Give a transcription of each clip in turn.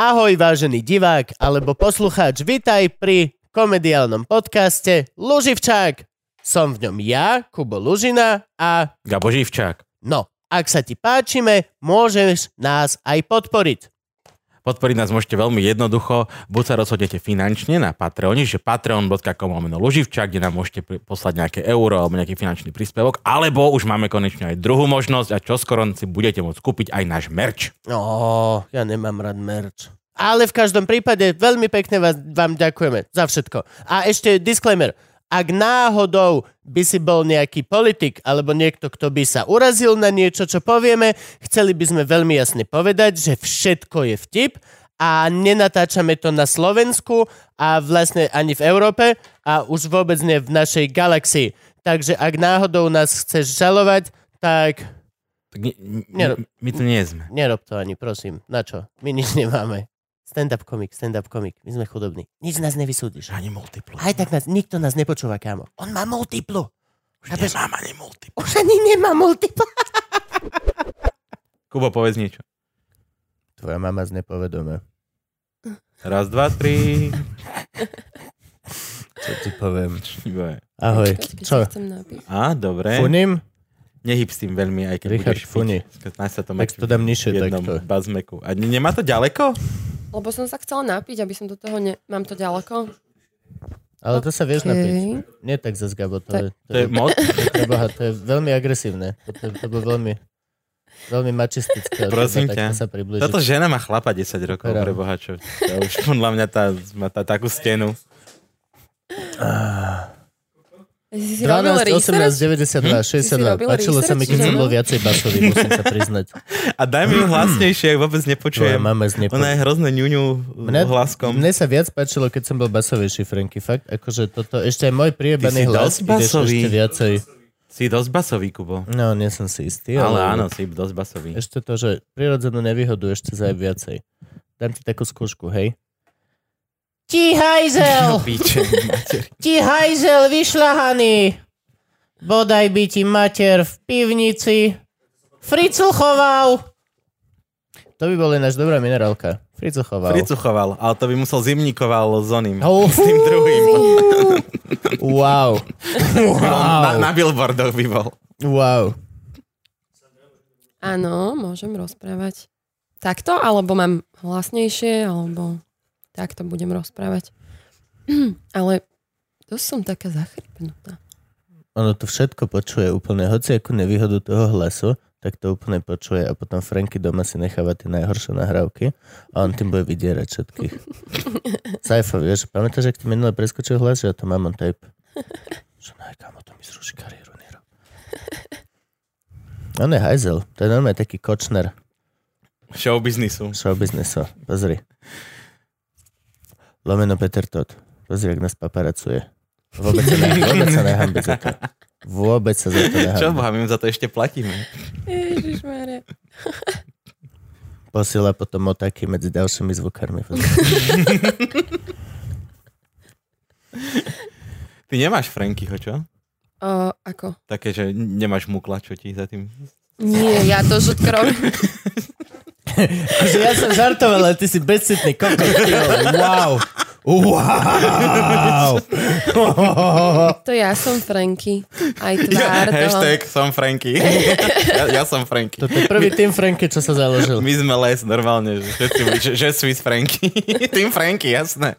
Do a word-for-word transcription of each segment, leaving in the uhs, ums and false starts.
Ahoj, vážený divák alebo poslucháč, vitaj pri komediálnom podcaste Luživčák. Som v ňom ja, Kubo Lužina a... Gabo Živčák. No, ak sa ti páčime, môžeš nás aj podporiť. Podporiť nás môžete veľmi jednoducho, buď sa rozhodnete finančne na Patreone, že patreon bodka com lomeno Luživčák, kde nám môžete poslať nejaké euro alebo nejaký finančný príspevok, alebo už máme konečne aj druhú možnosť a čoskoro si budete môcť kúpiť aj náš merch. No, ja nemám rád merch. Ale v každom prípade veľmi pekne vás, vám ďakujeme za všetko. A ešte disclaimer. Ak náhodou by si bol nejaký politik alebo niekto, kto by sa urazil na niečo, čo povieme, chceli by sme veľmi jasne povedať, že všetko je vtip a nenatáčame to na Slovensku a vlastne ani v Európe a už vôbec nie v našej galaxii. Takže ak náhodou nás chceš žalovať, tak... tak ne, ne, my tu nie sme. Nerob to ani, prosím. Na čo? My nič nemáme. Stand-up komik, stand-up komik. My sme chudobní. Nič nás nevysúdiš. Ani multiplu. Aj tak nás, nikto nás nepočúva, kámo. On má multiplu. Už Chápeš? Nemám ani multiplu. Už ani nemá multiplu. Kubo, povedz niečo. Tvoja mama znepovedomá. Raz, dva, tri. Čo ti poviem? Ahoj. Počkej, čo? Á, dobre. Funím? Nehyb s tým veľmi, aj keď Richard, budeš funi. piť. Náš sa to tak to dám nižšie, v jednom takto. bazmeku. A nemá to ďaleko? Lebo som sa chcela napiť, aby som do toho... Ne... Mám to ďaleko? Ale to sa vieš okay. napiť. Nie tak zase, Gabo. To, to, je, to je moc? To, to je veľmi agresívne. To, to bolo veľmi, veľmi mačistické. Prosím ťa. Sa Táto žena má chlapa desať rokov, pre Boha, čo? To už podľa mňa tá, má tá, takú stenu. Ah. Si dvanásť, osemnásť, deväťdesiatdva, šesťdesiatdva. Páčilo sa mi, keď som bol viacej basový, musím sa priznať. A daj mi ju hlasnejšie, ak vôbec nepočujem. Nepo... Ona je hrozné ňuňu mne, hlaskom. Mne sa viac páčilo, keď som bol basovejší, Franky. Fakt, akože toto, ešte aj môj priebaný hlas, ideš ešte viacej. Si dosť basový, Kubo. No, nie som si istý. Ale, ale áno, si dosť basový. Ešte to, že prirodzenú nevýhodu ešte zaj viacej. Dám ti takú skúšku, hej? Ti hajzel! Ti hajzel vyšľahaný! Bodaj by ti mater v pivnici Fricu choval! To by bol náš dobrá minerálka. Fricu choval. Fricu choval, ale to by musel zimníkoval s oným. Oh. S tým druhým. Wow. wow. Na, na billboardoch by bol. Wow. Áno, môžem rozprávať. Takto? Alebo mám hlasnejšie? Alebo... Takto budem rozprávať. Ale to som taká zachrypnutá. Ono to všetko počuje úplne. Hoci akú nevýhodu toho hlasu, tak to úplne počuje a potom Franky doma si necháva tie najhoršie nahrávky a on tým bude vydierať všetkých. Sajfo, vieš, pamätáš, ak ti minulé preskočil hlas, že ja to mám on tape. Že no, kámo, to mi zruší kariéru, nerob. On je hajzel. To je normálne taký Kočner. Show biznisu. Show biznisu. Pozri. Lomeno Peter Todt. Pozri, ak nás paparacuje. Vôbec sa, ne, vôbec sa nehambi za to. Vôbec sa za to nehambi. Čo boha, my za to ešte platíme. Ježišmaria. Posiela potom motáky medzi ďalšími zvukármi. Ty nemáš Frankyho, čo? O, ako? Také, že nemáš mukla, čo ti za tým... Nie, ja to žutkrov... Akože ja som žartoval, ale ty si bezcitný kokot. Wow. Wow. To ja som Franky. Aj tvár. Ja, hashtag som Franky. Ja, ja som Franky. To je prvý tým Franky, čo sa založil. My sme les, normálne. Že, že, že Swiss Franky. Tým Franky, jasné.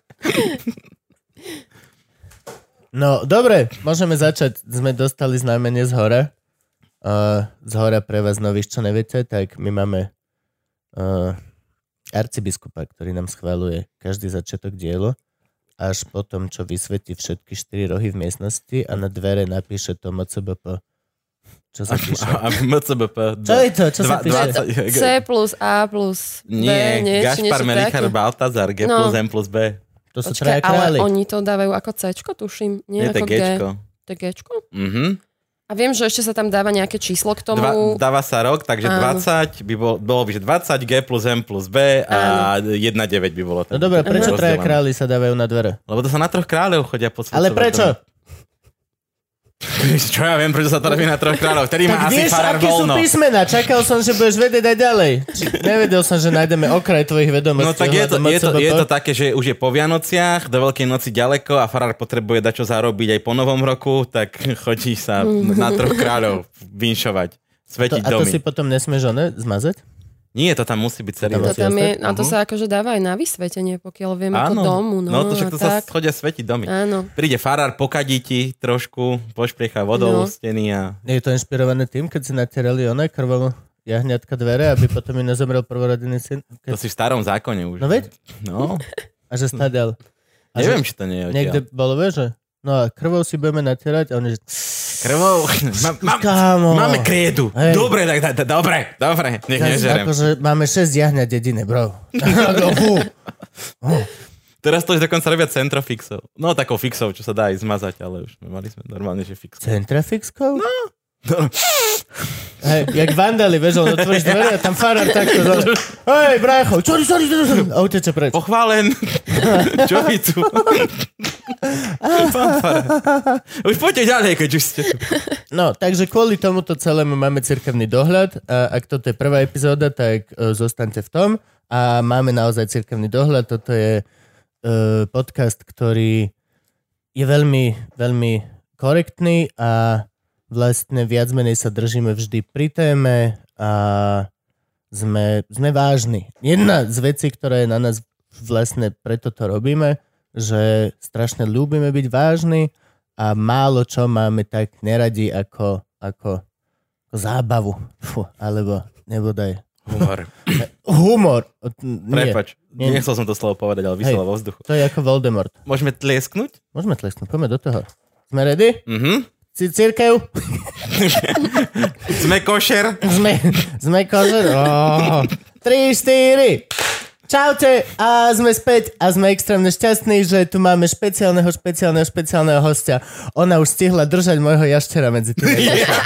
No, dobre. Môžeme začať. Sme dostali znamenie z hora. Uh, z hora pre vás nových, čo neviete, tak my máme Uh, arcibiskupa, ktorý nám schvaľuje každý začiatok dielo, až potom, čo vysvetí všetky štyri rohy v miestnosti a na dvere napíše to em cé bé pé. Čo sa píše? A em cé bé pé. Čo je to? Čo sa píše? C plus A plus B. Nie, nie Gašpar Melichar Baltazar, G no. plus M plus B. To sú Počkaj, traja králi. ale oni to dávajú ako Cčko, tuším. Nie, Nie, to ako je Gčko. To je Gčko? Mhm. A viem, že ešte sa tam dáva nejaké číslo k tomu. Dva, dáva sa rok, takže áno. dvadsať by bolo, bolo by, že dvadsať, G plus M plus B a áno. jedna deväť by bolo. No dobre, prečo traja králi sa dávajú na dvere? Lebo to sa na troch kráľov chodia po svetu. Ale prečo? Čo ja viem, prečo sa to robí na troch kráľov. Vtedy má asi farár voľno. Tak vieš, aké sú písmena? Čakal som, že budeš vedieť aj ďalej. Či, nevedel som, že nájdeme okraj tvojich vedomostí. No tak je to, je, to, je to také, že už je po Vianociach, do Veľkej noci ďaleko a farár potrebuje dať čo zarobiť aj po Novom roku, tak chodí sa na troch kráľov vinšovať, svetiť to, domy. A to si potom nesmieš one zmazať? Nie, to tam musí byť celý to tam je, a to uh-huh. sa akože dáva aj na vysvetenie, pokiaľ viem, ako domu. No, no to však to tak. sa chodia svetiť domy. Áno. Príde farár, pokadí ti trošku, pošpriecha vodou no. steny a... Je to inšpirované tým, keď si natierali oné krvom jahňatka dvere, aby potom mi nezomrel prvorodinný syn? Keď... To si v starom zákone už. No veď? No. A že stadial. A Neviem, že... či to nie je odtiaľ. Niekde bolo, vieš, že? No a krvou si budeme natierať a oni že... Krvou? Ma, ma, máme kriedu. Hej. Dobre, tak, tak, dobre, dobre. Nech nežerem. Akože máme šesť jahňat dedine, bro. Teraz to už dokonca robia centrofixov. No takou fixou, čo sa dá aj zmazať, ale už mali sme normálne, že fixou. Centrofixkou? No. Hej, jak vandali, vieš, on otvoríš dvere a tam farár takto. Hej, brácho, sorry, sorry, sorry. A uteče preč. Pochválen. Čo vy tu? Už poďte ďalej, keď už ste tu. No, takže kvôli tomuto celému máme cirkevný dohľad a ak toto je prvá epizóda, tak uh, zostaňte v tom a máme naozaj cirkevný dohľad. Toto je uh, podcast, ktorý je veľmi, veľmi korektný a vlastne viac menej sa držíme vždy pri téme a sme, sme vážni. Jedna z vecí, ktorá je na nás vlastne preto to robíme, že strašne ľúbime byť vážni a málo čo máme tak neradi ako, ako, ako zábavu. Fú, alebo nebodaj. Humor. Humor. Prepač, nie. Nechcel som to slovo povedať, ale vyselo vo vzduchu. To je ako Voldemort. Môžeme tliesknúť? Môžeme tliesknúť, poďme do toho. Sme ready? Mhm. Si církev? Sme košer? Sme, sme košer? Oh. Tri, štyri. Čaute a sme späť a sme extrémne šťastní, že tu máme špeciálneho, špeciálneho, špeciálneho hostia. Ona už stihla držať môjho jaštera medzi tým.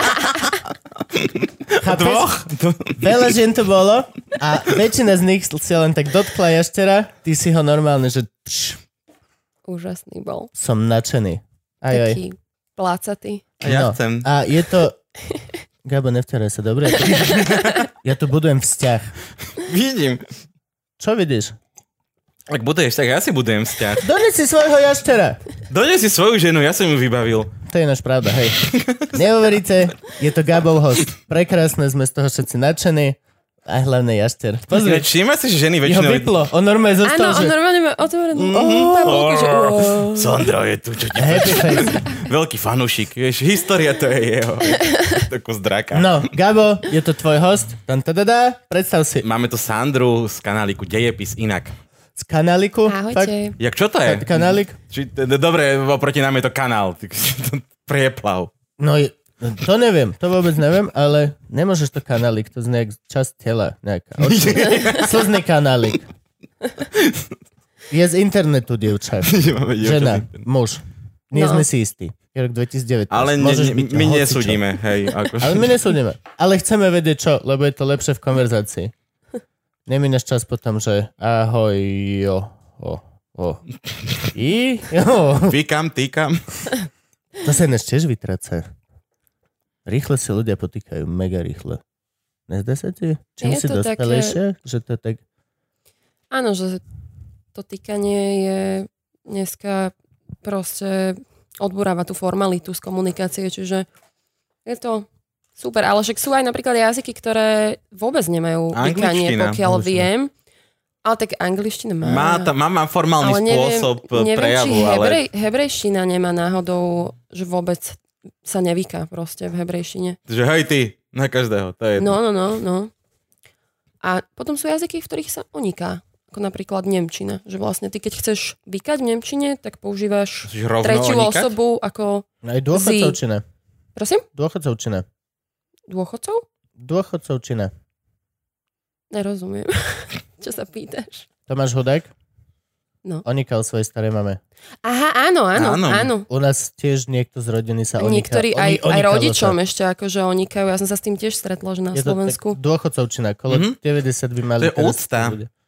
Dvoch? Veľa žien to bolo a väčšina z nich si len tak dotkla jaštera. Ty si ho normálne, že... Úžasný bol. Som nadšený. Aj, aj. Taký plácatý. A ja no. chcem. A je to... Gabo, nevteraj sa, dobre? Ja tu budujem vzťah. Vidím. Čo vidíš? Ak buduješ, tak ja si budujem vzťah. Dones si svojho jaštera. Dones si svoju ženu, ja som ju vybavil. To je náš pravda, hej. Neuveríte, je to Gabov host. Prekrásne, sme z toho všetci nadšení. A hlavne jašter. Pozri. Všimaj si, že ženy Jeho väčšinou... vyplo. On normálne zostal, Áno, že... on normálne má otvorenú Mm-hmm. tabulku, že... Oh, Sondro je tu, čo ti Happy face. Veľký fanúšik, vieš, história to je jeho. Takú zdraka. No, Gabo, je to tvoj host. Tam tadadá, predstav si. Máme tu Sandru z kanáliku Dejepis inak. Z kanáliku? Ahojte. Jak čo to je? Kanálik? Či, dobre, oproti nám je to kanál. Prieplav. No, to neviem, to vôbec neviem, ale nemôžeš to kanálik, to znie časť tela nejaká. Slzný kanálik. Je z internetu, dievča. Žena, muž. Nie no. sme si istí. Je rok dvetisícdevätnásť. Ale ne, ne, my nesúdime. Hej, akože. Ale my nesúdime. Ale chceme vedieť čo, lebo je to lepšie v konverzácii. Nemínaš čas potom, že ahoj, jo, o, o. I, jo. Vykam, týkam. To sa ináč tiež vytráca. Rýchle si ľudia potýkajú, mega rýchle. Nezdá sa ti? Čím je si dospelejšie? Také... Že to tak... Áno, že to týkanie je dneska proste odburáva tú formalitu z komunikácie, čiže je to super. Ale však sú aj napríklad jazyky, ktoré vôbec nemajú týkanie, pokiaľ angličtina. Viem. Ale tak angličtina má. Má, ta, má, má formálny ale neviem, spôsob neviem, prejavu. Neviem, či hebrej, ale... hebrejština nemá náhodou, že vôbec sa nevyká proste v hebrejštine. Že hej ty, na každého. To je no, no, no, no. A potom sú jazyky, v ktorých sa oniká. Ako napríklad nemčina. Že vlastne ty, keď chceš vykať v nemčine, tak používaš tretiu onikať? Osobu ako aj dôchodcovčina. Prosím? Dôchodcovčina. Dôchodcov? Dôchodcovčina. Nerozumiem. Čo sa pýtaš? Tomáš Hudák? No. Onikal svojej starej mame. Aha, áno, áno, áno, áno. U nás tiež niekto z rodiny sa onikal. Niektorí aj, aj rodičom sa. Ešte akože onikajú. Ja som sa s tým tiež stretla, že na je Slovensku. Je to dôchodcovčina. Kolo mm-hmm. deväťdesiat by mali. To je úcta.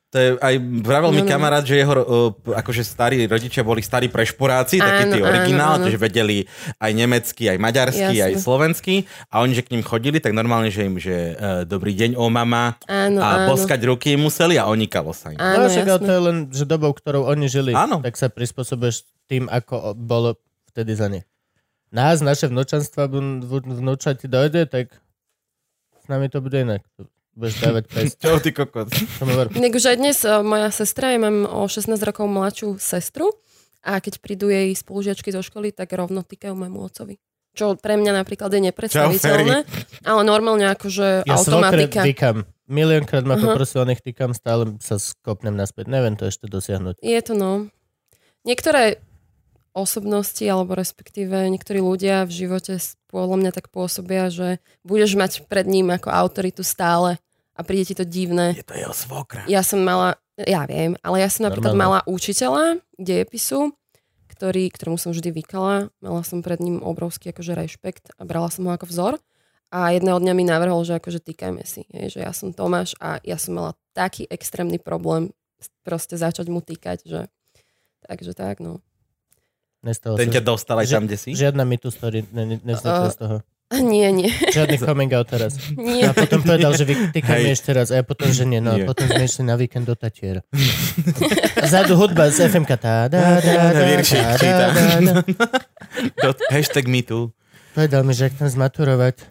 To je aj vravel mi no, no. kamarát, že jeho uh, akože starí rodičia boli starí prešporáci, takí tí originál, že vedeli aj nemecky, aj maďarsky, Jasne. aj slovensky a oni, že k ním chodili, tak normálne, že im, že uh, dobrý deň, o mama áno, a áno. boskať ruky im museli a onikalo sa im. Áno, no, však to je len, že dobou, ktorou oni žili, áno. tak sa prispôsobuješ tým, ako bolo vtedy za ne. Nás, naše vnúčanstva, vnúča ti dojde, tak s nami to bude inak. Budeš dávať pes. Čo ty kokot? Inak už aj dnes uh, moja sestra, ja mám o šestnásť rokov mladšiu sestru a keď prídu jej spolužiačky zo školy, tak rovno týkajú môjmu otcovi. Čo pre mňa napríklad je nepredstaviteľné, ale normálne akože ja automatika. Ja týkam. Miliónkrát ma uh-huh. poprosil, nech týkam, stále sa skopnem naspäť. Neviem to ešte dosiahnuť. Je to no. Niektoré osobnosti, alebo respektíve niektorí ľudia v živote podľa mňa tak pôsobia, že budeš mať pred ním ako autoritu stále a príde ti to divné. Je to jeho svokra. Ja som mala, ja viem, ale ja som napríklad Normálne. mala učiteľa dejepisu, ktorý, ktorému som vždy vykala. Mala som pred ním obrovský akože rešpekt a brala som ho ako vzor. A jedného dňa mi navrhol, že akože týkajme si. Je, že ja som Tomáš a ja som mala taký extrémny problém proste začať mu týkať, že takže tak, no. Nestalo Ten sa. ťa dostal aj tam, kde si? Žiadna me too story ne, ne, nevznikla uh, z toho. Nie, nie. Žiadny coming out teraz. Nie. A potom povedal, že vytýkaj mi ešte raz. A ja potom, že nie. No a potom sme išli na víkend do Tatier. Zadu hudba z ef em ká. Tá, dá, dá, dá, dá, dá, dá. Hashtag me too. Povedal mi, že ak tam zmaturovať.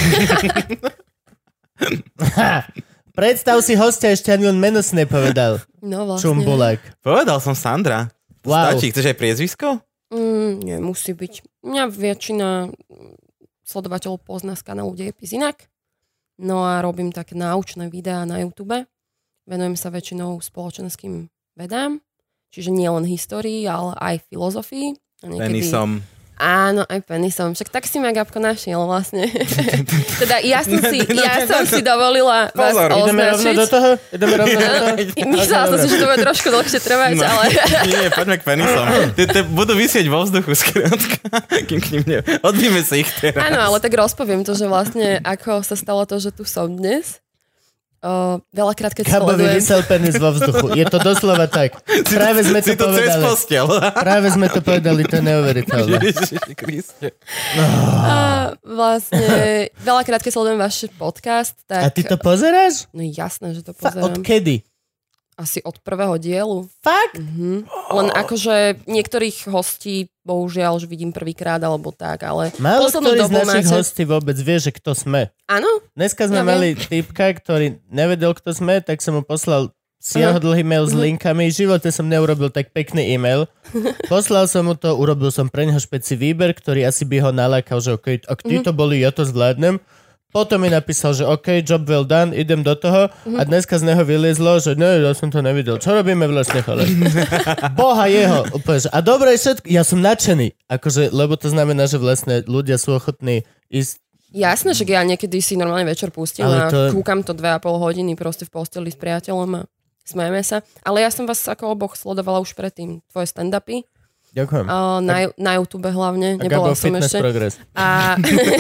Predstav si hostia, ešte ani on meno si nepovedal. No vlastne. Čumbulák. Povedal som Sandra. Wow. Stačí, chceš aj priezvisko? Mm, nie, musí byť. Mňa väčšina sledovateľov pozná z kanálu Dejepis inak. No a robím také náučné videá na YouTube. Venujem sa väčšinou spoločenským vedám. Čiže nie len histórii, ale aj filozofii. A niekedy... Penisom. Áno, aj penisom. Však tak si ma Gabko našiel vlastne. Teda ja som si, ja som si dovolila vás Pozor, označiť. Ideme rovno do toho? Ideme rovno do toho? Myslela som si, že to bude trošku dlhšie trvať, no, ale... Nie, poďme k penisom. Tie, tie budú vysieť vo vzduchu skrátka. Kým k ním ne... Odbíme sa ich teraz. Áno, ale tak rozpoviem to, že vlastne ako sa stalo to, že tu som dnes. Uh, veľakrát, keď Gabovi sledujem... vysel penis vo vzduchu. Je to doslova tak. Práve sme to si to povedali. cez posteľ. Práve sme to povedali, to je neuveriteľné. Ježiši Kriste. No. A vlastne veľakrát, keď sledujem váš podcast, tak... A ty to pozeráš? No jasné, že to Fa- pozerám. Odkedy? Asi od prvého dielu. Fakt? Mhm. Len akože niektorých hostí bohužiaľ už vidím prvýkrát alebo tak, ale Málo poslednú ktorý z dobu našich máte... hostí vôbec vie, že kto sme. Áno? Dneska sme Ja mali typka, ktorý nevedel, kto sme, tak som mu poslal si jeho dlhý mail s linkami. V živote som neurobil tak pekný e-mail. Poslal som mu to, urobil som pre neho špeci výber, ktorý asi by ho nalákal, že okay, ak títo boli, ja to zvládnem. Potom mi napísal, že OK, job well done, idem do toho a dneska z neho vyliezlo, že ne, ja som to nevidel. Čo robíme vlastne, ale? Boha jeho. Úplne, že, a dobre všetko, ja som nadšený. Akože, lebo to znamená, že vlastne ľudia sú ochotní ísť. Jasné, že ja niekedy si normálne večer pustím Ale a to... kúkam to dve a pol hodiny proste v posteli s priateľom a smejeme sa. Ale ja som vás ako oboch sledovala už predtým. Tvoje stand-upy. Ďakujem. Uh, na, na YouTube hlavne. A Nebola Gabo som Fitness ešte. Progress. A...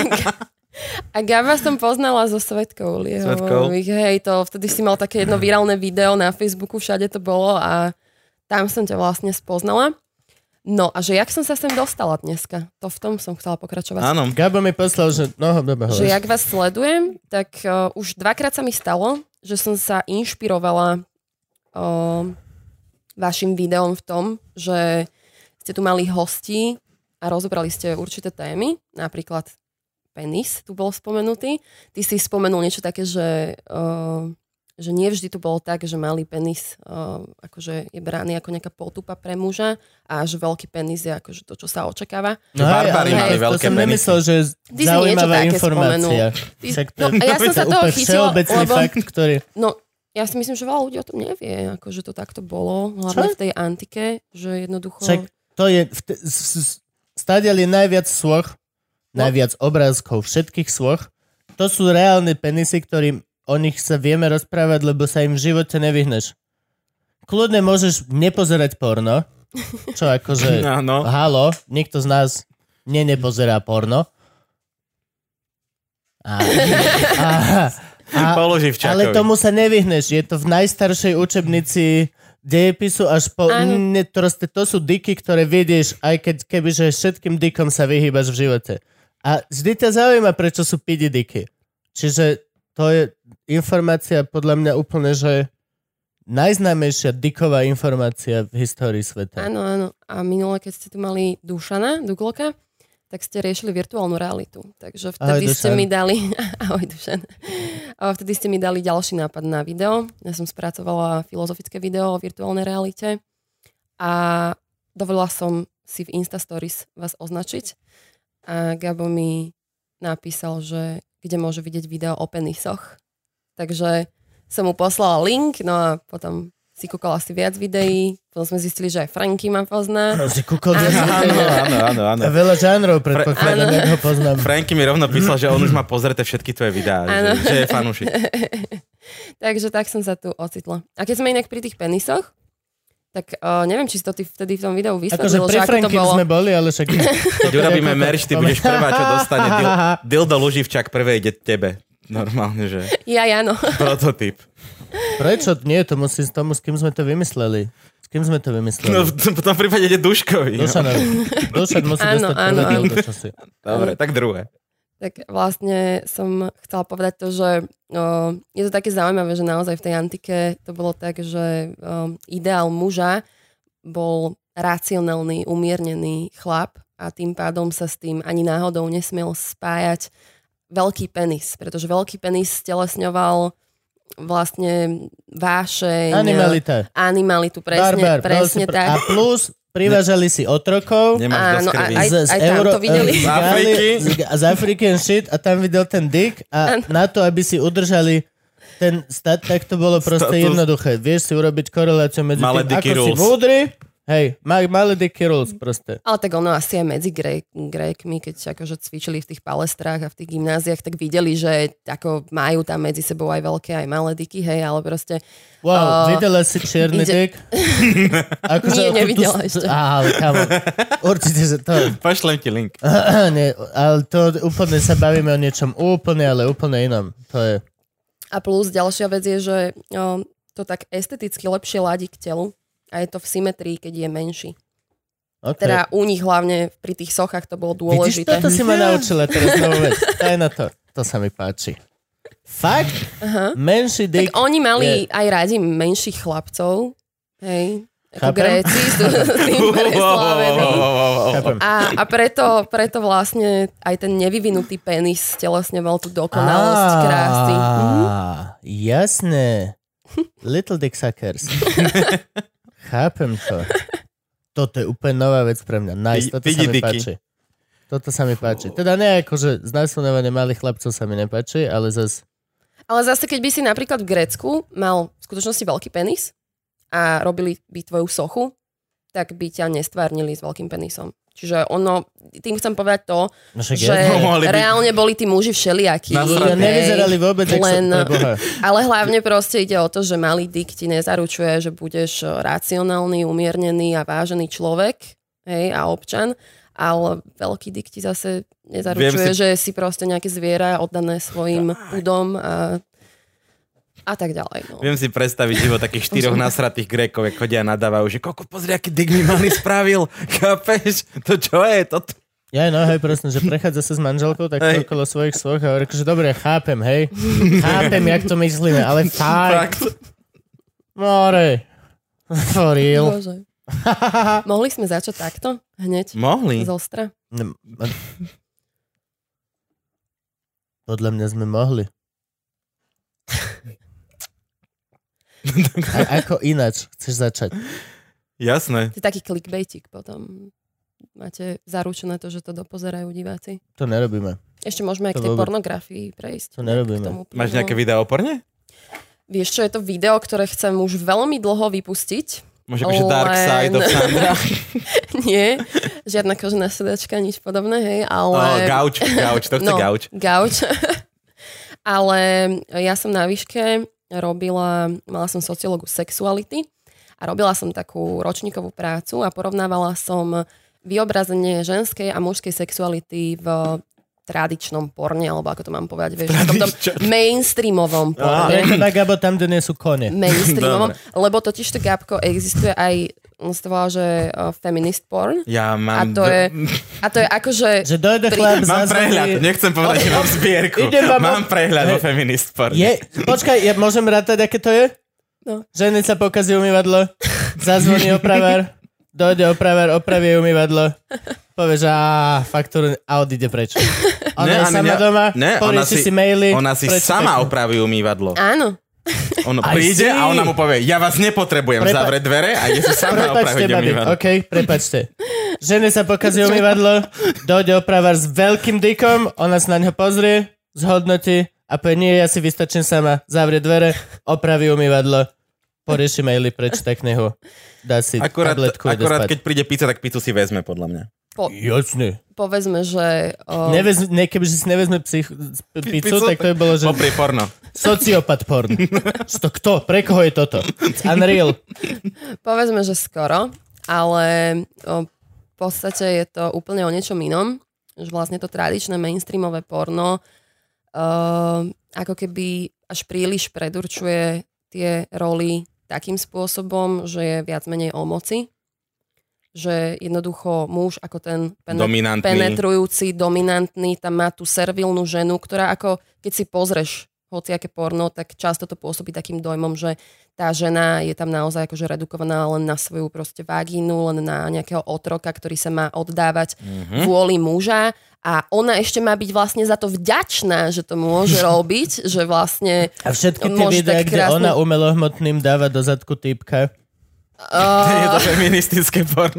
A Gaba som poznala zo Svetkou Liehových. Hej, to vtedy si mal také jedno virálne video na Facebooku, všade to bolo a tam som ťa vlastne spoznala. No a že jak som sa sem dostala dneska? To v tom som chcela pokračovať. Áno. Gabo mi poslal, že no, dobre, Že jak vás sledujem, tak uh, už dvakrát sa mi stalo, že som sa inšpirovala uh, vašim videom v tom, že ste tu mali hostí a rozobrali ste určité témy, napríklad penis tu bol spomenutý. Ty si spomenul niečo také, že, uh, že nie vždy tu bolo tak, že malý penis uh, akože je braný ako nejaká potupa pre muža a že veľký penis je akože to, čo sa očakáva. No hej, ale mali to veľké som nemyslel, že Ty si zaujímavá niečo také informácia. Ty, Však to no a ja som sa je toho úplne chytila, všeobecný lebo fakt, ktorý... no, ja si myslím, že veľa ľudí o tom nevie, akože to takto bolo, hlavne Čo? v tej antike, že jednoducho... Však to je... Vte, stadiaľ je najviac svoch, No. najviac obrázkov všetkých svoch. To sú reálne penisy, ktorým o nich sa vieme rozprávať, lebo sa im v živote nevyhneš. Kľudne môžeš nepozerať porno, čo akože... Áno. Halo, nikto z nás ne nepozerá porno. A, a, A, Položivčákovi. ale tomu sa nevyhneš. Je to v najstaršej učebnici dejepisu až po... Ne, proste, to sú diky, ktoré vidieš, aj keď kebyže všetkým dikom sa vyhýbaš v živote. A vždy ťa zaujíma, prečo sú pidi diky. Čiže to je informácia podľa mňa úplne, že najznámejšia diková informácia v histórii sveta. Áno, áno. A minule, keď ste tu mali Dušana, Dugloka, tak ste riešili virtuálnu realitu. Takže vtedy Ahoj, ste Dušan. mi dali... Ahoj, Dušan. A vtedy ste mi dali ďalší nápad na video. Ja som spracovala filozofické video o virtuálnej realite a dovolila som si v Insta Stories vás označiť. A Gabo mi napísal, že kde môže vidieť video o penisoch. Takže som mu poslala link, no a potom si kúkala si viac videí, potom sme zistili, že aj Franky ma pozná. No, si kúkol viac Áno, videí. áno, áno, áno. A veľa žánrov predpokladám, jak ho poznám. Franky mi rovno písal, že on už má pozrieť všetky tvoje videá, že, že je fanúšik. Takže tak som sa tu ocitla. A keď sme inak pri tých penisoch, tak uh, neviem, či si to ty vtedy v tom videu Akože vysvetlil, pri že ako to Franky bolo. sme boli, ale však... Keď urobíme merch, ty budeš prvá, čo dostane. Dil, Dildo Luživčák prvé ide tebe. Normálne, že... Ja, ja, no. Prototyp. Prečo? Nie, to musí s tomu, s kým sme to vymysleli. S kým sme to vymysleli? No v v tom prípade ide Duškovi. No. Dušan, Dušan musí Áno, dostať áno, prvý áno. dildo, čo si. Dobre, tak druhé. Tak vlastne som chcela povedať to, že o, je to také zaujímavé, že naozaj v tej antike to bolo tak, že o, ideál muža bol racionálny, umiernený chlap a tým pádom sa s tým ani náhodou nesmiel spájať veľký penis, pretože veľký penis stelesňoval vlastne vášeň. Animalita. Animalitu, presne, Barbar, presne pr- tak. A plus privážali si otrokov Nemáš Áno, dosť krvi. a- aj- z, z, tam to videli. z, Z Afriky. z, z Afriky and shit a tam videl ten dick a na to, aby si udržali ten stat, tak to bolo proste Status. jednoduché. Vieš si urobiť koreláciu medzi Malé tým, dicky ako si rules. múdry, hej, ma- malé dicky rules proste. Ale tak ono asi aj medzi Gré- Grékmi, keď akože cvičili v tých palestrách a v tých gymnáziách, tak videli, že ako majú tam medzi sebou aj veľké, aj malé diky, hej, ale proste... Wow, Uh, videla si čierny ide- dick? Akože Nie, tu- tu- nevidela tu- ešte. Á, ale kamo, určite, že to... Pošlem ti link. Nie, ale to úplne sa bavíme o niečom úplne, ale úplne inom. To je... A plus ďalšia vec je, že o, to tak esteticky lepšie ladí k telu a je to v symetrii, keď je menší. Okay. Teda u nich hlavne pri tých sochách to bolo Vidíš, dôležité. toto si ma naučila teraz novú vec. Daj na to. To sa mi páči. Fakt? Aha. Menší dick. Tak oni mali je- aj radi menších chlapcov, hej, ako Chápem. Gréci sú s tým preslávení. Chápem. A, a preto, preto vlastne aj ten nevyvinutý penis stelesňoval tú dokonalosť Á, krásy. Mhm. Jasné. Little dick suckers. Chápem to. Toto je úplne nová vec pre mňa. Nice, toto sa Pidi mi dicky. páči. Toto sa mi páči. Teda nie ako, že znásilňovanie malých chlapcov sa mi nepáči, ale zase... Ale zase, keď by si napríklad v Grécku mal v skutočnosti veľký penis a robili by tvoju sochu, tak by ťa nestvárnili s veľkým penisom. Čiže ono, tým chcem povedať to, No však že jasné. mohli by- reálne boli tí muži všelijakí. Na Ja Hej, nevyzerali vôbec, jak sa len- preboha. Ale hlavne proste ide o to, že malý dick ti nezaručuje, že budeš racionálny, umiernený a vážený človek, hej, a občan, ale veľký dick ti zase nezaručuje, Viem si- že si proste nejaké zviera oddané svojim púdom a, a tak ďalej. No. Viem si predstaviť život takých štyroch nasratých Grékov, jak chodia a nadávajú, že koľko pozri, aký dick mi malý spravil. Chápeš? To čo je? Toto... Ja, no, hej, presne, že prechádza sa s manželkou tak Hej. okolo svojich svoch a hovorí, že dobre, chápem, hej. Chápem, jak to myslíme, ale fakt. Fakt. More. For real. Bože. Mohli sme začať takto? Hneď? Mohli. Z ostra? No, Podľa mňa sme mohli. A ako ináč chceš začať? Jasné. To je taký clickbaitik potom. Máte zaručené to, že to dopozerajú diváci. To nerobíme. Ešte môžeme aj To k tej vôbec. pornografii prejsť. To nerobíme. K tomu Máš prvému. nejaké video o porne? Vieš čo, je to video, ktoré chcem už veľmi dlho vypustiť. Možno akože Dark Len- Side of Sandra. Nie, žiadna kožená sedačka, nič podobné, hej, ale... Oh, gauč, gauč, to chce no, gauč. Gauč. Ale ja som na výške robila, mala som sociológu sexuality a robila som takú ročníkovú prácu a porovnávala som vyobrazenie ženskej a mužskej sexuality v tradičnom porne, alebo ako to mám povedať, vieš, v tom mainstreamovom porne. Ale to Gabo, tam, kde nie sú kone. Mainstreamovom, lebo totiž to, Gabko, existuje aj, on sa to volá, že uh, feminist porn. Ja mám... A to je, a to je akože... Že dojde chlap, mám prehľad, nechcem povedať, že mám zbierku. Mám prehľad vo feminist porn. Je, počkaj, ja môžem rátať, aké to je? No. Žene sa pokazí umývadlo, zazvoní opravár, dojde opravár, opraví umývadlo, povie, že á, faktúru a odíde preč. Ona ne, je sama ne, doma, ne, porieši si, si maily. Ona si sama pekne opraví umývadlo. Áno. Ono príde a ona mu povie, ja vás nepotrebujem, Prepa- zavre dvere a ide si sama opraviť umývadlo. OK, prepačte. Žene sa pokazí umývadlo, dojde opravár s veľkým dykom, ona sa na ňo pozrie, zhodnotí a povie, nie, ja si vystačím sama, zavrie dvere, opraví umývadlo, porieši maily, prečíta knihu, dá si akurát, tabletku, ide akurát spať. keď príde pizza, tak pizzu si vezme, podľa mňa. Po, Jasne. Povedzme, že... Uh... Nevez, ne, kebyže si nevezme psych, pizzu, tak to by bolo, že... Popri porno. Sociopat porn. To kto? Pre koho je toto? It's unreal. Povedzme, že skoro, ale o, v podstate je to úplne o niečom inom. Že vlastne to tradičné mainstreamové porno uh, ako keby až príliš predurčuje tie roly takým spôsobom, že je viac menej o moci. Že jednoducho muž ako ten penet- penetrujúci, dominantný, tam má tú servilnú ženu, ktorá ako, keď si pozrieš hociaké porno, tak často to pôsobí takým dojmom, že tá žena je tam naozaj akože redukovaná len na svoju proste vagínu, len na nejakého otroka, ktorý sa má oddávať mm-hmm. vôli muža a ona ešte má byť vlastne za to vďačná, že to môže robiť, že vlastne... A všetky tie videá, kde krásne... ona umelohmotným dáva do zadku týpka. Uh... Je to feministické porno?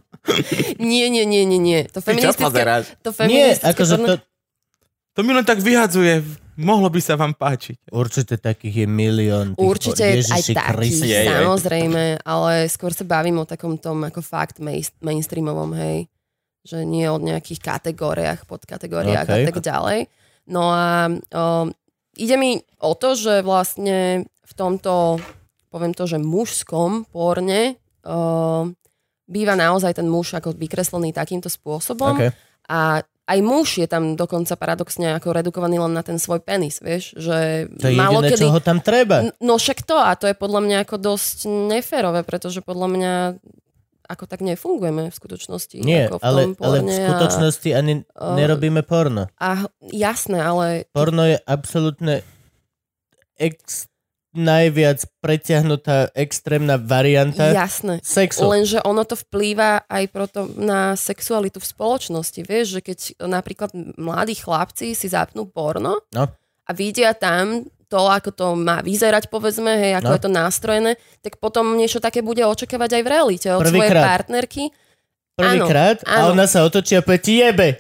Nie, nie, nie, nie, nie. To feministické, to feministické nie, akože porno... to... To mi len tak vyhadzuje. Mohlo by sa vám páčiť. Určite takých je milión. Určite je aj takých, samozrejme, ale skôr sa bavím o takom tom ako fakt mainstreamovom, hej. Že nie o nejakých kategóriách, podkategóriách okay. a tak ďalej. No a o, ide mi o to, že vlastne v tomto, poviem to, že mužskom porne o, býva naozaj ten muž ako vykreslený takýmto spôsobom okay. a aj muž je tam dokonca paradoxne ako redukovaný len na ten svoj penis, vieš, že to je málo jediné, kedy... čo ho tam treba. No však to, a to je podľa mňa ako dosť neférové, pretože podľa mňa ako tak nefungujeme v skutočnosti. Nie, ako v ale, tom ale v skutočnosti a, ani nerobíme porno. A jasné, ale... Porno je absolútne ex... najviac preťahnutá extrémna varianta Jasné. sexu. Lenže ono to vplýva aj proto na sexualitu v spoločnosti. Vieš, že keď napríklad mladí chlapci si zapnú porno no. a vidia tam to, ako to má vyzerať, povedzme, hej, ako no. je to nástrojené, tak potom niečo také bude očakávať aj v realite od Prvý svojej krát. partnerky. Prvýkrát a ona sa otočí a povie ti jebe.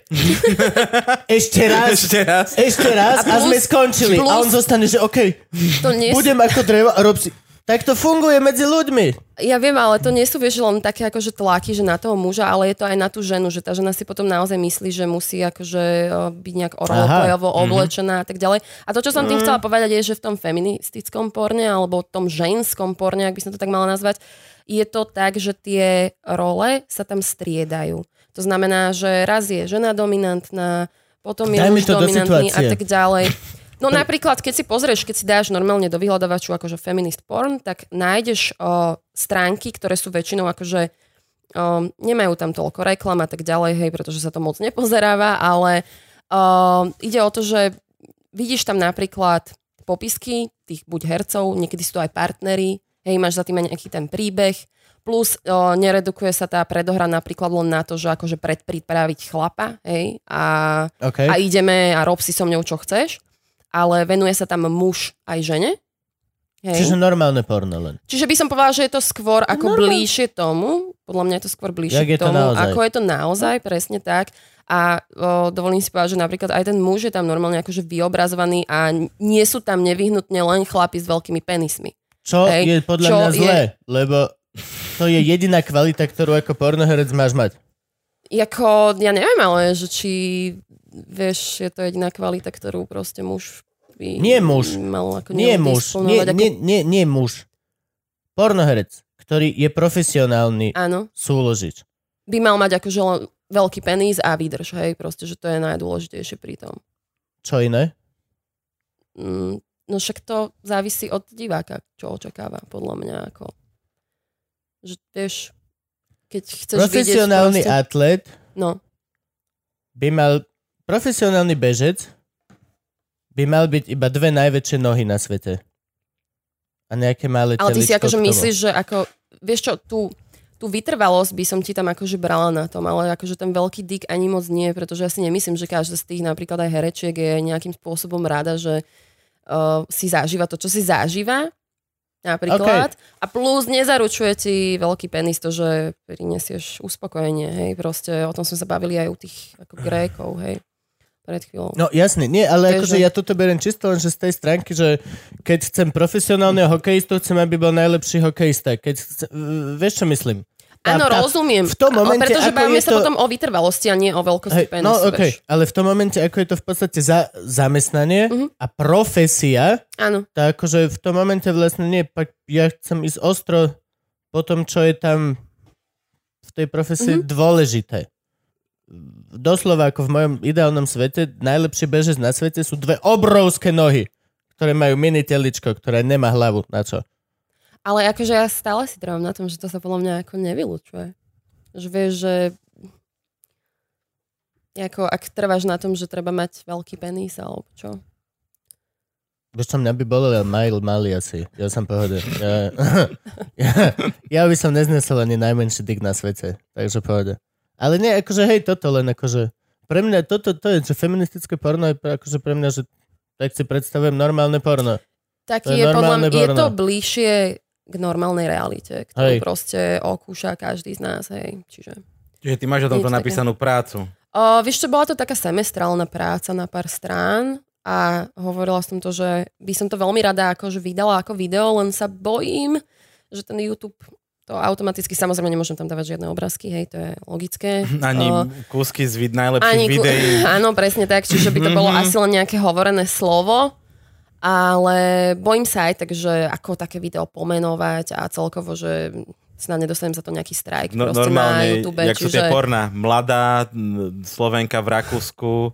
Ešte raz. Ešte raz. Ešte raz a, plus, a sme skončili. Plus, a on zostane, že okej, okay, budem ako drevo a rob si. Tak to funguje medzi ľuďmi. Ja viem, ale to nie sú, vieš, len také akože tlaky, že na toho muža, ale je to aj na tú ženu, že tá žena si potom naozaj myslí, že musí akože byť nejak orlopojovo oblečená a tak ďalej. A to, čo som tým chcela povedať, je, že v tom feministickom porne alebo v tom ženskom porne, ak by som to tak mala nazvať, je to tak, že tie role sa tam striedajú. To znamená, že raz je žena dominantná, potom je muž dominantný a tak ďalej. No napríklad, keď si pozrieš, keď si dáš normálne do vyhľadávaču akože feminist porn, tak nájdeš o, stránky, ktoré sú väčšinou akože o, nemajú tam toľko reklam a tak ďalej, hej, pretože sa to moc nepozeráva, ale o, ide o to, že vidíš tam napríklad popisky tých buď hercov, niekedy sú to aj partneri, hej, máš za tým aj nejaký ten príbeh, plus o, neredukuje sa tá predohra napríklad len na to, že akože predpripraviť chlapa, hej, a, okay. a ideme a rob si so mňou, čo chceš. Ale venuje sa tam muž aj žene. Hej. Čiže normálne porno len. Čiže by som povedala, že je to skôr ako Normál. bližšie tomu. Podľa mňa je to skôr bližšie k tomu, to ako je to naozaj, presne tak. A o, dovolím si povedať, že napríklad aj ten muž je tam normálne akože vyobrazovaný a nie sú tam nevyhnutne len chlapi s veľkými penismi. Čo Hej. je podľa Čo mňa je... zlé, lebo to je jediná kvalita, ktorú ako pornoherec máš mať. Jako, ja neviem, ale že či... Vieš, je to jediná kvalita, ktorú proste muž by nie muž. mal ako nie muž. Nie, ako... nie, nie, nie muž. Pornoherec, ktorý je profesionálny Áno. súložič. By mal mať akože veľký penis a výdrž, hej, proste, že to je najdôležitejšie pri tom. Čo iné? Mm, no však to závisí od diváka, čo očakáva, podľa mňa, ako... Že vieš, keď chceš profesionálny vidieť proste... atlet no. by mal... Profesionálny bežec by mal byť iba dve najväčšie nohy na svete. A nejaké malé teličko. Ale ty si akože myslíš, že ako... Vieš čo, tú, tú vytrvalosť by som ti tam akože brala na tom, ale akože ten veľký dick ani moc nie, pretože ja si nemyslím, že každá z tých napríklad aj herečiek je nejakým spôsobom rada, že uh, si zažíva to, čo si zažíva. Napríklad. Okay. A plus nezaručuje ti veľký penis to, že prinesieš uspokojenie, hej. Proste o tom sme sa bavili aj u tých ako Grékov, hej. Pred chvíľou. No jasne, nie, ale akože že... ja toto beriem čisto len, že z tej stránky, že keď chcem profesionálneho hokejistu, chcem, aby bol najlepší hokejista. Keď chcem, vieš, čo myslím? Áno, tá, rozumiem. V tom momente, pretože bavíme sa to... potom o vytrvalosti a nie o veľkosti penisu. No okej, okay. Ale v tom momente, ako je to v podstate za, zamestnanie uh-huh. a profesia, áno. Tak akože v tom momente vlastne nie, pak ja chcem ísť ostro po tom, čo je tam v tej profesii uh-huh. dôležité. Doslova ako v mojom ideálnom svete, najlepší bežec na svete sú dve obrovské nohy, ktoré majú mini teličko, ktoré nemá hlavu. Na čo? Ale akože ja stále si trvám na tom, že to sa podľa mňa ako nevylučuje. Že vieš, že ako ak trváš na tom, že treba mať veľký penis, alebo čo? Vieš čo, mňa by bolo len mail malý asi. Ja som pohode. Ja, ja, ja by som neznesol ani najmenší dick na svete. Takže pohode. Ale nie, akože hej, toto len akože pre mňa toto, to je, že feministické porno je pre, akože pre mňa, že tak si predstavujem normálne porno. Taký je, je podľa mňa, je to bližšie k normálnej realite, ktorú hej. proste okúša každý z nás, hej. Čiže... Čiže ty máš o tomto napísanú také. Prácu. O, vieš čo, bola to taká semestrálna práca na pár strán a hovorila som to, že by som to veľmi rada akože vydala ako video, len sa bojím, že ten YouTube to automaticky, samozrejme nemôžem tam dávať žiadne obrázky, hej, to je logické. Ani o, kúsky z vid najlepších ani, videí. Áno, presne tak, čiže by to bolo asi len nejaké hovorené slovo, ale bojím sa aj tak, že ako také video pomenovať a celkovo, že snad nedostanem za to nejaký strajk no, proste na YouTube. Jak čiže... sú tie porná. Mladá Slovenka v Rakúsku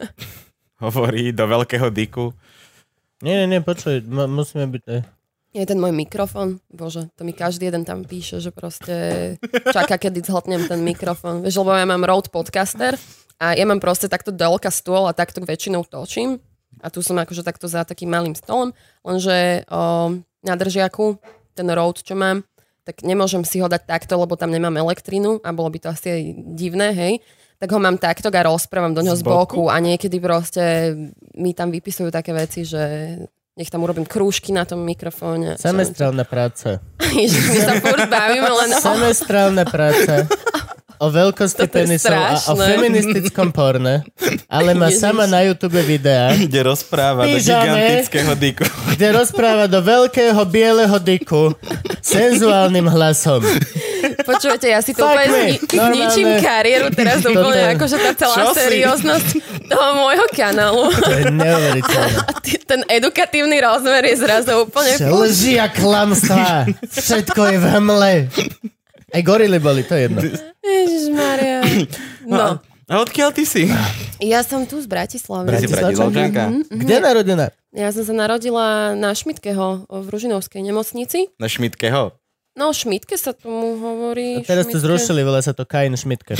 hovorí do veľkého diku. Nie, nie, nie, počuj, m- musíme byť... Aj. Je ten môj mikrofón, bože, to mi každý jeden tam píše, že proste čaká, kedy zhltnem ten mikrofón. Vieš, lebo ja mám Rode Podcaster a ja mám proste takto dlhká stôl a takto väčšinou točím. A tu som akože takto za takým malým stolom, lenže o, na držiaku, ten Rode, čo mám, tak nemôžem si ho dať takto, lebo tam nemám elektrínu a bolo by to asi aj divné, hej. Tak ho mám takto a rozprávam do ňoho z boku a niekedy proste mi tam vypisujú také veci, že nech tam urobím krúžky na tom mikrofóne. Semestrálna práca. Ježiš, my sa furt bavíme len o... Semestrálna práca. O veľkosti penisov a o feministickom porne. Ale má Ježiš. Sama na YouTube videá. Kde rozpráva do gigantického diku. Kde rozpráva do veľkého bieleho diku senzuálnym hlasom. Počujete, ja si to úplne ničím kariéru teraz úplne, akože tá celá serióznosť toho môjho kanálu. To je neuveriteľné. A t- ten edukatívny rozmer je zrazu úplne... Lži a klamstvá. Všetko je v hmle. Aj gorily boli, to je jedno. Ježišmaria. No. A odkiaľ ty si? Ja som tu z Bratislavy. Bratislavčanka. Mm-hmm. Kde narodená? Ja som sa narodila na Šmitkeho v Ružinovskej nemocnici. Na Šmitkeho? No, Šmitke sa tomu hovorí. A teraz Šmitke. to zrušili, volá sa to Kain Šmitke.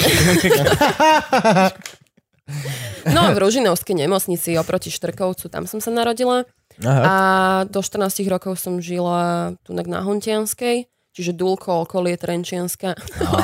No, v Ružinovskej nemocnici oproti Štrkovcu, tam som sa narodila. Aha. A do štrnásť rokov som žila tu na Hontianskej, čiže Dulko, okolie Trenčianska.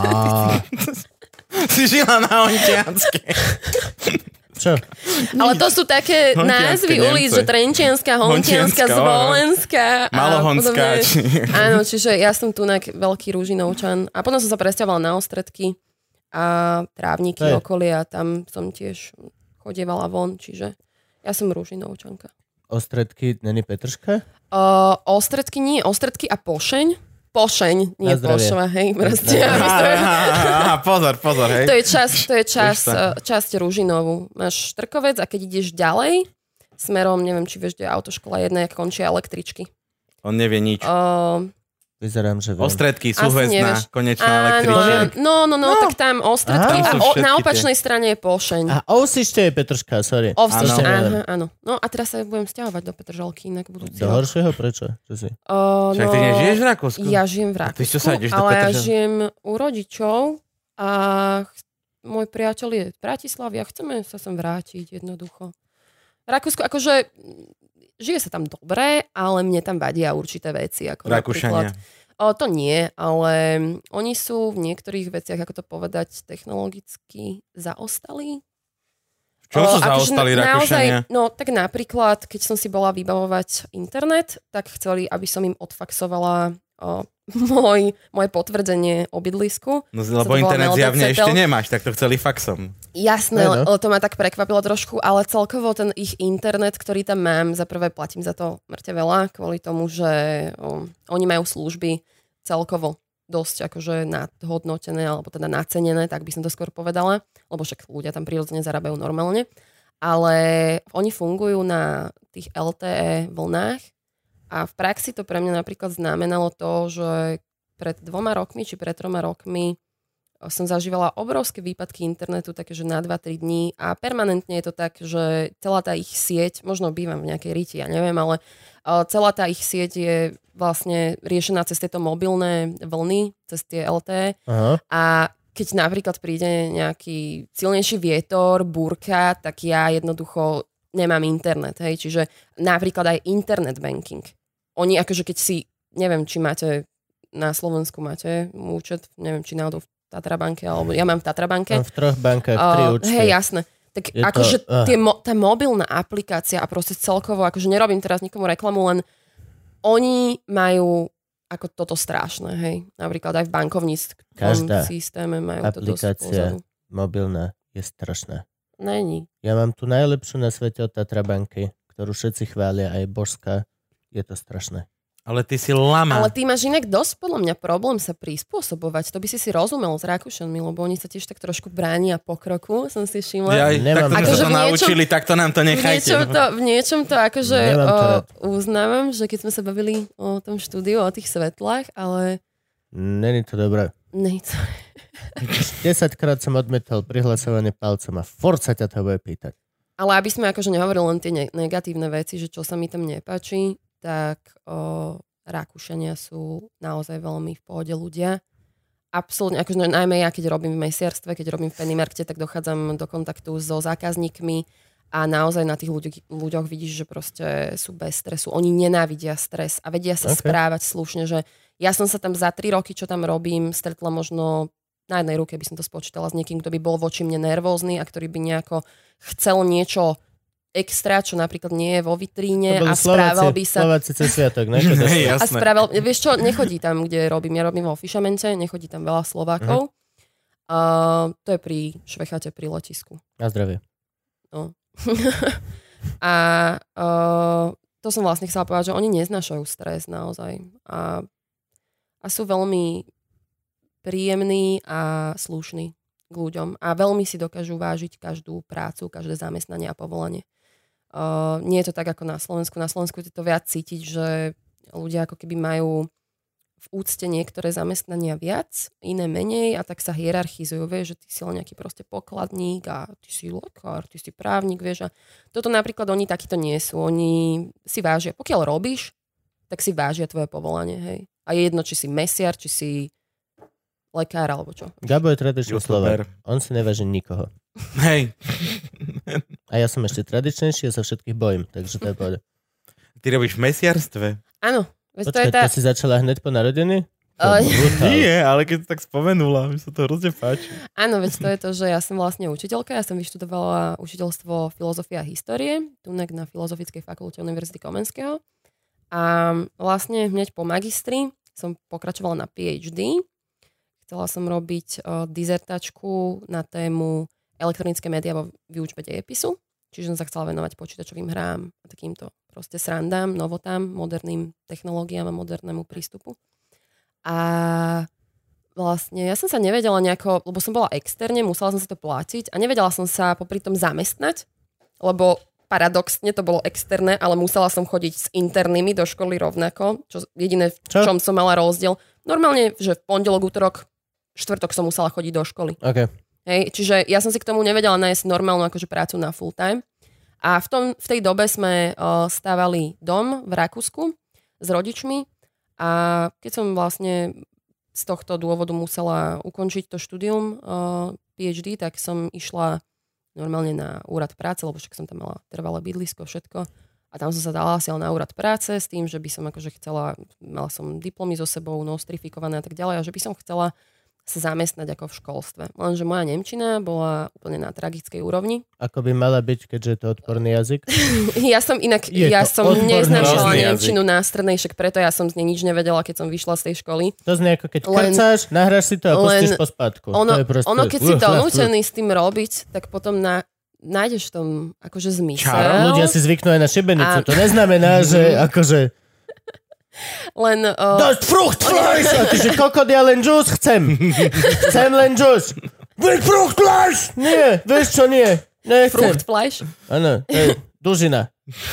Si žila na Hontianskej. Čo? Ale to sú také názvy ulic, že Trenčianska, Hontianska, Zvolenská. Malohonská. Áno, čiže ja som tu veľký Ružinovčan. A potom som sa presťahovala na Ostredky a Trávniky okolie a tam som tiež chodievala von, čiže ja som Ružinovčanka. Ostredky, není Petrška? Uh, Ostredky nie, Ostredky a Pošeň. Pošeň, nie Pošova, hej, proste. Aha, pozor, pozor, hej. To je časť, to je časť, časť Ružinovu. Máš Štrkovec a keď ideš ďalej, smerom, neviem, či vieš, kde je autoškola jedna, jak končia električky. On nevie nič. Uh, Vyzerám, že viem. Ostredky, súhvezdná, konečná električia. No, no, no, no, tak tam ostredky a o, na opačnej tie. strane je Pošeň. A Ovsište je Petržka, sorry. Ovsište, áno, áno. No a teraz sa budem sťahovať do Petržalky inak budúci Do horšieho? Prečo? Čo si? Uh, Však no, ty nežiješ v Rakúsku? Ja žijem v Rakúsku, ale ja žijem u rodičov a môj priateľ je v Bratislavi a chceme sa sem vrátiť jednoducho. Rakúsku, akože žije sa tam dobre, ale mne tam vadia určité veci. Ako Rakúšania. O, to nie, ale oni sú v niektorých veciach, ako to povedať, technologicky zaostali. Čo sú zaostali akože Rakúšania? Naozaj, no tak napríklad, keď som si bola vybavovať internet, tak chceli, aby som im odfaxovala o, môj, moje potvrdzenie o bydlisku. No lebo internet zjavne ešte nemáš, tak to chceli faxom. Jasné, no, no. To ma tak prekvapilo trošku, ale celkovo ten ich internet, ktorý tam mám, za prvé platím za to mŕte veľa, kvôli tomu, že o, oni majú služby celkovo dosť akože nadhodnotené, alebo teda nacenené, tak by som to skôr povedala, lebo však ľudia tam prirodzene zarábajú normálne, ale oni fungujú na tých el té é vlnách a v praxi to pre mňa napríklad znamenalo to, že pred dvoma rokmi, či pred troma rokmi som zažívala obrovské výpadky internetu, také, že na dva tri dní a permanentne je to tak, že celá tá ich sieť, možno bývam v nejakej riti, ja neviem, ale celá tá ich sieť je vlastne riešená cez tieto mobilné vlny, cez tie el té é. Aha. A keď napríklad príde nejaký silnejší vietor, búrka, tak ja jednoducho nemám internet, hej, čiže napríklad aj internet banking. Oni akože keď si, neviem, či máte na Slovensku máte účet, neviem, či náhodou v Tatrabanke, alebo ja mám v Tatrabanke. Mám v troch bankách tri uh, účty. Hej, jasné. Tak je akože to, uh. tie mo- tá mobilná aplikácia a proste celkovo, akože nerobím teraz nikomu reklamu, len oni majú ako toto strašné, hej. Napríklad aj v bankovníckom systéme majú to dosť pozadu. Mobilná je strašná. Není. Ja mám tu najlepšiu na svete od Tatrabanky, ktorú všetci chvália, aj božská. Je to strašné. Ale ty si lama. Ale ty máš inak dosť podľa mňa problém sa prispôsobovať. To by si si rozumel s Rakúšanmi, lebo oni sa tiež tak trošku bránia pokroku, som si všimla. Ja, tak to sme sa naučili, tak to nám to nechajte. V niečom to, v niečom to akože o, uznávam, že keď sme sa bavili o tom štúdiu, o tých svetlách, ale... Není to dobré. Není to... desaťkrát som odmetal prihlasovanie palcom a furt sa ťa to bude pýtať. Ale aby sme akože nehovorili len tie ne- negatívne veci, že čo sa mi tam nepáči, tak o, Rakúšania sú naozaj veľmi v pohode ľudia. Absolútne, akože najmä ja, keď robím v mesiarstve, keď robím v Pennymarkte, tak dochádzam do kontaktu so zákazníkmi a naozaj na tých ľudí, ľuďoch vidíš, že proste sú bez stresu. Oni nenávidia stres a vedia sa okay. správať slušne, že ja som sa tam za tri roky, čo tam robím, stretla možno na jednej ruke by som to spočítala s niekým, kto by bol voči mne nervózny a ktorý by nejako chcel niečo extra, čo napríklad nie je vo vitríne a správal by sa... Slováci cez sviatok, ne? A správal... Vieš čo, nechodí tam, kde robím. Ja robím vo Fišamente, nechodí tam veľa Slovákov. Uh-huh. Uh, to je pri Švechate, pri letisku. Na zdravie. No. A uh, to som vlastne chcela povedať, že oni neznášajú stres naozaj. A, a sú veľmi príjemní a slušní k ľuďom. A veľmi si dokážu vážiť každú prácu, každé zamestnanie a povolanie. Uh, nie je to tak ako na Slovensku. Na Slovensku je to viac cítiť, že ľudia ako keby majú v úcte niektoré zamestnania viac, iné menej a tak sa hierarchizujú. Vieš, že ty si len nejaký proste pokladník a ty si lekár, ty si právnik, vieš. A toto napríklad oni takíto nie sú. Oni si vážia. Pokiaľ robíš, tak si vážia tvoje povolanie. Hej. A je jedno, či si mesiar, či si lekár alebo čo. Gabo je tradičný Slovák. On si neváži nikoho. Hej. A ja som ešte tradičnejší a sa všetkých bojím, takže to je pohode. Ty robíš v mesiarstve? Áno. Počkaj, to, je tá... to si začala hneď po narodení? Uh, Nie, ale keď to tak spomenula, mi sa to hrozne páči. Áno, veď to je to, že ja som vlastne učiteľka, ja som vyštudovala učiteľstvo filozofie a histórie, tunek na Filozofickej fakulte Univerzity Komenského. A vlastne hneď po magistri som pokračovala na PhD. Chcela som robiť uh, dizertačku na tému elektronické médiá vo výučbe dejepisu. Čiže som sa chcela venovať počítačovým hrám a takýmto proste srandám, novotám, moderným technológiám a modernému prístupu. A vlastne ja som sa nevedela nejako, lebo som bola externe, musela som si to platiť a nevedela som sa popri tom zamestnať, lebo paradoxne to bolo externé, ale musela som chodiť s internými do školy rovnako, čo jediné, v čo? čom som mala rozdiel. Normálne, že v pondelok, útorok, štvrtok som musela chodiť do školy. Okay. Hej, čiže ja som si k tomu nevedela nájsť normálnu akože prácu na full time. A v, tom, v tej dobe sme uh, stávali dom v Rakúsku s rodičmi a keď som vlastne z tohto dôvodu musela ukončiť to štúdium uh, PhD, tak som išla normálne na úrad práce, lebo však som tam mala trvalé bydlisko, všetko. A tam som sa dala asi na úrad práce s tým, že by som akože chcela, mala som diplomy so sebou, nostrifikované a tak ďalej, a že by som chcela sa zamestnať ako v školstve. Lenže moja nemčina bola úplne na tragickej úrovni. Ako by mala byť, keďže je to odporný jazyk? Ja som inak, Je ja to som odporný neznášala jazyk. nemčinu na strednej, však preto ja som z nej nič nevedela, keď som vyšla z tej školy. To znie ako keď Len- krcáš, nahráš si to a len- pustíš po spátku. Ono, to je proste... ono keď si donútený s tým robiť, tak potom na, nájdeš v tom akože zmysel. Čaro? Ľudia si zvyknú aj na šibenicu. A- To neznamená, že akože... Len... Uh, Dosť fruchtfleisch! A ty, že kokot, ja len džús chcem. Chcem len džús. Veď fruchtfleisch! Nie, vieš čo nie. Nechcem. Fruchtfleisch. Áno, to je dužina.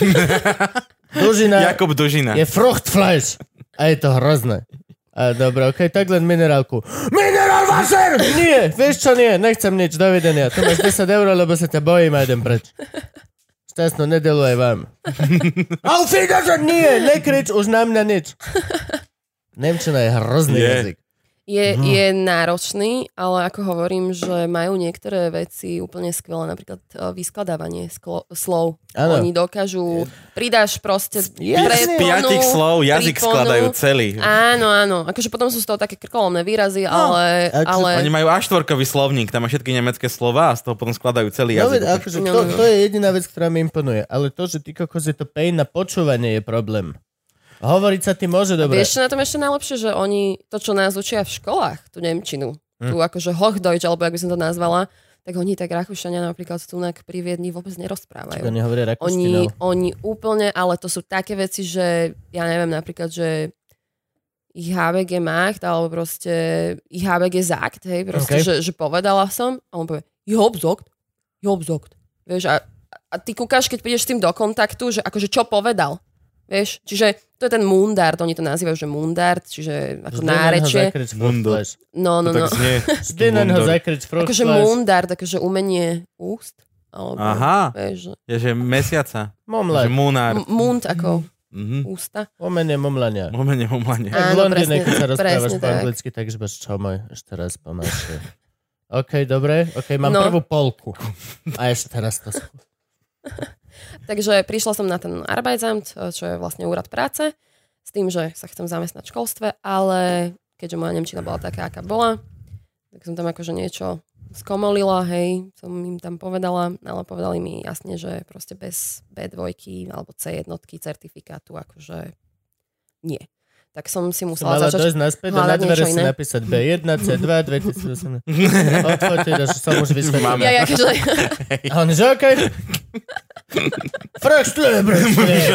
Dužina Jakub Dužina. je fruchtfleisch. A je to hrozné. A dobre, okej, okay, tak len minerálku. Minerál Wasser! Nie, vieš čo nie, nechcem nič, dovidenia. Tu máš desať eur, lebo sa ťa bojím a idem preč. Šťastnú nedelu aj vám. Auf Wiedersehen! Nie, nekrič už na mňa nič. Nemčina je hrozný Je. jazyk. Je, je náročný, ale ako hovorím, že majú niektoré veci úplne skvelé, napríklad uh, vyskladávanie sklo- slov. Áno. Oni dokážu, pridáš proste Jasne. Z piatich slov jazyk priponu. skladajú celý. Áno, áno. Akože potom sú z toho také krkolomné výrazy, No, ale... akože ale... Oni majú á štyri slovník, tam má všetky nemecké slova a z toho potom skladajú celý No, jazyk. veď, akože No, to, no. to je jediná vec, ktorá mi imponuje. Ale to, že ty kokos je to pain na počúvanie, je problém. Hovoriť sa ty môže dobre. Vieš, čo na tom ešte najlepšie, že oni, to, čo nás učia v školách, tú nemčinu, hm. tu akože Hochdeutsch, alebo jak by som to nazvala, tak oni tak Rakúšania napríklad tu pri Viedni vôbec nerozprávajú. Oni hovoria Oni, rakúštinou. oni úplne, ale to sú také veci, že ja neviem, napríklad, že ich há bé gé macht, alebo proste ich há bé gé sagt, hej, proste, Okay. že, že povedala som, a on povie, ich hab gesagt, ich hab gesagt. Vieš, a, a ty kúkaš, keď prídeš s tým do kontaktu, že akože čo povedal. Vieš, čiže to je ten mundart, oni to nazývajú, že mundart, čiže ako nárečie. Mundo. No, no, no. Tak znie. Vždy na ho zakryť Akože fruchtfleisch. mundart, akože umenie úst. Alebo, Aha. Vieš, že- Je, že mesiaca. Že Momlať. munár. M- mund ako Mhm. ústa. Umenie momlania. Momene, momlanie. Tak v Áno, Londýne, presne- keď sa rozprávaš presne po tak. anglicky, tak žbaš čo môj. Ešte raz pomalšie. OK, dobre. OK, mám No. prvú polku. A ešte raz to skú. Takže prišla som na ten Arbeitsamt, čo je vlastne úrad práce, s tým, že sa chcem zamestnať v školstve, ale keďže moja nemčina bola taká, aká bola, tak som tam akože niečo skomolila, hej, som im tam povedala, ale povedali mi jasne, že proste bez bé dva alebo cé jedna certifikátu, akože nie. Tak som si Som musela mala začať dojsť naspäť a na hľadať dvere niečo si iné. napísať bé jedna, cé dva, dvetisícosemnásť. Odfotiť, až som už vysvetlil. Máme. Ja, ja, akože, A on že OK. Fröxtle, bröxtle.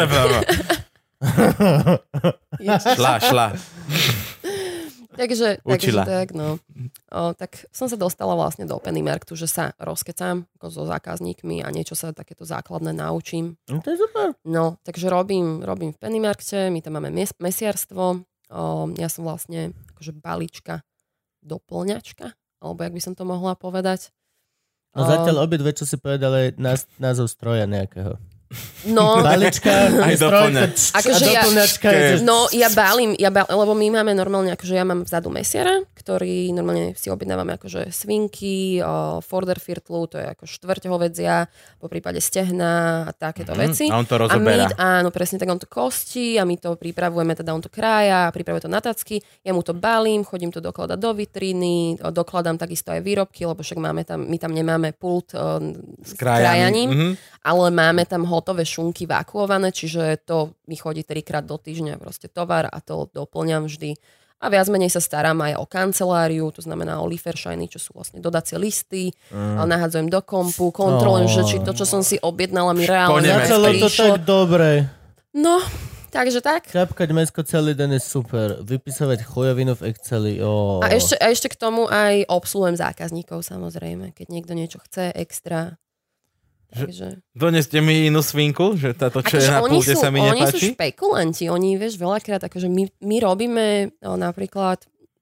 Šla, šla. takže, takže Učila. tak, no. O, tak som sa dostala vlastne do Pennymarktu, že sa rozkecám ako so zákazníkmi a niečo sa takéto základné naučím. No to je super. No, takže robím, robím v Pennymarkte, my tam máme mes- mesiarstvo, o, ja som vlastne akože balička, doplňačka, alebo jak by som to mohla povedať. No zatiaľ obidve, čo si povedal, je nás, názov stroja nejakého. No, Balička, Aj je stroj, doplňač. a Akože ja- doplňačka je... že- no ja balím, ja bal, lebo my máme normálne, akože ja mám vzadu mesiara, ktorý normálne si objednávame akože svinky, o, forderfirtlu, to je ako štvrťhovedzia, po prípade stehna a takéto Mhm. veci. A on to A my, rozoberá. áno, presne tak, on to kostí a my to pripravujeme, teda on to krája, pripravuje to na tacky, ja mu to balím, chodím to dokladať do vitríny, o, dokladám takisto aj výrobky, lebo však máme tam, my tam nemáme pult o, s krájaním, Mhm. ale máme tam hotové šunky vakuované, čiže to mi chodí trikrát do týždňa proste tovar a to doplňam vždy. A viac menej sa starám aj o kanceláriu, to znamená o Lieferscheiny, čo sú vlastne dodacie listy, mm. nahádzujem do kompu, kontrolujem, Oh. že či to, čo som si objednala, mi reálne nemecky. Začalo to prišlo. tak dobre. No, takže tak. Čapkať mesko celý den je super. Vypisovať chujovinu v Exceli. Oh. A ešte, a ešte k tomu aj obsluhujem zákazníkov, samozrejme. Keď niekto niečo chce extra, Takže... Doneste mi inú svinku, že táto, čo je na pulte, sa mi nepáči? Oni sú špekulanti, oni, vieš, veľakrát, akože my, my robíme no, napríklad,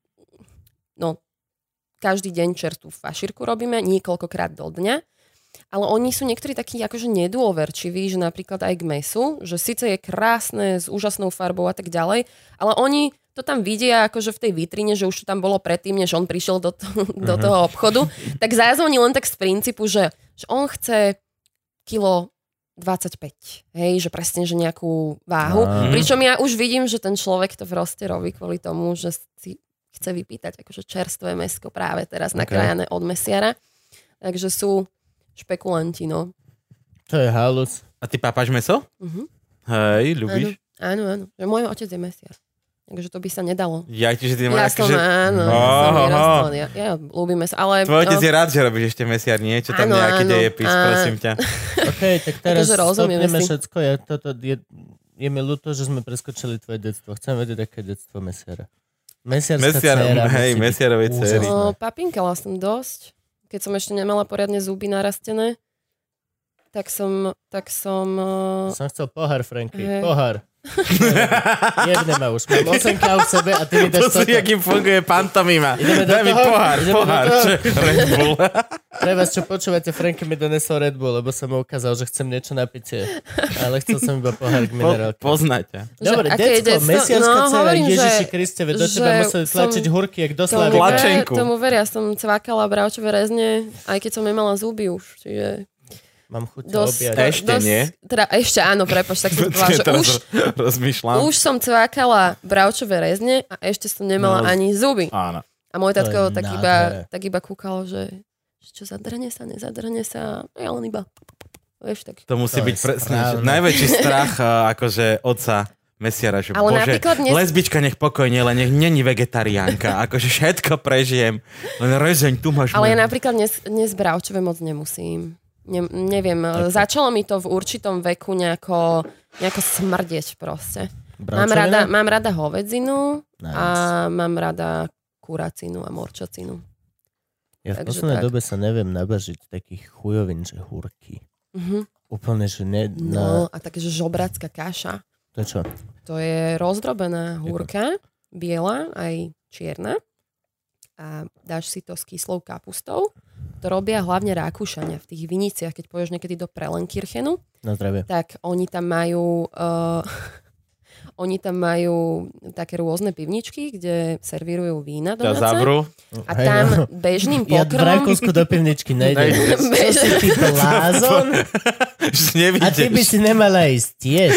no, každý deň čerstvú fašírku robíme, niekoľkokrát do dňa, ale oni sú niektorí takí akože nedôverčiví, že napríklad aj k mesu, že síce je krásne s úžasnou farbou a tak ďalej, ale oni to tam vidia akože v tej vitrine, že už to tam bolo predtým, než on prišiel do, to, do toho obchodu, tak zázvoní len tak z princípu, že, že on chce kilo dvadsaťpäť. Hej, že presne, že nejakú váhu. Mm. Pričom ja už vidím, že ten človek to proste robí kvôli tomu, že si chce vypýtať akože čerstvé mäsko práve teraz okay. nakrájané od mesiara. Takže sú špekulanti, no. To je halus. A ty pápaš mäso? Uh-huh. Hej, ľubíš? Áno, áno. Že môj otec je mesiar. Takže to by sa nedalo. Ja, čiže ty ja som, že... áno, oh, ja som oh. ja, ja ľúbim meso, ale... Tvoj otec no, je rád, že robíš ešte mesiar, nie? Čo tam áno, nejaký áno, dejepis, a... prosím ťa. OK, tak teraz stopneme si. všetko. Ja, toto je, je mi ľúto, že sme preskočili tvoje detstvo. Chcem vedieť, aké je detstvo mesiara. Mesiarská Mesiar, dcéra. hej, mesiarovej dcery. No, papinkala som dosť. Keď som ešte nemala poriadne zuby narastené, tak som... Tak som, uh... som chcel pohár, Franky. Hej. Pohár. Jebne ma už. Mám osem káv v sebe a ty mi dáš toto. To si, akým funguje pantomima. Daj mi pohár, pohár. Red Bull. Pre vás, čo počúvate, Franky mi donesol Red Bull, lebo som mu ukázal, že chcem niečo na pitie. Ale chcel som iba pohár k minerálke. Po, poznať ťa. Dobre, decko, mesiarská no, dcera, hovorím, Ježiši že, Kriste, veď do teba museli tlačiť hurky, jak do Slavy. Tlačenku. Tomu veria, som cvákala bravčové rezne, aj keď som nemala zuby už. Čiže... Mám chuť Dos, objať. Ešte dos, nie? Teda ešte áno, prepač, tak som povedala, že už, rozmýšľam. už som cvákala bravčové rezne a ešte som nemala No, ani zuby. Áno. A môj tatko tak nádhera. iba, tak iba kúkal, že, že čo zadrhne sa, nezadrhne sa. A ja len iba, vieš, tak. To musí To byť je presne, že správne. najväčší strach a, akože otca mesiara, že Ale bože, napríklad dnes- lesbička nech pokojne, len nech není vegetariánka, akože všetko prežijem, len rezeň, tu máš. Ale ja moje. napríklad dnes, dnes bravčové moc nemusím. Ne, neviem, tak. Začalo mi to v určitom veku nejako, nejako smrdieť proste. Mám rada, mám rada hovedzinu nice. a mám rada kuracinu a morčacinu. Ja v Takže poslednej tak. dobe sa neviem nabažiť takých chujovín, že hurky. Uh-huh. Úplne, že ne... No Na... a takže žobracká kaša. To čo? To je rozdrobená húrka, biela aj čierna. A dáš si to s kyslou kapustou. To robia hlavne Rakúšania v tých viniciach, keď pôjdeš niekedy do Prelenkirchenu. Na zdravie. Tak oni tam majú uh, oni tam majú také rôzne pivničky, kde servírujú vína Ťa domáce. zavrú. A tam bežným Ja v pokrom... Rakúsku do pivničky nejdem. Bež... Čo si ty blázon? A ty by si nemala ísť tiež.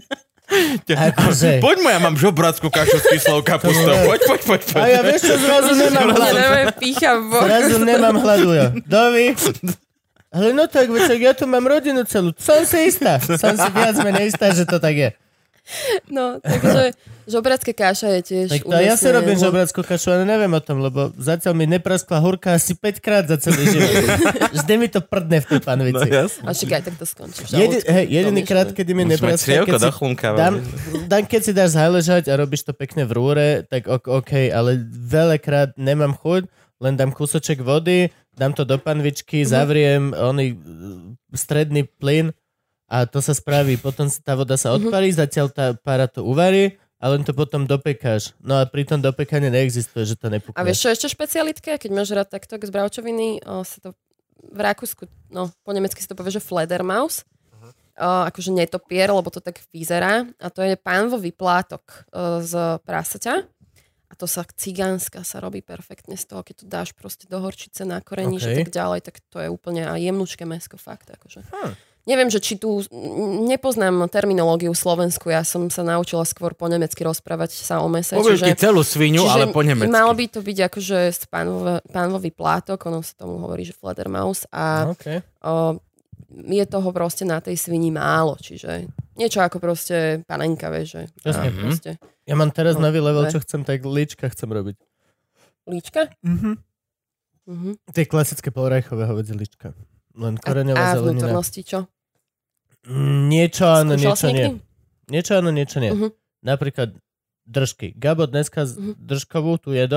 Akože... Poď moja, mám žobrackú kašu s kyslou kapustou. Poď, poď, poď, poď. A ja vieš čo, zrazu nemám hlad. Pícha v bok. Zrazu nemám hladu, jo. Dovi. Ale no tak, veď ja tu mám rodinu celú. Som si istá. Som si viac menej istá, že to tak je. No, takže žobracká kaša je tiež Tak to ja si robím žobrackú kašu, ale neviem o tom, lebo zatiaľ mi nepraskla hurka asi päť krát za celý život. Vždy mi to prdne v tej panvici. No jasne. A však aj tak to skončí. Jedi, hej, jediný krát, kedy mi Musíš mať nepraskla, crievko keď do si chlunka. dám, dám, keď si dáš zaležať a robíš to pekne v rúre, tak ok, okay, ale veľakrát nemám chuť, len dám kúsoček vody, dám to do panvičky, Mhm. zavriem oný stredný plyn a to sa spraví. Potom tá voda sa odparí, zatiaľ tá pára to uvarí a len to potom dopekáš. No a pri tom dopekanie neexistuje, že to nepukne. A vieš čo ešte špecialitké? Keď máš rád takto z bravčoviny, o, sa to v Rakúsku, no po nemecky sa to povie, že Fledermaus. Uh-huh. O, akože netopier, lebo to tak vyzerá. A to je pánvový plátok o, z prasaťa. A to sa cigánska sa robí perfektne z toho, keď to dáš proste do horčice na korení, Okay. že tak ďalej, tak to je úplne a jemnúčké mäsko, fakt. Akože. Hm. Neviem, že či tu nepoznám terminológiu Slovensku, ja som sa naučila skôr po nemecky rozprávať sa o mese. Povieš ti celú svinu, čiže ale po nemecky. Malo by to byť akože pánvové, pánvový plátok, ono sa tomu hovorí, že Fledermaus a Okay. o, je toho proste na tej svini málo, čiže niečo ako proste panenka, vieš, že Jasne. a proste Ja mám teraz No, nový level, dobre. čo chcem, tak líčka chcem robiť. líčka. Mhm. Mhm. Tie klasické polrajchové hovedzie líčka. Len A, koreňová a zelenina. vnútornosti čo? Mm, Niečo áno, Skúšal niečo si nie. niekedy? Niečo áno, niečo nie. Mhm. Napríklad držky. Gabo dneska z Mhm. držkovú tu jedol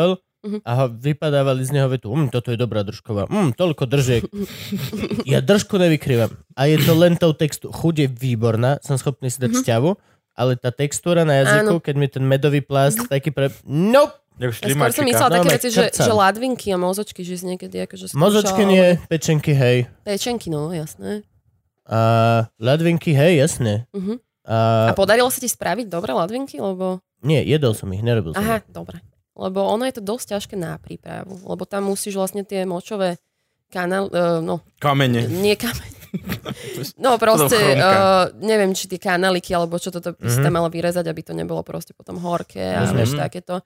Uh-huh. a ho vypadávali z neho vetu, mm, toto je dobrá držková, mm, toľko držiek. Ja držku nevykrývam. A je to len tou textu. Chuť je výborná, som schopný si dať uh-huh. šťavu, ale tá textúra na jazyku, áno. keď mi ten medový plast uh-huh. taký pre... Nope! Ja skôr som myslela také no, veci, že, že ladvinky a mozočky, že si niekedy akože skúšal... Mozočky nie, pečenky, hej. Pečenky, no, jasné. A ladvinky, hej, jasné. Uh-huh. A... a podarilo sa ti spraviť dobré ladvinky, lebo... Nie, jedol som ich, nerobil som Aha, ich. dobre. Lebo ono je to dosť ťažké na prípravu, lebo tam musíš vlastne tie močové kanál, uh, no... Kamene. Nie kamene. No proste, uh, neviem, či tie kanáliky, alebo čo toto mm-hmm. si tam malo vyrezať, aby to nebolo proste potom horké a mm-hmm. vieš takéto.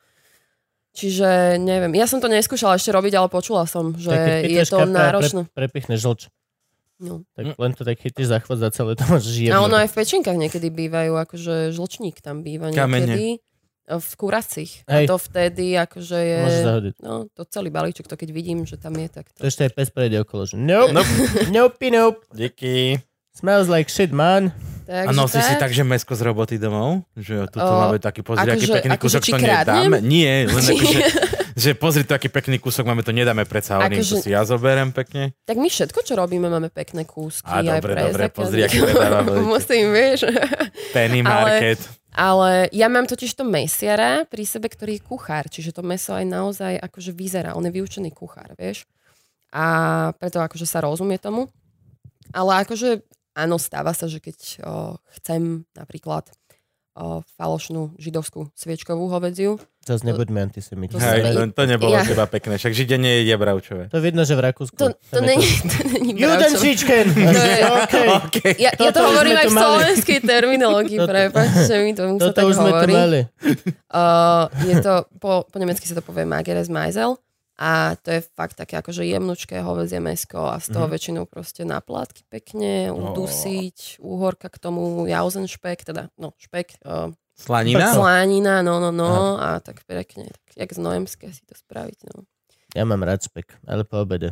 Čiže neviem, ja som to neskúšala ešte robiť, ale počula som, že je to náročné. Pre, prepichneš žlč. No. Tak len to tak chytíš za chvost za celé, to máš žijemné. A ono aj v pečinkách niekedy bývajú, akože žlčník tam býva niekedy. Kamene. V kuracích. A to vtedy akože je... Môžeš zahodiť. No, to celý balíček, to keď vidím, že tam je, tak to... To ešte aj pes prejde okolo, že nope, nope, nope, nope. Díky. Smells like shit, man. Takže a nosí tak... si tak, že mesko z roboty domov? Že tuto o, máme taký, pozri, aký pekný ako kúsok, to nedáme. Nie, len akože, že pozri, to aký pekný kúsok máme, to nedáme predsa oným, to si ja zoberiem pekne. Tak my všetko, čo robíme, máme pekné kúsky. A dobre, dobre, pozri, aký predávame. Musím, vieš. Penny market. Ale ja mám totiž to mesiara pri sebe, ktorý je kuchár, čiže to meso aj naozaj akože vyzerá. On je vyučený kuchár, vieš. A preto akože sa rozumie tomu. Ale akože áno, stáva sa, že keď o, chcem napríklad o, falošnú židovskú sviečkovú hovedziu. Zas nebuďme antisemiti. Hej, to, to nebolo ja. teba pekné, však Židia nie je bravčové. To vidno, že v Rakúsku. To, to není bravčové. Judenčičken! okay. okay. Ja, ja to hovorím aj v slovenskej terminológii, prepáč, že mi to sa tak hovorí. Uh, je to, po, po nemecky sa to povie Mageres Meisel. A to je fakt také akože jemnučké hovädzie mäsko a z toho mm. väčšinou proste na plátky pekne, udusiť, oh. úhorka k tomu, jauzen špek, teda, no, špek. Uh, Slanina? Slanina, no, no, no, a tak pekne, tak jak z nojemské si to spraviť, no. Ja mám rád špek, ale po obede.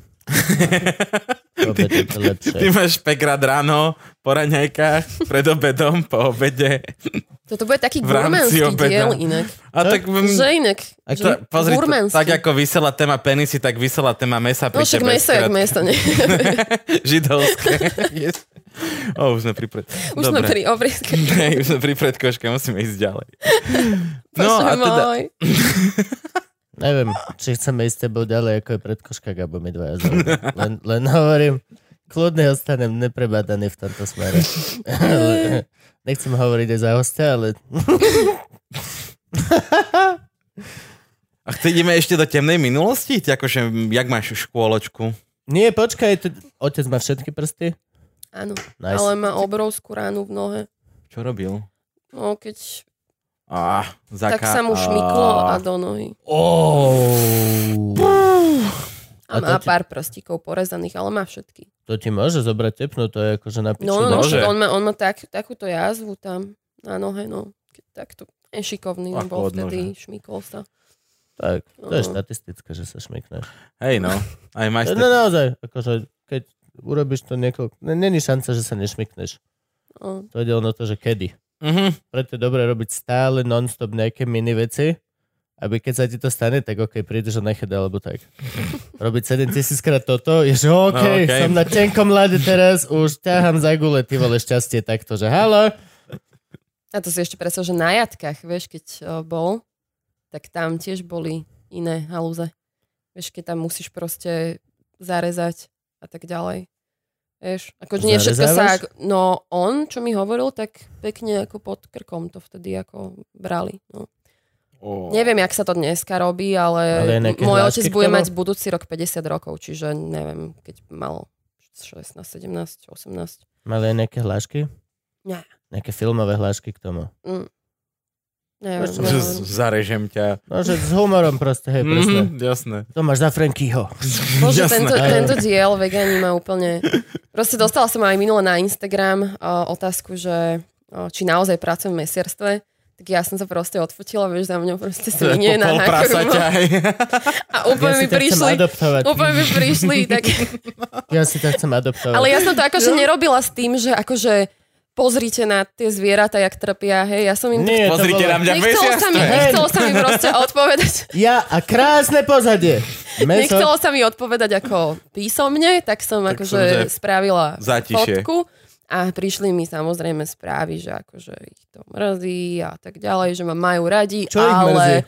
Po obede to lepšie. Ty máš špek rád ráno, po raňajkách, pred obedom, po obede. Toto bude taký gurmanský diel inak. A tak, že inak. Že to, pozri, to, tak ako vysela téma penisy, tak vysela téma mesa pri no, tebe. No však meso jak meso, ne? Židovské. Yes. O, už sme pri pred... Už Dobre. sme pri obriezke. Ne, už sme pri predkoške, musíme ísť ďalej. No a teda... Neviem, či chceme ísť tebou ďalej, ako je predkoška, Gabo, my dvaja len, len hovorím, kľudne ostanem neprebádaný v tomto smere. Nechcem hovoriť aj za hostia, ale... A chce ideme ešte do temnej minulosti? Ty akože, jak máš škôločku? Nie, počkaj, t- otec má všetky prsty? Áno, nice. Ale má obrovskú ránu v nohe. Čo robil? No, keď... Ah, zaka... Tak sa mu šmyklo a do nohy. Oh. A má ti... pár prstíkov porezaných, ale má všetky. To ti môže zobrať tepnú, to je akože na piču. No, no, no on má, on má tak, takúto jazvu tam na nohe, no. Takto je šikovný, no, bol vtedy, šmykol sa. Tak, to no. je štatistické, že sa šmykneš. Hej, no. Aj máš no, naozaj, akože, keď urobíš to niekoľko... Není šanca, že sa nešmykneš. No. To ide ono to, že kedy. Uh-huh. Preto je dobré robiť stále non-stop nejaké mini veci, aby keď sa ti to stane, tak okej, okay, prídeš o neched alebo tak. Robiť sedem tisíckrát toto, je že okej, okay, no, okay. som na tenkom ľade teraz, už ťahám za gule, ty vole šťastie takto, že halo. A to si ešte predstav, že na jatkách, vieš, keď uh, bol, tak tam tiež boli iné halúze. Vieš, keď tam musíš proste zarezať a tak ďalej. Vieš, ako nie všetko sa... No on, čo mi hovoril, tak pekne ako pod krkom to vtedy ako brali. No. Oh. Neviem, jak sa to dneska robí, ale, ale môj otec bude mať budúci rok päťdesiat rokov, čiže neviem, keď mal šestnásť, sedemnásť, osemnásť. Mali aj nejaké hlášky? Nie. Nejaké filmové hlášky k tomu? Mm. Neviem, Prečo, neviem. Zarežem ťa. No, že s humorom proste, hej, presne. Mm, jasné. To máš za Frankyho. Bože, tento, tento diel vegani ma úplne... Proste dostala som aj minule na Instagram uh, otázku, že uh, či naozaj pracujem v mesierstve. Tak ja som sa proste odfotila, vieš, za mňou proste svinie na hákovi. A úplne ja mi prišli... Úplne mi prišli, tak... Ja si to chcem adoptovať. Ale ja som to akože no. nerobila s tým, že akože pozrite na tie zvieratá, jak trpia, hej, ja som im... Nie, Pozrite bolo... na mňa Nechcelo sa, mi, nechcelo sa mi proste odpovedať. Ja a krásne pozadie. Meso. Nechcelo sa mi odpovedať ako písomne, tak som tak akože spravila Zátišie. fotku a prišli mi samozrejme správy, že akože ich to mrzí a tak ďalej, že ma majú radi, Čo ich mrzí? ale...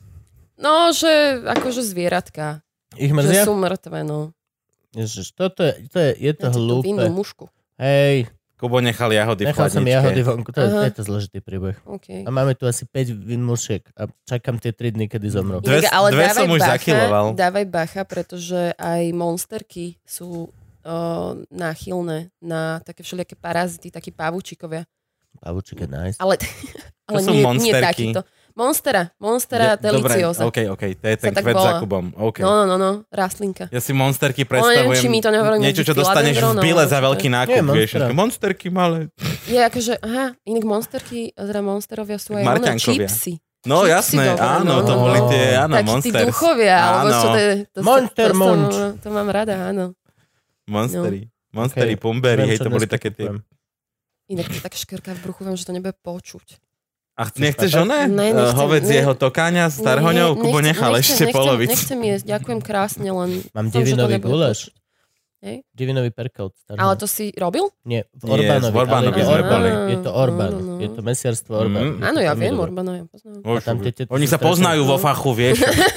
No, že akože zvieratka. Ich Že mrzia? sú mŕtve, no. Ježiš, toto je, to je, je to Ja tú vinnú hlúpe. mušku. Hej, Kubo nechal jahody nechal v som chladničke. jahody vonku. To je, Aha. je to zložitý príbeh. Okay. A máme tu asi päť vinmušiek a čakám tie tri dny, kedy zomrú. Dve- Inak, ale dve dávaj som už bacha, zakiloval. Dávaj bacha, pretože aj monsterky sú uh, náchylné na také všelijaké parazity, takí pavúčikovia. Pavúčik je nice. Ale, ale sú nie, nie monsterky. takýto. Monstera, Monstera Je- Dobre, deliciosa. OK, OK, to je ten Sa tak kvet volá. za Kubom. OK. No, no, no, no, rastlinka. Ja si monsterky Ale neviem, predstavujem či mi to nehovorí niečo, čo medzi dostaneš v filadendronom, byle ale za čo to veľký je? nákup, Nie, vieš. monstera. Také monsterky malé. Je akože, aha, inak monsterky, teda monsterovia sú aj one Marťankovia. čipsy. No Čipsy jasné, dobré, áno, no, to no, boli no. tie, áno, Takí tí monsters. duchovia, alebo Áno. čo to je. To, sa- Monster to, munch. To, to mám rada, áno. Monstery. Monstery, Okay. pumbery, Viem, hej, čo to boli dneska také tie... kupujem. Inak to tak škrká v bruchu, viem, že to nebude počuť. A nechceš spať? oné? Ne, Uh, nechcem, Hovedzieho ne. tokáňa s tarhoňou? Kubo nechal ešte nechcem, polovicu. Nechcem jesť, ďakujem krásne, len... Mám dúfam, že to divinový nebude gulaš. počuť. Hej? Divinový perkelt. Ale to si robil? Nie, v Nie, Orbánovi. v Orbánovi ale je sme Orbán. boli. Je to Orbán. No, no, no. Je to mesiarstvo Orbán. Mm. Je to Áno, ja veľmi viem, dobré. Orbána, ja poznám. Už, A tam tie tety Oni sú sa strašne- poznajú vo fachu, vieš.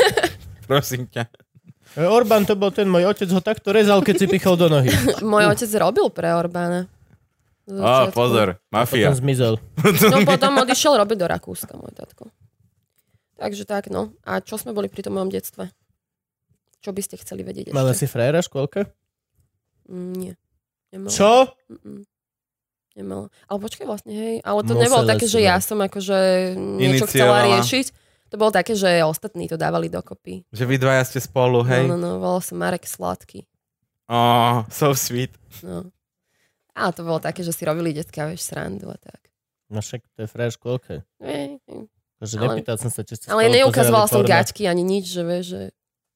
Prosím ťa. E, Orbán to bol ten môj otec, ho takto rezal, keď si pichol do nohy. Môj otec robil pre Orbána. Z Á, začiatku. pozor, mafia. Potom zmizol. No potom odišiel robiť do Rakúska, môj tatko. Takže tak, no. A čo sme boli pri tom mojom detstve? Čo by ste chceli vedieť ešte? Mala si frajera v škôlke? Mm, nie. Nemala. Čo? Mm-mm. Nemala. Ale počkaj vlastne, hej. Ale to Musela nebolo také, si že mať. ja som akože niečo chcela Iniciovala. riešiť. To bolo také, že ostatní to dávali dokopy. Že vy dvaja ste spolu, hej? No, no, no. Volal som Marek Sladký. Oh, so sweet. No. Ale to bolo také, že si robili detka, vieš, srandu a tak. No však to je frajer v škôlke. Ej, ej. Takže Ale- nepýtal som sa, či ste Ale spolu neukazovala pozerali som porno. gaťky ani nič, že vieš, že...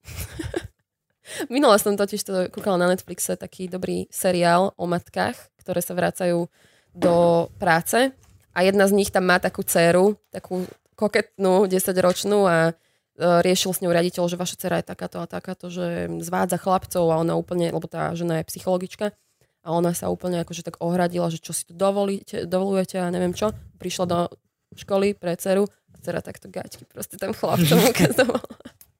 Minule som totiž to kúkala na Netflixe taký dobrý seriál o matkách, ktoré sa vracajú do práce a jedna z nich tam má takú dcéru, takú koketnú, desaťročnú a e, riešil s ňou riaditeľ, že vaša dcera je takáto a takáto, že zvádza chlapcov a ona úplne, lebo tá žena je psychologička a ona sa úplne akože tak ohradila, že čo si tu dovolíte, dovolujete a neviem čo. Prišla do školy pre dceru a dcera takto gaťky proste tam chlapcom ukazovala.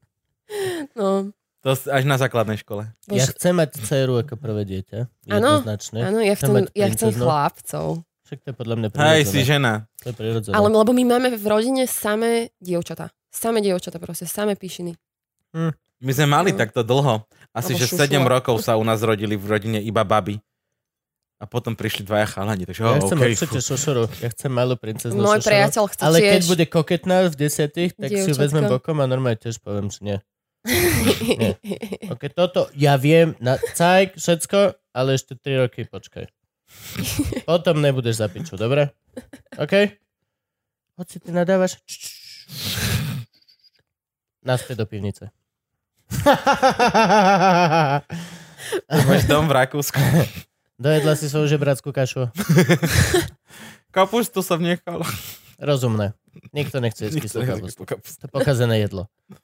No. To s- až na základnej škole. Ja Bože, chcem mať dceru ako prvé dieťa. Áno, Jednoznačne. áno, ja Chcem chcem, mať ja chcem princeznu. chlapcov. Však to je podľa mňa Hej, prirodzené. si žena. To je prirodzené. Ale lebo my máme v rodine samé dievčatá. Samé dievčatá proste, samé píšiny. My sme mali No. takto dlho. Asi, Alebo že sedem šušula. rokov sa u nás rodili v rodine iba baby. A potom prišli dvaja chalani. Takže, Ja oh, chcem okay, určite fú. šošoru. Ja chcem malú princeznú Môj šošoru. priateľ chce Ale keď tiež. bude koketná v desiatých, tak si ju Dievčatka. vezmem bokom a normálne tiež poviem, že nie. Nie. Ok, toto, ja viem, na cajk, všetko, ale ešte tri roky počkaj. Potom nebudeš za piču, dobre? OK? Hoď si ty nadávaš. Naspäť do pivnice. Máš dom v Rakúsku. Dojedla si svoju žebrácku kašu. Kapustu som nechal. Rozumné. Nikto nechce jesť Nikto kyslú nechce kapustu. kyslú kapustu. To pokazené jedlo.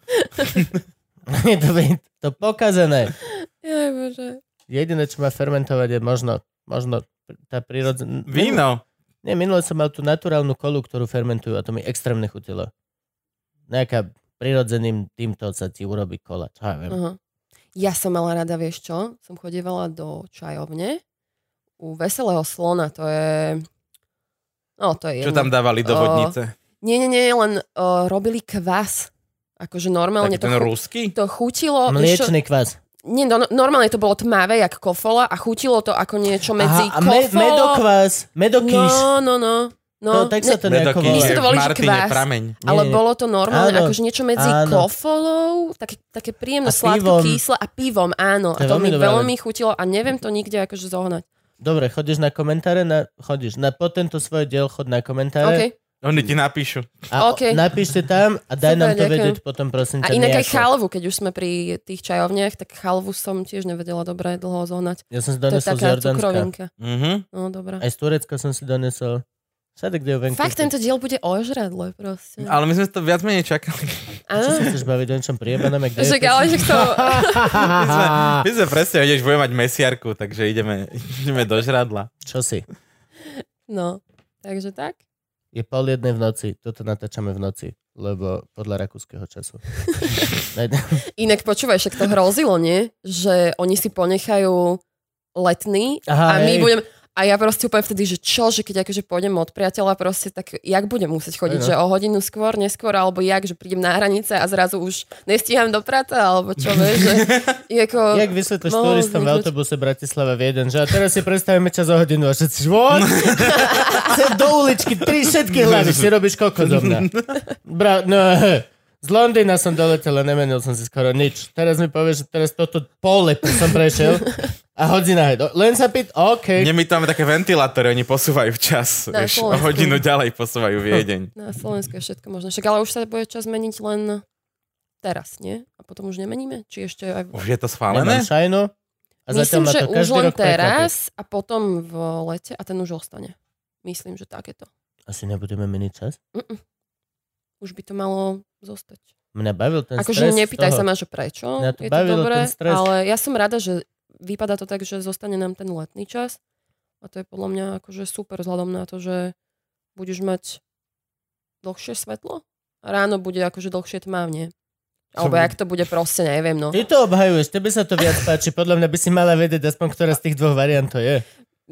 Je to, to pokazené. Jaj, bože. Jediné, čo má fermentovať, je možno, možno tá prírodzená... Víno. Nie, minule som mal tú naturálnu kolu, ktorú fermentujú a to mi extrémne chutilo. Nejaká prirodzeným týmto sa ti urobí kola. Čo ja viem. Aha. Ja som mala rada, vieš čo? Som chodievala do čajovne u Veselého slona, to je... No, to je Čo jedno. tam dávali do O, vodnice? Nie, nie, nie, len uh, robili kvas. Akože normálne Taký to, ten chu- ruský? to chutilo... vieš čo- Mliečný kvas. Nie, no, normálne to bolo tmavé, jak kofola a chutilo to ako niečo medzi Aha, a me, kofolou... medokvas, medokýš. No, no, no. no. To, tak sa to nejako My Medokýš sa je to v volí, že Martine kvás. prameň. Nie, Ale nie. bolo to normálne, Áno. akože niečo medzi Áno. kofolou, také, také príjemné, A sladko, pivom. kyslé a pivom, áno. To je A to veľmi mi dobrá veľmi chutilo a neviem to nikde akože zohnať. Dobre, chodíš na komentáre? Na, chodíš. Na, po tento svoje diel chod na komentáre. OK. Oni ti napíšu. A Okay. napíšte tam a daj Super, nám to ďakujem. vedieť potom, prosím ťa. A inak aj nejako. chalvu, keď už sme pri tých čajovniach, tak chalvu som tiež nevedela dobre dlho zohnať. Ja som si To je donesol z taká Jordánska. cukrovinka. Mhm. No, dobrá. Aj z Turecka som si donesol. Všade, kde ho venku. Fakt, tento diel bude o žradle, proste. Ale my sme to viac menej čakali. Čo sa Á, chceš baviť o niečom priebanom? Kde Však ale, že kto... My sme, my sme presne vedeli, že budeme mať mesiarku, takže ideme, ideme do žradla. Čo si? No, takže tak. Je pol jednej v noci. Toto natáčame v noci, lebo podľa rakúskeho času. Inak počúvaj, však to hrozilo, nie? Že oni si ponechajú letný Aha, a my hej. budeme... A ja proste úplne vtedy, že čo, že keď akože pôjdem od priateľa proste, tak jak budem musieť chodiť, Aj, no. že o hodinu skôr, neskôr, alebo jak, že prídem na hranice a zrazu už nestíham do práce, alebo čo, vieš, že ako... Jak vysvetlíš No, turistom v zvyknúť. autobuse Bratislava Vieden, že a teraz si predstavíme čas o hodinu a všetci, what? Chcem do uličky, tri všetky hlavy, si robíš kokos zo mňa. Bra, no, z Londýna som doletel a nemenil som si skoro nič. Teraz mi povieš, že teraz toto pole som prešiel a hodina, len sa pýt, OK. Nie, my tam máme také ventilátory, oni posúvajú čas. Na Vieš, o Slovensku. hodinu ďalej posúvajú Viedeň. Na Slovensku je všetko možné. Však ale už sa bude čas meniť len teraz, nie? A potom už nemeníme? Či ešte aj... Už je to Nemám schválené? šajnu. A zatiaľ Myslím, ma že to už každý len rok prekvapí. teraz a potom v lete a ten už ostane. Myslím, že takéto. Asi nebudeme meniť čas? Mm-mm. Už by to malo zostať. Mňa bavil ten Akože stres nepýtaj z toho. sa ma, že prečo. Mňa to Je to bavilo, dobré, ten stres. ale ja som rada, že vypadá to tak, že zostane nám ten letný čas a to je podľa mňa akože super vzhľadom na to, že budeš mať dlhšie svetlo a ráno bude akože dlhšie tmavne. Alebo Som- jak to bude proste, neviem, no. Ty to obhajuješ, tebe sa to viac páči. Podľa mňa by si mala vedieť aspoň, ktorá z tých dvoch variant to je.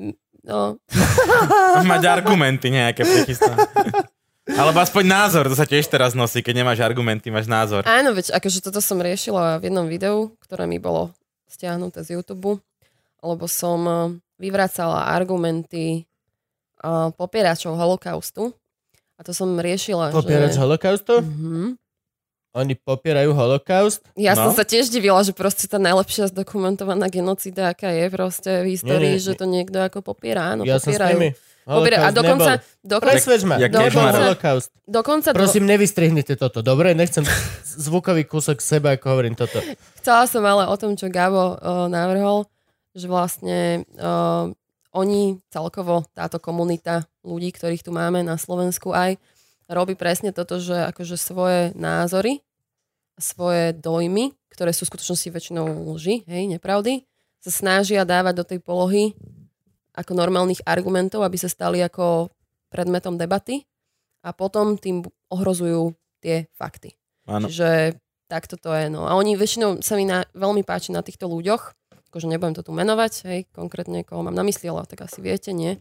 No, Mať argumenty nejaké prichystané. Alebo aspoň názor, to sa tiež teraz nosí, keď nemáš argumenty, máš názor. áno, veď akože toto som riešila v jednom videu, ktoré mi bolo stiahnuté z YouTube, lebo som eh, vyvracala argumenty eh, popieračov holokaustu. A to som riešila, Popierač že... holokaustu? Mhm. Oni popierajú holokaust? Ja No. som sa tiež divila, že proste tá najlepšia zdokumentovaná genocída, aká je proste v histórii, Nie, nie, že to niekto ako popiera. Áno, ja som s popierajú. nimi. Popiera- a Holokaust dokonca, nebol. dokonca, Presvedč ma, Jak nebol Kežmarov. holokaust. dokonca dvo- Prosím, nevystrihnite toto, dobre? Nechcem zvukový kúsok seba, ako hovorím toto. chcela som ale o tom, čo Gabo uh, navrhol, že vlastne uh, oni celkovo, táto komunita ľudí, ktorých tu máme na Slovensku aj, robí presne toto, že akože svoje názory, svoje dojmy, ktoré sú v skutočnosti väčšinou lži, hej, nepravdy, sa snažia dávať do tej polohy ako normálnych argumentov, aby sa stali ako predmetom debaty a potom tým ohrozujú tie fakty. Áno. Čiže takto to je. No. A oni väčšinou sa mi na, veľmi páči na týchto ľuďoch, akože nebudem to tu menovať, hej, konkrétne koho mám na mysli, ale tak asi viete, nie?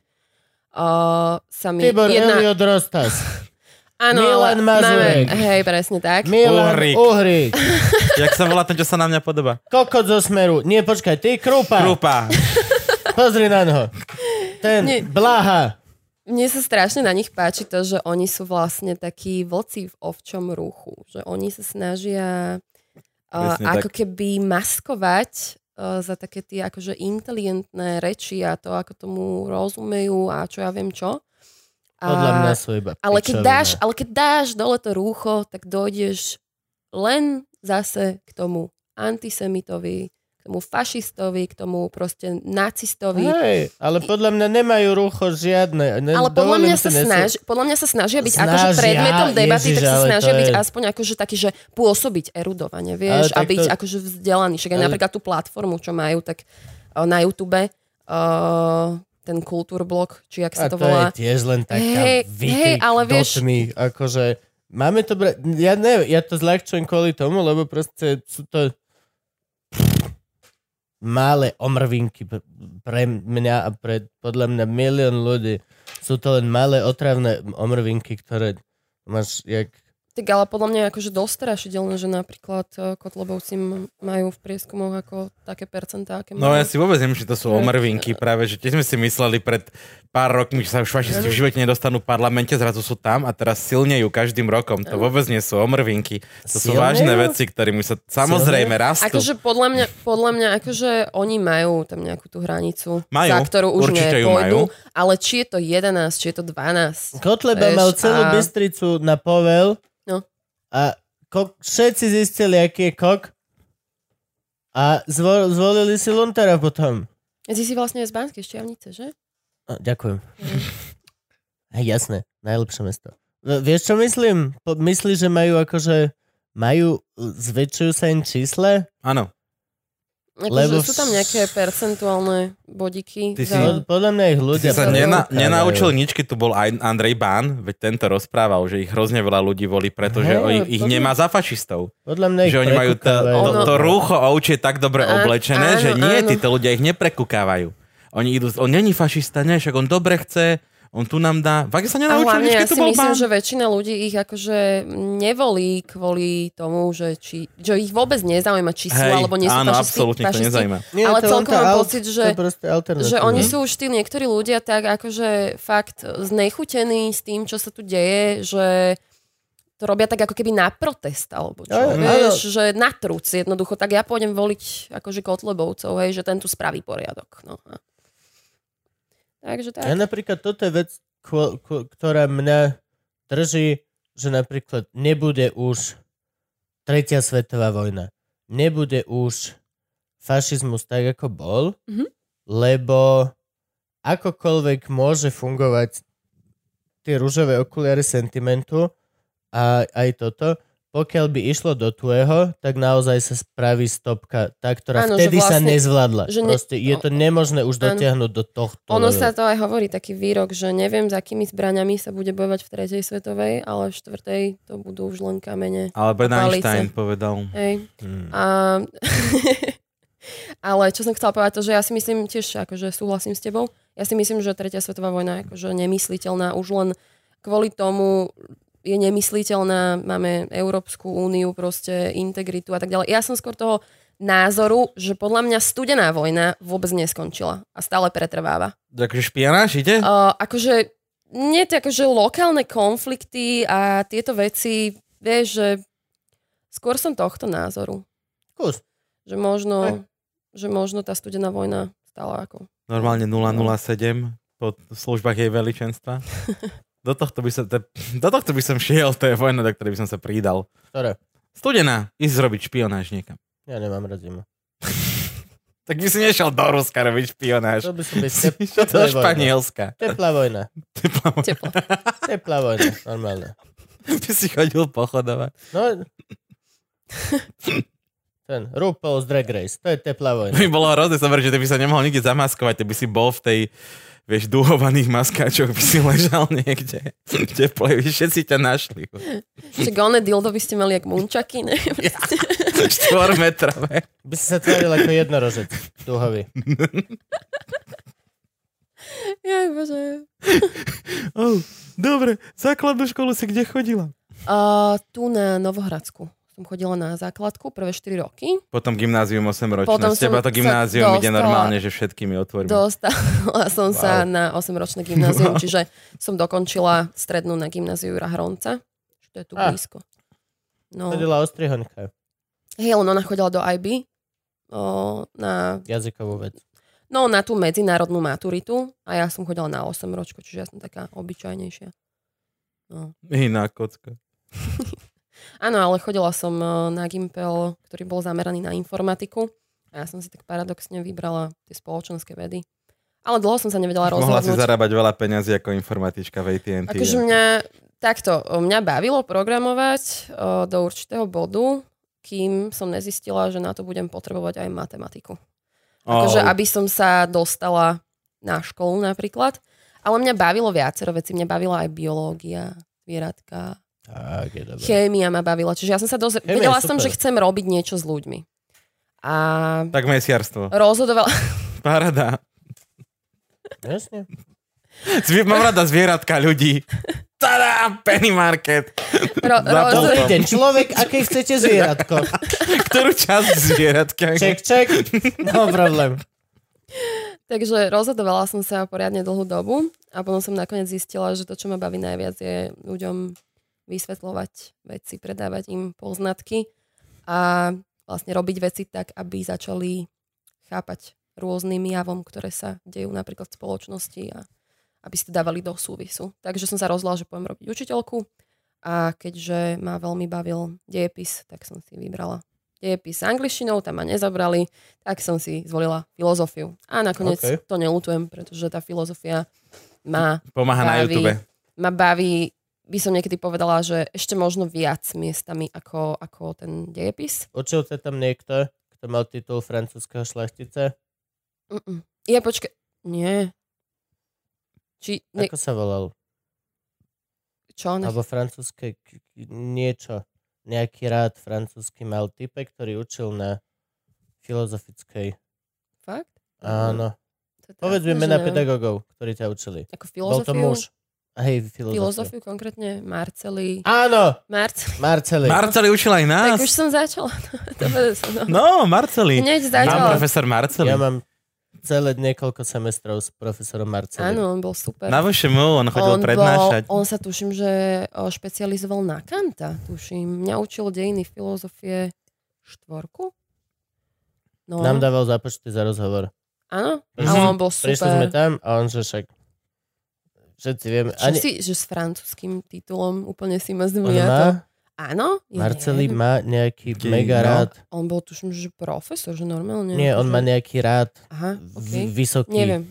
Uh, sa mi Tibor jedna... Eliot Rostas. Áno, Milan ale Mazurek. máme, hej, presne tak. Milan Uhrík. Uhrík. Jak sa volá ten, čo sa na mňa podobá? Kokot zo Smeru. Nie, počkaj, ty Krupa. Krupa. Pozri na neho. Ten Nie. Blaha. Mne sa strašne na nich páči to, že oni sú vlastne takí vlci v ovčom ruchu. Že oni sa snažia uh, Presne ako tak. keby maskovať uh, za také tie akože inteligentné reči a to, ako tomu rozumejú a čo ja viem čo. A, Podľa mňa sú iba ale keď, pičovina. dáš, ale keď dáš dole to rúcho, tak dojdeš len zase k tomu antisemitovi, k tomu fašistovi, k tomu proste nacistovi. Hej, ale podľa mňa nemajú rúcho žiadne. Ne, Ale podľa mňa, dovolím sa si nesú- snaži, podľa mňa sa snažia byť Snažia, akože predmetom debaty, Ježiš, tak sa ale snažia to byť je- aspoň akože taký, že pôsobiť erudovane, vieš, Ale a tak byť to- akože vzdelaný. Však aj Ale- napríklad tú platformu, čo majú, tak uh, na YouTube, uh, ten kultúrblog, či jak A sa to to volá. je tiež len taká Hej, výkrik hej, ale do vieš- tmy, akože máme to brať, ja neviem, ja to zľahčujem kvôli tomu, lebo proste sú to malé omrvinky pre- pre mňa a pre podľa mňa milión ľudí. Sú to len malé otravné omrvinky, ktoré máš jak Tak ale podľa mňa je akože dosť strašidelné, že napríklad Kotlebovci majú v prieskumoch ako také percentá, aké majú. No ja si vôbec neviem, že to sú omrvinky práve, že keď sme si mysleli pred pár rokmi, že sa už fašisti v živote nedostanú v parlamente, zrazu sú tam a teraz silnejú každým rokom. To vôbec nie sú omrvinky. To sú Silnejú? vážne veci, ktorými sa samozrejme rastú. Akože podľa mňa, podľa mňa akože oni majú tam nejakú tú hranicu, Majú, za ktorú už určite ju nepôjdu, majú. ale či je to jedenásť, či je to dvanásť. Kotleba Vieš, mal celú a- Bystricu na povel No. a ko- všetci zistili, aký je kok a zvo- zvolili si Luntera potom. Ty si vlastne z Banskej Štiavnice, že? A, ďakujem. Hej, jasné, najlepšie mesto. V- vieš, čo myslím? Po- myslíš, že majú akože majú, zväčšujú sa im čísle? Áno. Akože Lebo sú tam nejaké percentuálne bodiky. Ty si- za... Pod- Podľa mňa ich Ty ľudia... sa to nena- prekávajú. nenaučil nič, keď tu bol aj Andrej Bán, veď tento rozprával, že ich hrozne veľa ľudí volí, pretože Hej, on ich, ich podľa- nemá za fašistov. Podľa mňa ich Že oni majú to, prekúkávajú. to, Ono- to rúcho ovčie tak dobre Á, oblečené, áno, že nie, áno. títo ľudia ich neprekúkávajú. Oni idú, on není fašista, nie, však on dobre chce, on tu nám dá... Fakt sa A nenaučil hlavne nič, ja keď tu si bol myslím, Bán. že väčšina ľudí ich akože nevolí kvôli tomu, že, či, že ich vôbec nezaujíma, či sú Hej, alebo nie sú áno, fašisti. absolútne to fašisti. nezajíma. Nie, ale to len celkom tá mám alt- pocit, to že- je proste alternatíva. Že oni sú už tí niektorí ľudia tak akože fakt znechutení s tým, čo sa tu deje, že to robia tak ako keby na protest, alebo čo, Aj, vieš, že na truc jednoducho, tak ja pôjdem voliť akože Kotlebovcov, hej, že ten tu spraví poriadok. No. A- Takže tak. Ja napríklad toto je vec, kvo- kvo- ktorá mňa drží, že napríklad nebude už tretia svetová vojna. Nebude už fašizmus tak, ako bol, Mhm. lebo akokoľvek môže fungovať tie rúžové okuliare sentimentu a aj toto, pokiaľ by išlo do tvojho, tak naozaj sa spraví stopka, tá, ktorá Áno, že vtedy sa vlastne- nezvládla. že ne- Proste je to nemožné už Áno. dotiahnuť do tohto. Ono levelu. sa to aj hovorí, taký výrok, že neviem, s akými zbraňami sa bude bojovať v tretej svetovej, ale v štvrtej to budú už len kamene. Albert a palice. Einstein povedal. Hej. Hmm. A... Ale čo som chcela povedať, to, že ja si myslím tiež, akože súhlasím s tebou, ja si myslím, že tretia svetová vojna je akože nemysliteľná už len kvôli tomu je nemysliteľná, máme Európsku úniu, proste integritu a tak ďalej. Ja som skôr toho názoru, že podľa mňa studená vojna vôbec neskončila a stále pretrváva. Takže špionáž ide? Uh, akože nie to akože lokálne konflikty a tieto veci, vieš, že skôr som tohto názoru. Kus. Že možno, že možno tá studená vojna stála ako... Normálne nula nula sedem po službách jej veličenstva. Do tohto by som, do tohto by som šiel, to je vojna, do ktorej by som sa pridal. Ktoré? Studená, ísť zrobiť špionáž niekam. Ja nemám rád zimu. Tak by si nešiel do Ruska robiť špionáž. To by som byť Si tep- išiel do teplej vojne. Španielska. Teplá vojna. Teplo. Teplá vojna, normálne. Ty si chodil pochodovať. No, ten RuPaul's Drag Race, to je teplá vojna. To by bolo hrozné, som že ty by sa nemohol nikde zamaskovať, ty by si bol v tej, vieš, dúhovaných maskáčoch, by si ležal niekde. Teplej, všetci ťa našli. Však oné dildo by ste mali jak munčaky, ne? Štvormetrové. By si sa tvoril ako jednorožec dúhový. Jaj, bože. Oh, dobre, základnú školu si kde chodila? Uh, tu na Novohradsku. Som chodila na základku prvé štyri roky. Potom gymnázium osemročné. Potom Z teba som to sa gymnázium ide dostala- normálne, že všetkými otvormi. Dostala som wow. sa Wow. na osemročné gymnázium, čiže som dokončila strednú na gymnáziu Jura Hronca. To je tu Ah. blízko. No. Chodila Ostrihoňka, Hej, len ona chodila do í bé o, na, jazykovú vec. no, na tú medzinárodnú maturitu a ja som chodila na osemročku, čiže ja som taká obyčajnejšia. No. Iná kocka. Áno, ale chodila som o, na Gimpel, ktorý bol zameraný na informatiku a ja som si tak paradoxne vybrala tie spoločenské vedy. Ale dlho som sa nevedela Mohla si rozhodnúť. zarábať veľa peňazí ako informatička v á té and té. Akože mňa, takto, o, mňa bavilo programovať o, do určitého bodu, kým som nezistila, že na to budem potrebovať aj matematiku. Akože Oh. aby som sa dostala na školu napríklad. Ale mňa bavilo viacero vecí. Mňa bavila aj biológia, zvieratka, Tak, je dobré. chémia ma bavila. Čiže ja som sa dozve... Chémia je vedela som, super. že chcem robiť niečo s ľuďmi. A Tak mesiarstvo. rozhodovala... Paráda. Jasne. Zvie- mám rada zvieratka ľudí. Tá Tada, Penny Market. Ro, roz... Dobrý deň, človek, aké chcete zvieratko? Ktorú časť zvieratka? Ček, ček, no problém. Takže rozhodovala som sa poriadne dlhú dobu a potom som nakoniec zistila, že to, čo ma baví najviac, je ľuďom vysvetľovať veci, predávať im poznatky a vlastne robiť veci tak, aby začali chápať rôznym javom, ktoré sa dejú napríklad v spoločnosti a aby si to dávali do súvisu. Takže som sa rozhodla, že pôjdem robiť učiteľku a keďže ma veľmi bavil dejepis, tak som si vybrala dejepis s angličtinou, tam ma nezabrali, tak som si zvolila filozofiu. A nakoniec okay. to neľutujem, pretože tá filozofia ma pomáha baví, na YouTube. Ma baví, by som niekedy povedala, že ešte možno viac miestami ako, ako ten dejepis. Učil sa tam niekto, kto mal titul francúzskeho šľachtica? Mm-mm. Ja počkaj, nie. Či, ne... Ako sa volal? Čo? Ne... Alebo francúzske niečo. Nejaký rád francúzsky mal type, ktorý učil na filozofickej. Fakt? Áno. Povedz mi mena pedagógov, ktorí ťa učili. Ako filozofiu? Bol to muž. Hej, filozofiu. Filozofiu konkrétne Marceli. Áno! Marceli. Marceli. Marceli učil aj nás. Tak už som začala. no. no, Marceli. Hneď začala. Mám profesor Marceli. Ja mám celé niekoľko semestrov s profesorom Marcelom. Áno, on bol super. Na vé š em ú on chodil on prednášať. Bol, on sa tuším, že špecializoval na Kanta. Tuším. Mňa učil dejiny filozofie štvorku. No. Nám dával zápočty za rozhovor. Áno, Prišli, ale on bol super. Prišli sme tam a on že však všetci vieme. Čo Ani... si, že s francúzským titulom úplne si ma On zmiato. má? Áno? Marceli neviem. má nejaký Kde mega no? rád. On bol tuším, že profesor, že normálne. Nie, on že... má nejaký rád Aha, okay. v- vysoký. Neviem.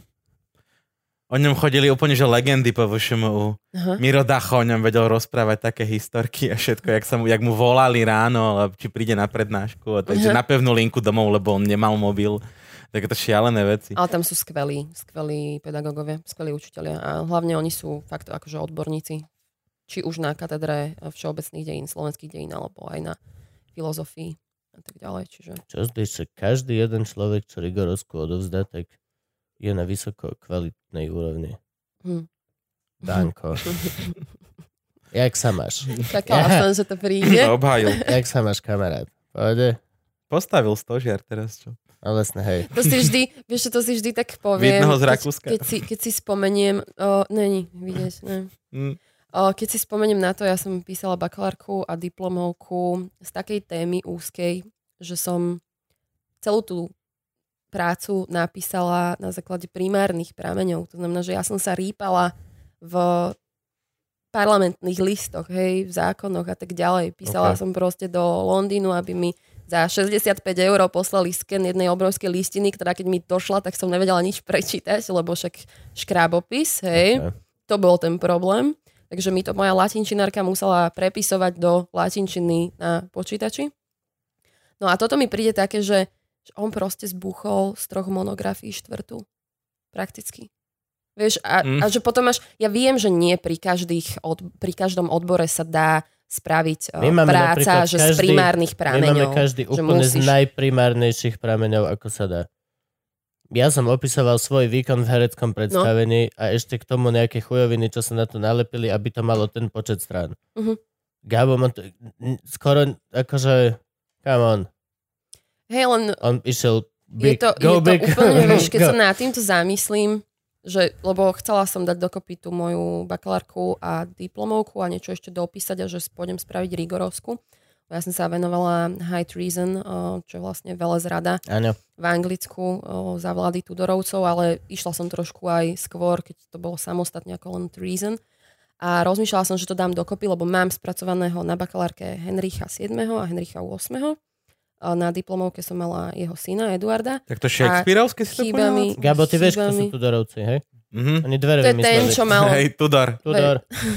O ňom chodili úplne, že legendy po vé š em ú. Aha. Miro Dacho o ňom vedel rozprávať také historky a všetko, jak, sa mu, jak mu volali ráno, či príde na prednášku. A takže na pevnú linku domov, lebo on nemal mobil. Takéto šialené veci. Ale tam sú skvelí, skvelí pedagógovia, skvelí učitelia a hlavne oni sú fakt akože odborníci. Či už na katedre všeobecných dejín, slovenských dejín, alebo aj na filozofii a tak ďalej. Čiže... Čo zdeš, že každý jeden človek, čo rigorózku odovzdá, tak je na vysoko kvalitnej úrovni. Hm. Danko. Jak sa máš? Čakala som, že to príde. Obhajil. Jak sa máš, kamarát? Pohode? Postavil stožiar teraz, čo? No vlastne, hej. To si vždy, vieš, čo to si vždy tak poviem. Vidno ho z keď, Rakúska. keď, si, keď si spomeniem, o, není, vidieť, ne. Mm. O, keď si spomeniem na to, ja som písala bakalárku a diplomovku z takej témy úzkej, že som celú tú prácu napísala na základe primárnych prameňov. To znamená, že ja som sa rýpala v parlamentných listoch, hej, v zákonoch a tak ďalej. Písala okay. som proste do Londýnu, aby mi za šesťdesiatpäť eur poslali sken jednej obrovskej listiny, ktorá keď mi došla, tak som nevedela nič prečítať, lebo však škrábopis, hej. Okay. To bol ten problém. Takže mi to moja latinčinárka musela prepisovať do latinčiny na počítači. No a toto mi príde také, že, že on proste zbuchol z troch monografií štvrtú. Prakticky. Vieš, a, mm. a že potom až, ja viem, že nie pri, každých od, pri každom odbore sa dá spraviť práca, že každý, z primárnych prameňov. My máme každý úplne musíš... z najprimárnejších prameňov, ako sa dá. Ja som opisoval svoj výkon v hereckom predstavení no. a ešte k tomu nejaké chujoviny, čo sa na to nalepili, aby to malo ten počet strán. Uh-huh. Gabo ma to... Skoro akože... Come on. Hej, len... On išiel big, je to, go je big. To úplne, vieš, keď sa nad týmto zamyslím, že, lebo chcela som dať dokopy tú moju bakalárku a diplomovku a niečo ešte dopísať a že pôjdem spraviť rigorovsku. Ja som sa venovala High Treason, čo je vlastne velezrada Áno. v Anglicku za vlády Tudorovcov, ale išla som trošku aj skôr, keď to bolo samostatne ako len Treason. A rozmýšľala som, že to dám dokopy, lebo mám spracovaného na bakalárke Henricha siedmeho a Henricha ôsmeho Na diplomovke som mala jeho syna Eduarda. Tak to Shakespeareovské si to chýbami, povedala? Gabo, ty vieš, kto sú Tudorovci, hej? Mm-hmm. Oni dvere to je vymysleli. ten, čo mal... Hej, Tudor. Tudor.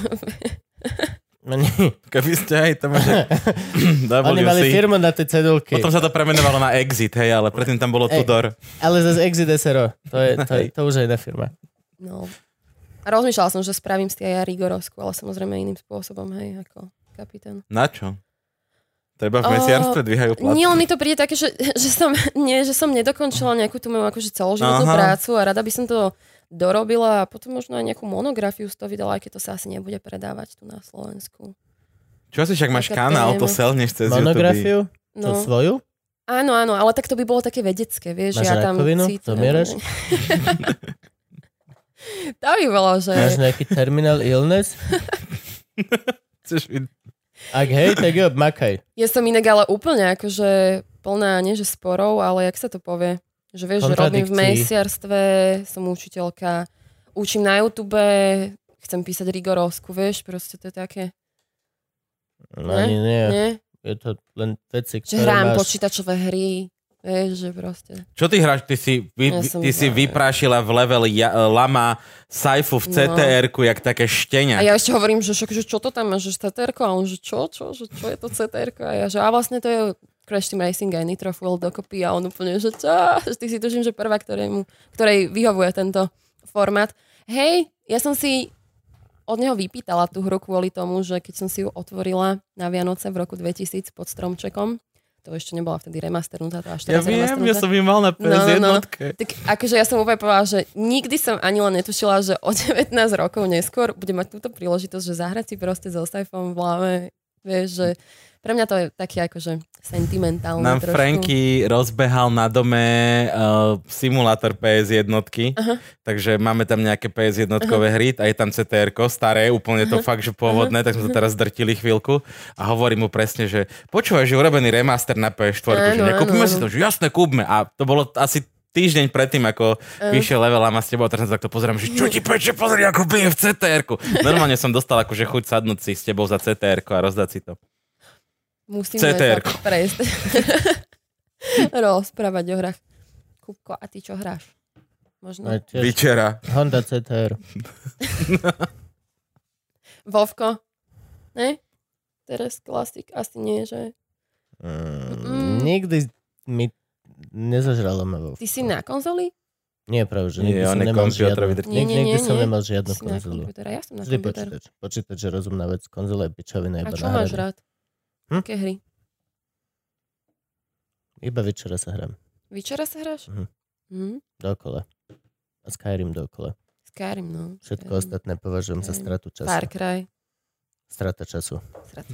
Keby ste aj to môže... Oni mali firmu na tie cedulky. Potom sa to premenovalo na Exit, hej, ale predtým tam bolo Tudor. Ale zase Exit es er o. To, je, to, je, to už je iná firma. No. A rozmýšľala som, že spravím z tej ja rigorovskú, ale samozrejme iným spôsobom, hej, ako kapitán. Na čo? To iba v mesiarstve dvíhajú plat. Nie, len mi to príde také, že, že, som, nie, že som nedokončila nejakú tú moju akože celoživotnú Aha. prácu a rada by som to dorobila a potom možno aj nejakú monografiu z toho vydala, aj keď to sa asi nebude predávať tu na Slovensku. Čo si však máš Taká kanál, téma. to selneš cez Monografiu? YouTube. Čo, No. svoju? Áno, áno, ale tak to by bolo také vedecké, vieš. Máš ja tam rakovinu? cítim- Zomieraš? To by bolo, že... Máš nejaký terminal illness? Chceš vid- Ak hej, tak jo, makaj. Ja som inak ale úplne akože plná, nie že sporov, ale jak sa to povie? Že vieš, že robím v Kontradikcií. mesiarstve, som učiteľka, učím na YouTube, chcem písať rigorovsku, vieš, proste to je také... No, ani nie. Nie? Je to len veci, Že ktoré hrám máš... počítačové hry, vieš, že proste... Čo ty hráš? Ty si, vy, Ja vy- som ty si za- vyprášila v leveli ja, lama Saifu v No. cé té erku, jak také štenia. A ja ešte hovorím, že, však, že čo to tam máš, že cé té erko? A on, že čo, čo, že čo je to cé té erko? A ja, že a vlastne to je Crash Team Racing aj Nitro Fuel dokopy a on úplne, že čo? Že ty si tuším, že prvá, ktorému, ktorej vyhovuje tento formát. Hej, ja som si od neho vypýtala tú hru kvôli tomu, že keď som si ju otvorila na Vianoce v roku dvetisíc pod stromčekom, to ešte nebola vtedy remasternutá, to až Ja teraz viem, remasternutá. ja som ju mal na pé es No, no, no. jednotke. Tak akože ja som úplne povedala, že nikdy som ani len netušila, že o devätnásť rokov neskôr budem mať túto príležitosť, že zahrať si proste so Saifom v hlave. Vieš, že pre mňa to je taký akože sentimentálne Nám trošku. Franky rozbehal na dome uh, simulátor pé es jednotky, Aha. takže máme tam nejaké pé es jednotkové hry a je tam cé té erko, staré, úplne to fakt, že pôvodné, tak sme to teraz drtili chvíľku a hovorím mu presne, že počúvaj, že urobený remaster na pé es štyri, že Áno, nekúpime áno, si to, áno. že jasné, kúpme a to bolo asi týždeň predtým, ako vyšiel level a s tebou, a teraz sa takto pozerám, že čo ti peče, pozri, ako bije v cé té erku. Normálne som dostal akože chuť sadnúť si s tebou za cé té erko a rozdať si to. Musíme cé té sa erko. prejsť. Rozprávať o hrách. Kupko, a ty čo hráš? Možno. No, tiež Vyčera. Honda cé té er. Vovko? Ne? Teraz klasik asi nie, že? Mm, nikdy mi nezažralo ma vo. Ty si na konzoli? Nie, práve, že Nie, nikdy som on je nemal kompiúterový žiadnu. drť. Nie, Nik- nie, Nikdy nie, som nie. nemal žiadnu Si na konzolu. kompúter, ja som na Vždy kompúter. počítač. Počítač je rozumná vec. Konzola je pičovina A iba čo na máš hranie. rád? Hm? Aké hry? Iba večera sa hrám. Vyčera sa hráš? Mhm. Mhm. Dokola. A Skyrim dokola. Skyrim, no. Všetko Skyrim. ostatné považujem za Skyrim. stratu času. Far Cry. Strata času. Srat-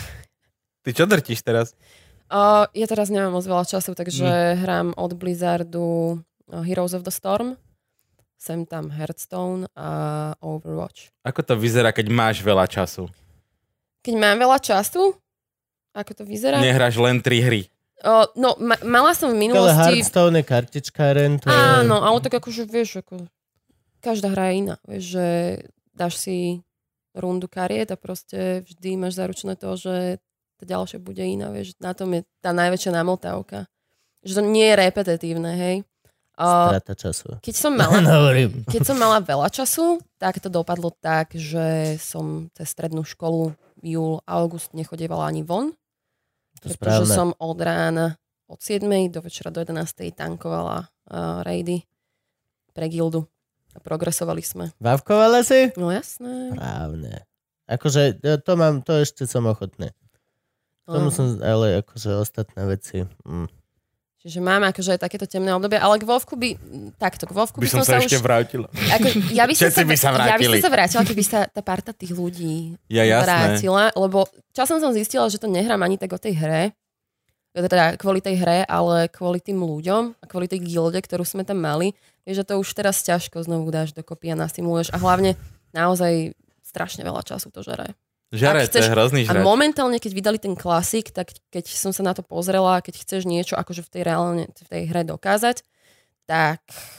Ty čo drtíš teraz? O, ja teraz nemám moc veľa času, takže Hm. hrám od Blizzardu o, Heroes of the Storm. Sem tam Hearthstone a Overwatch. Ako to vyzerá, keď máš veľa času? Keď mám veľa času, ako to vyzerá? Nehráš len tri hry. O, no, ma- mala som v Ale minulosti... Hearthstone je kartičkáren. To je... Áno, ale tak akože vieš, ako každá hra je iná. Vieš, že dáš si rundu kariet a proste vždy máš zaručené to, že tá ďalšia bude iná. Vieš, na tom je tá najväčšia namotávka. Že to nie je repetitívne, hej. O, Strata času. keď som mala Hovorím. Keď som mala veľa času, tak to dopadlo tak, že som cez strednú školu júl, august nechodievala ani von. To je Pretože správne. som od rána od siedmej do večera do jedenástej tankovala uh, raidy pre gildu. A progresovali sme. Vávkovala si? No jasné. Správne. Akože ja to mám, to ešte som ochotný. Tomu No. som, ale akože ostatné veci. Mm. Čiže máme akože aj takéto temné obdobie, ale k Vovku by, takto, k Vovku by, By som sa ešte už... vrátila. Ako, ja by som Všetci sa, by sa Ja by som vrátili. sa vrátila, keby sa tá parta tých ľudí Ja jasné. vrátila, lebo časom som zistila, že to nehrám ani tak o tej hre, teda kvôli tej hre, ale kvôli tým ľuďom a kvôli tej gilde, ktorú sme tam mali, vieš, že to už teraz ťažko znovu dáš dokopy a nasimuluješ a hlavne naozaj strašne veľa času to žere. Žare, Ak to je chceš- hrozný A žrať. momentálne, keď vydali ten klasik, tak keď som sa na to pozrela, keď chceš niečo akože v tej reálne, v tej hre dokázať, tak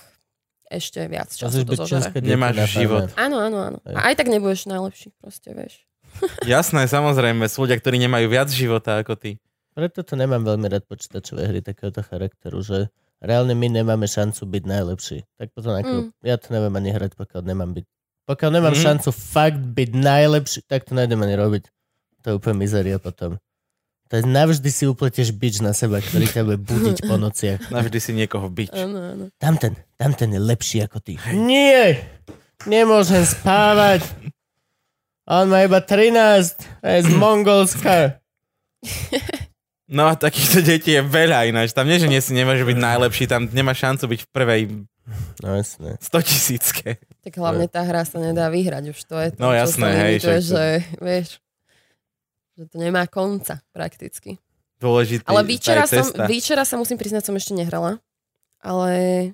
ešte viac času Musíš to byť zožere. členské dieťa Nemáš na farme. život. Áno, áno, áno. A aj tak nebudeš najlepší, proste, vieš. Jasné, samozrejme. Sú ľudia, ktorí nemajú viac života ako ty. Preto to nemám veľmi rád počítačové hry takéhoto charakteru, že reálne my nemáme šancu byť najlepší. Tak potom ako, Mm. ja to neviem ani hrať, pokiaľ nemám byť. Pokiaľ nemám Mhm. šancu fakt byť najlepší, tak to nejdem ani robiť. To je úplne mizeria potom. To je navždy si upletieš bič na seba, ktorý ťa bude budiť po nociach. Navždy si niekoho bič. Áno, áno. Tamten, tamten je lepší ako ty. Nie! Nemôžem spávať. On má iba trinásť a je z Mongolska. No a takýchto detí je veľa ináč. Tam nie, že nie si nemôže byť najlepší, tam nemá šancu byť v prvej No jasné. stotisícke. Tak hlavne tá hra sa nedá vyhrať, už to je to, No čo jasné, sa hej, limituje, však to- že vieš, že to nemá konca prakticky. Dôležitý, Ale Witchera tá je som, cesta. Witchera sa musím priznať, som ešte nehrala. Ale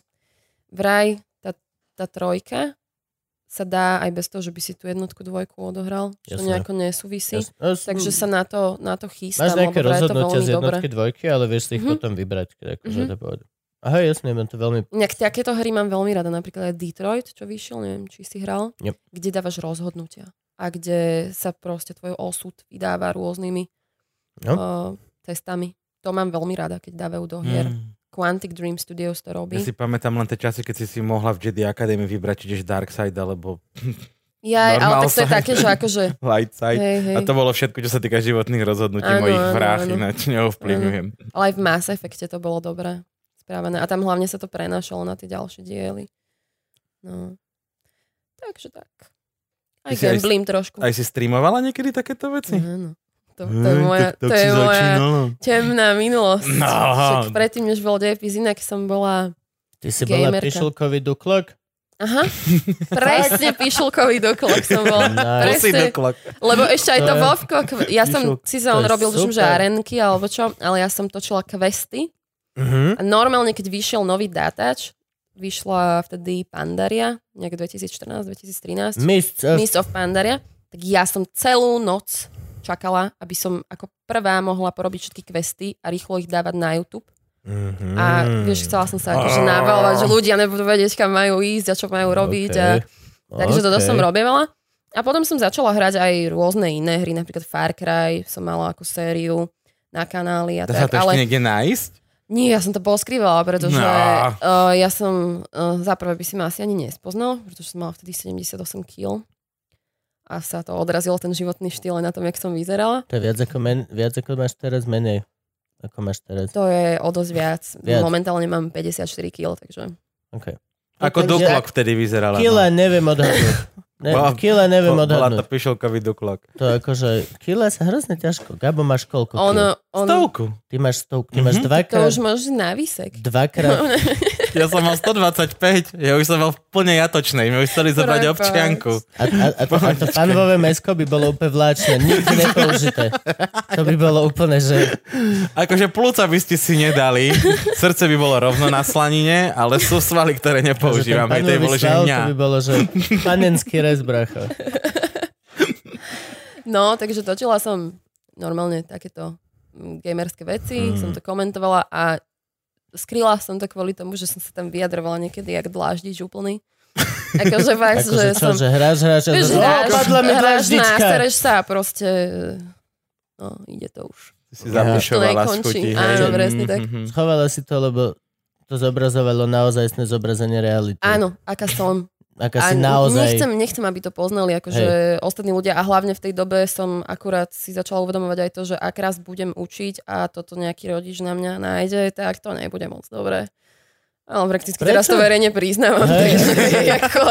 vraj tá, tá trojka sa dá aj bez toho, že by si tú jednotku, dvojku odohral. Že to Jasné. nejako nesúvisí. Jasné. No, Takže sa na to, na to chystám, máš nejaké lebo vraj je to rozhodnutia veľmi z dobré. jednotky, dvojky, ale vieš si ich Mhm. potom vybrať. Keď akože Mhm. to povedať. Aha, jasne, mám to veľmi... Inak takéto hry mám veľmi rada. Napríklad aj Detroit, čo vyšiel, neviem, či si hral. Yep. Kde dávaš rozhodnutia. A kde sa proste tvoj osud vydáva rôznymi No. uh, testami. To mám veľmi rada, keď dávajú do hier. Mm. Quantic Dream Studios to robí. Ja si pamätám len tie časy, keď si si mohla v Jedi Academy vybrať, či ideš Dark Side alebo Ja, ale normal tak to je side. také, že akože... Light Side. Hej, hej. A to bolo všetko, čo sa týka životných rozhodnutí Áno, mojich áno, vrách, áno. ináč neovplyvňujem. Ale aj v Mass Effecte to bolo dobre správené. A tam hlavne sa to prenášalo na tie ďalšie diely. No. Takže tak. Aj Ty si aj- gamblim trošku. Aj si streamovala niekedy takéto veci? Áno. To, to je moja, to je moja temná minulosť. No. Však predtým, než bol Depis, inak som bola... Ty si bola Gamerka. pišulkový duklok? Aha, presne pišulkový doklok som bola. Nice. Presne, lebo ešte aj to To je- Vovko, ja som Pišul- si sa on to je robil, tuším, že super. arenky alebo čo, ale ja som točila questy. Mhm. A normálne, keď vyšiel nový dátač, vyšla vtedy Pandaria, nejak dvetisícštrnásť dvetisíctrinásť, Mist of... Mist of Pandaria, tak ja som celú noc čakala, aby som ako prvá mohla porobiť všetky questy a rýchlo ich dávať na YouTube. Mhm. A vieš, chcela som sa akože nabalovať, že ľudia nebudú vedieť, kam majú ísť a čo majú robiť. A, takže toto Okay. som robievala. A potom som začala hrať aj rôzne iné hry, napríklad Far Cry som mala ako sériu na kanáli a Dá sa tak. to ešte Ale niekde nájsť? nie, ja som to poskrývala, pretože No. uh, ja som uh, zaprvé by si ma asi ani nespoznal, pretože som mala vtedy sedemdesiatosem kíl. A sa to odrazilo ten životný štýl aj na tom, jak som vyzerala. To je viac ako, men, viac ako máš teraz, menej ako máš teraz. To je o dosť viac. Viac. Momentálne mám päťdesiatštyri kíl, takže... Okay. Ako Takže- duklok vtedy vyzerala. Kila no. neviem odhadnúť. Ne, Bola- kila neviem Bo- Bola to odhadnúť. pišolkový duklok. To akože, kila sa hrozne ťažko. Gabo, máš koľko On, kil? on, Stovku. Ty máš stovku, ty máš Mhm. to dvakrát, už môžeš na výsek. dvakrát, Ja som mal stodvadsaťpäť. Ja už som mal v plne jatočnej. My už chceli zobrať Prepáč. občianku. a, a, a, to, a to panvové mesko by bolo úplne vláčne, nikdy nepoužité. To by bolo úplne, že... Akože plúca by ste si nedali, srdce by bolo rovno na slanine, ale sú svaly, ktoré že ten nepoužívam. Hej, to je panový bolo, že sval, mňa. to by bolo, že panenský rez, bracho. No, takže točila som normálne takéto mm, gamerské veci, Mm. som to komentovala a skryla som to kvôli tomu, že som sa tam vyjadrovala niekedy jak dláždič úplný. Akože fakt, Akože že čo, som... že hráš, hráš a Vieš, zase, hráš, "Ó, padla mi hráš, dlaždička." nástereš sa a proste... No, ide to už. Si zapišovala z nekončí. chuti. Áno, hej. presne tak. Mhm. Schovala si to, lebo to zobrazovalo naozajstné zobrazenie reality. Áno, aká som. Aká A si naozaj... nechcem, nechcem, aby to poznali akože ostatní ľudia a hlavne v tej dobe som akurát si začala uvedomovať aj to, že ak raz budem učiť a toto nejaký rodič na mňa nájde, tak to nebude moc dobré. Ale prakticky Prečo? teraz to verejne priznávam. Hej. Takže, ako,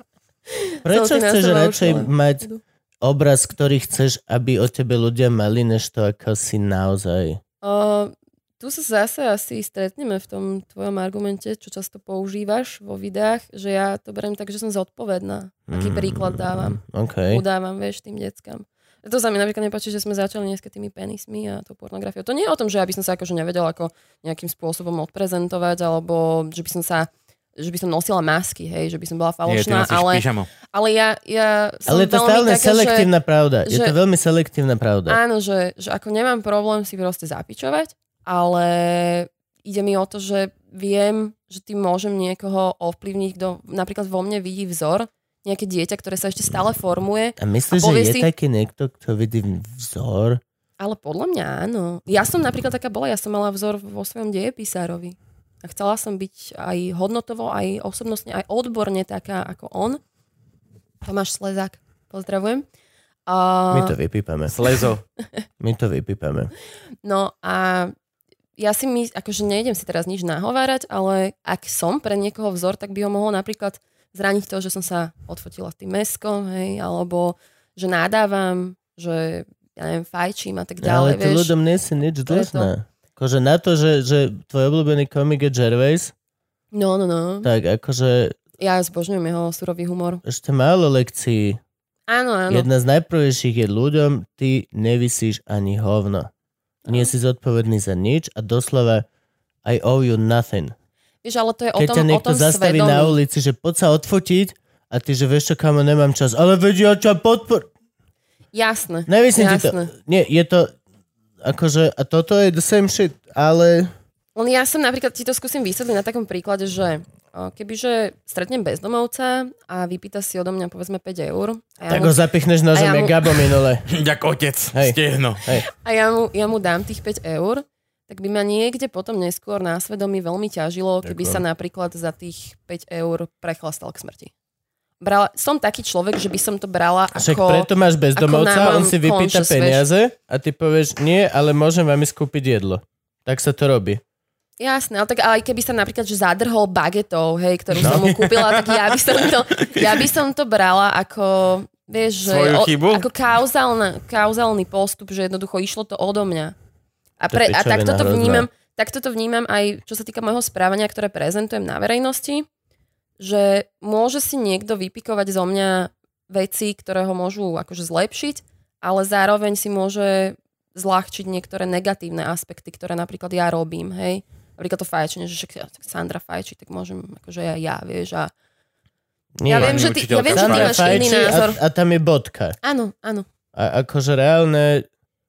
Prečo som si na chceš seba radšej ušla. mať obraz, ktorý chceš, aby o tebe ľudia mali, než to, ako si naozaj? Uh, tu sa zase asi stretneme v tom tvojom argumente, čo často používaš vo videách, že ja to beriem tak, že som zodpovedná. Aký Mm, príklad dávam. OK. Udávam, vieš, tým deckám. To sa mi napríklad nepáči, že sme začali dneska tými penismi a tou pornografiou. To nie je o tom, že ja by som sa akože nevedela ako nejakým spôsobom odprezentovať, alebo že by som sa že by som nosila masky, hej, že by som bola Nie, ty falošná, nosíš ale, pyžamo. ale ja, ja som Ale je to veľmi stále taká, selektívna pravda. Je že- to veľmi selektívna pravda. Áno, že, že ako nemám problém si proste zapičovať, ale ide mi o to, že viem, že tým môžem niekoho ovplyvniť, kto napríklad vo mne vidí vzor, nejaké dieťa, ktoré sa ešte stále formuje, A myslíš, A že povie je si- taký niekto, kto vidí vzor? ale podľa mňa áno. Ja som napríklad taká bola, ja som mala vzor vo svojom dejepisárovi. A chcela som byť aj hodnotovo, aj osobnostne, aj odborne taká ako on. Tomáš Slezák, pozdravujem. A... My to vypípame. Slezo. My to vypípame. No a ja si my, akože nejdem si teraz nič nahovárať, ale ak som pre niekoho vzor, tak by ho mohlo napríklad zraniť to, že som sa odfotila s tým meskom, hej, alebo že nadávam, že ja neviem, fajčím a tak Ale ďalej, to vieš. ľuďom nie si nič To je dlžná. Akože na to, že, že tvoj obľúbený komik je Gervais, No, no, no. Tak akože... Ja zbožňujem jeho surový humor. Ešte málo lekcií. Áno, áno. Jedna z najprvejších je ľuďom, ty nevisíš ani hovno. Nie si zodpovedný za nič a doslova I owe you nothing. Vieš, ale to je o Keď tom, ťa niekto o tom zastaví svedomí. na ulici, že poď sa odfotiť a ty, že vieš čo, kamo, nemám čas. Ale veď ja ťa podpor... Jasné. Nevysím ti to. Jasné. Nie, je to akože, a toto je the same shit, ale... Len ja som napríklad, ti to skúsim vysvetliť na takom príklade, že o, kebyže stretnem bezdomovca a vypýta si odo mňa povedzme päť eur. A ja Tak mu, ho zapichneš nožom, ja jak mu- Gabo minule. Jak otec, Hej. stiehno. Hej. a ja mu, ja mu dám tých päť eur, tak by ma niekde potom neskôr na svedomí veľmi ťažilo, keby Ďakujem. sa napríklad za tých päť eur prechlastal k smrti. Brala, som taký človek, že by som to brala Však ako... preto máš bezdomovca, ako on si vypýta non-conscious, peniaze a ty povieš, nie, ale môžem vám ísť kúpiť jedlo. Tak sa to robí. Jasné, ale tak ale aj keby sa napríklad že zadrhol bagetou, hej, ktorú som mu kúpila, tak ja by som to, ja by som to brala ako, vieš, že Svoju chybu? ako kauzálna, kauzálny postup, že jednoducho išlo to odo mňa. A, pre, a pičovina takto to hrozná. vnímam, takto to vnímam aj, čo sa týka môjho správania, ktoré prezentujem na verejnosti, že môže si niekto vypikovať zo mňa veci, ktoré ho môžu akože zlepšiť, ale zároveň si môže zľahčiť niektoré negatívne aspekty, ktoré napríklad ja robím, hej. Napríklad to fajčenie, že však Sandra fajčí, tak môžem akože aj ja, vieš, a Nie. ja viem, že ty, ja viem, že ty Sandra máš iný fajčí názor. A, a tam je bodka. Áno, áno. A akože reálne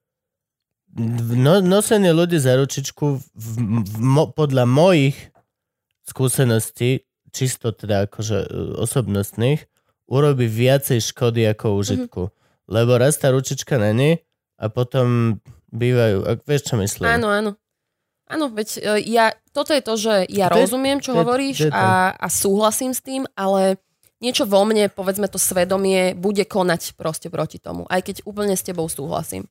no, nosenie ľudí za ručičku v, v, mo, podľa mojich skúseností, čisto teda akože e, osobnostných, urobí viacej škody ako užitku. Mm-hmm. Lebo raz tá ručička není a potom bývajú, ak vieš, čo myslím. Áno, áno. Áno, veď e, ja, toto je to, že ja To je- rozumiem, čo to je- hovoríš to je to. a, a súhlasím s tým, ale niečo vo mne, povedzme to svedomie, bude konať proste proti tomu. Aj keď úplne s tebou súhlasím.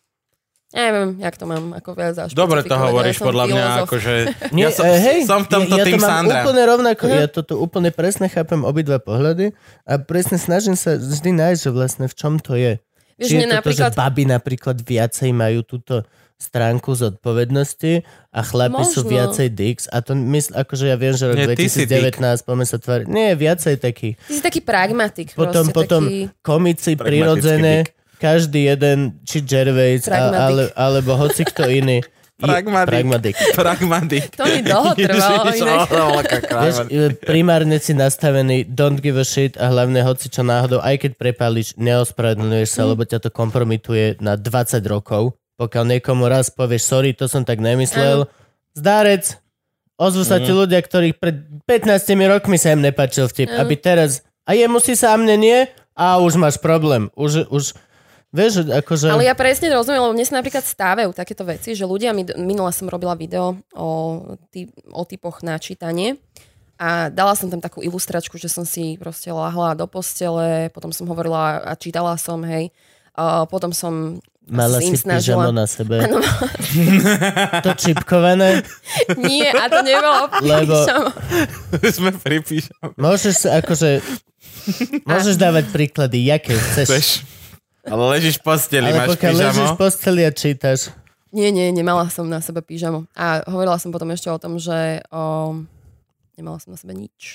Neviem, jak to mám ako viac zašpecifikovať. Dobre to hovoríš, ja som podľa mňa, filozof. akože... Nie, ja som, eh, hej, som v tomto ja, ja tým to mám Sandra. úplne rovnako, ja toto úplne presne chápem obidva pohľady a presne snažím sa vždy nájsť, že vlastne v čom to je. Vieš, Či je mne to napríklad... to, že baby napríklad viacej majú túto stránku zodpovednosti a chlapi sú Možno. viacej dicks a to mysl, akože ja viem, že rok Nie, ty si dvetisícdevätnásť poďme sa tváriť. Nie, viacej taký. Ty si taký pragmatik. Potom, proste, potom taký... komici Pragmatický prirodzené, každý jeden, či Gervais, a, Pragmatik. ale, alebo hoci kto iný. Je- Pragmatik. Pragmatik. Pragmatik. To mi dlho trvalo. Ježiš, inak. ale aká Vieš, kráva. e, primárne si nastavený don't give a shit a hlavne hoci čo náhodou, aj keď prepáliš, neospravedlňuješ sa, Mm. lebo ťa to kompromituje na dvadsať rokov. Pokiaľ niekomu raz povieš sorry, to som tak nemyslel, zdárec, ozvu sa Mm. ti ľudia, ktorých pred pätnástimi rokmi sa im nepáčil vtip, Mm. aby teraz, a jemu si sa a mne nie, a už máš problém. Už, už vieš, akože... Ale ja presne rozumiem, lebo mne sa napríklad stávajú takéto veci, že ľudia, mi, minula som robila video o, ty, o typoch na čítanie a dala som tam takú ilustračku, že som si proste lahla do postele, potom som hovorila a čítala som, hej, a potom som Mala si si im snažila... pyžamo na sebe. Áno. To čipkované. Nie, a to nebolo Lebo- píšamo. Sme pri pížame. Môžeš sa akože... Môžeš dávať príklady, jaké chceš. Chceš? Ale ležíš v posteli, Ale máš pokiaľ ležíš pížamo. v posteli a čítaš. Nie, nie, nemala som na sebe pížamo. A hovorila som potom ešte o tom, že o, nemala som na sebe nič.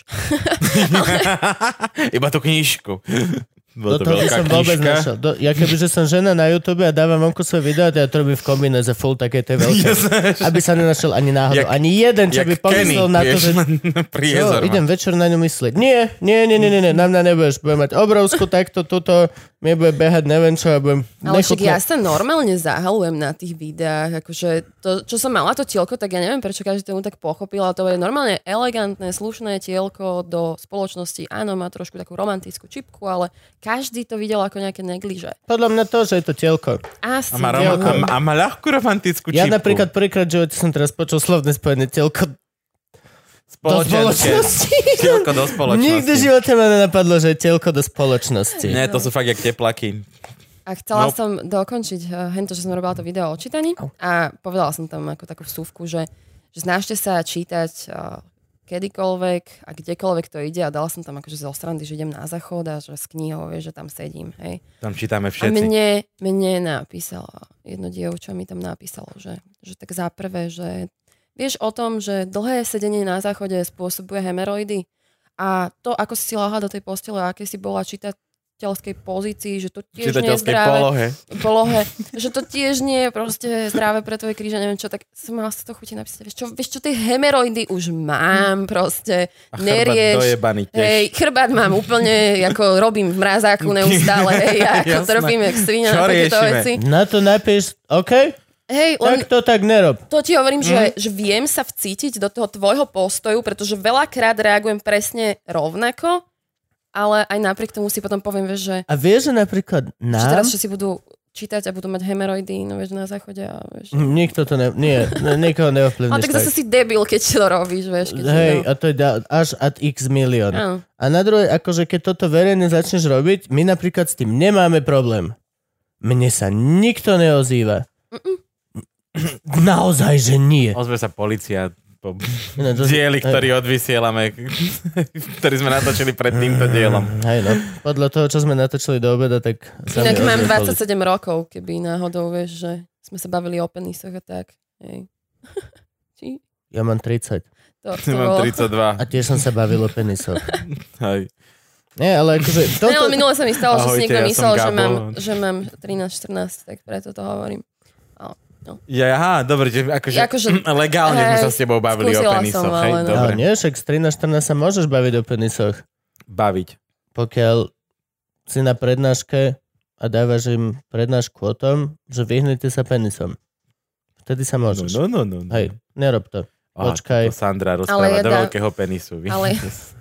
Iba tú knižku. Bola Do to toho by veľká som vôbec knižka. nešiel. Do, ja kebyže som žena na YouTube a dávam vonku svoje video, to ja to robím v kombinéze full také tej veľké. Aby sa nenašiel ani náhodou. Jak- ani jeden, čo Jak by pomyslel Kenny, na to, vieš, že... pri Jo, jezor idem večer na ňu myslieť. Nie, nie, nie, nie, nie, nie, na mňa nebudeš. Budem mať obrovskú takto, tuto, mi bude behať neviem čo a budem Ale však nechutná. ja sa normálne zahalujem na tých videách, akože to, čo som mala to tielko, tak ja neviem, prečo každý tomu tak pochopil, ale to je normálne elegantné, slušné tielko do spoločnosti. Áno, má trošku takú romantickú čipku, ale každý to videl ako nejaké negliže. Podľa mňa to, že je to tielko. Asi. A má, rom- Tielko. a, a má ľahkú romantickú Ja čipku. napríklad prvýkrát v živote som teraz počul slovné spojenie tielko do Spoločenské. spoločnosti. Tielko do spoločnosti. Nikdy v živote ma nenapadlo, že je tielko do spoločnosti. Nie, to sú fakt jak teplaky. A chcela No. som dokončiť uh, hento, že som robila to video o čítaní a povedala som tam ako takú vsúvku, že, že snažte sa čítať uh, kedykoľvek a kdekoľvek to ide a dala som tam akože zo srandy, že idem na záchod a že s knihou, vieš, že tam sedím, hej. Tam čítame A všetci. mne, mne napísala, jedno dievča mi tam napísalo, že, že tak za prvé, že Vieš o tom, že dlhé sedenie na záchode spôsobuje hemeroidy? A to, ako si si láhla do tej postele, aké si bola čitateľskej pozícii, že to tiež nie je zdravé. polohe. polohe. Že to tiež nie je proste zdravé pre tvoje kríže, neviem čo, tak som mala sa to chutí napísať. Vieš čo, vieš čo, tie hemeroidy už mám proste. A nerieš. chrbát dojebaný tiež. Hej, chrbát mám úplne, ako robím v mrazáku neustále. Hej, ja ako trpím, jak svinia na takéto veci. Na to napíš, OK? Hej, len tak to tak nerob. to ti hovorím, mm. že, že viem sa vcítiť do toho tvojho postoju, pretože veľakrát reagujem presne rovnako, ale aj napriek tomu si potom poviem, vieš, že, A vieš, že napríklad nám... že teraz všetci budú čítať a budú mať hemeroidy, no vieš, na záchode. A, vieš. Nikto to ne... Nie, nikoho neovplyvníš. A tak zase si debil, keď to robíš, vieš. Keď Hej, no. a to je da, až ad x milión. Áno. A na druhé, akože keď toto verejne začneš robiť, my napríklad s tým nemáme problém. Mne sa nikto neozýva. Mm-mm. Naozaj, že nie. Ozve sa policia po No, to- dieli, ktorý odvysielame, ktorý sme natočili pred týmto dielom. Hej, no. Podľa toho, čo sme natočili do obeda, tak... sa Inak mi mám ozve dvadsaťsedem rokov, keby náhodou, vieš, že sme sa bavili o penisoch a tak. Hej. Či? policia. Ja mám tridsať. To, to Mám bolo... tridsaťdva. A tiež som sa bavil o penisoch. Hej. Nie, ale akože... Ne, ale Toto... minule sa mi stalo, že si Ahojte, niekto ja myslel, som že Gabo. mám, že mám trinásť štrnásť, tak preto to hovorím. Ja, aha, dobre, že akože, Akože, legálne sme hej, sa s tebou bavili o skúsila penisoch, som, hej, ale no. dobre. Ale nie, však z trinásť štrnásť sa môžeš baviť o penisoch. Baviť. Pokiaľ si na prednáške a dávaš im prednášku o tom, že vyhnete sa penisom. Vtedy sa môžeš. No, no, no, no. Hej, nerob to. Á, Počkaj. toto Sandra rozpráva Ale ja do dá- veľkého penisu. Vy? Ale-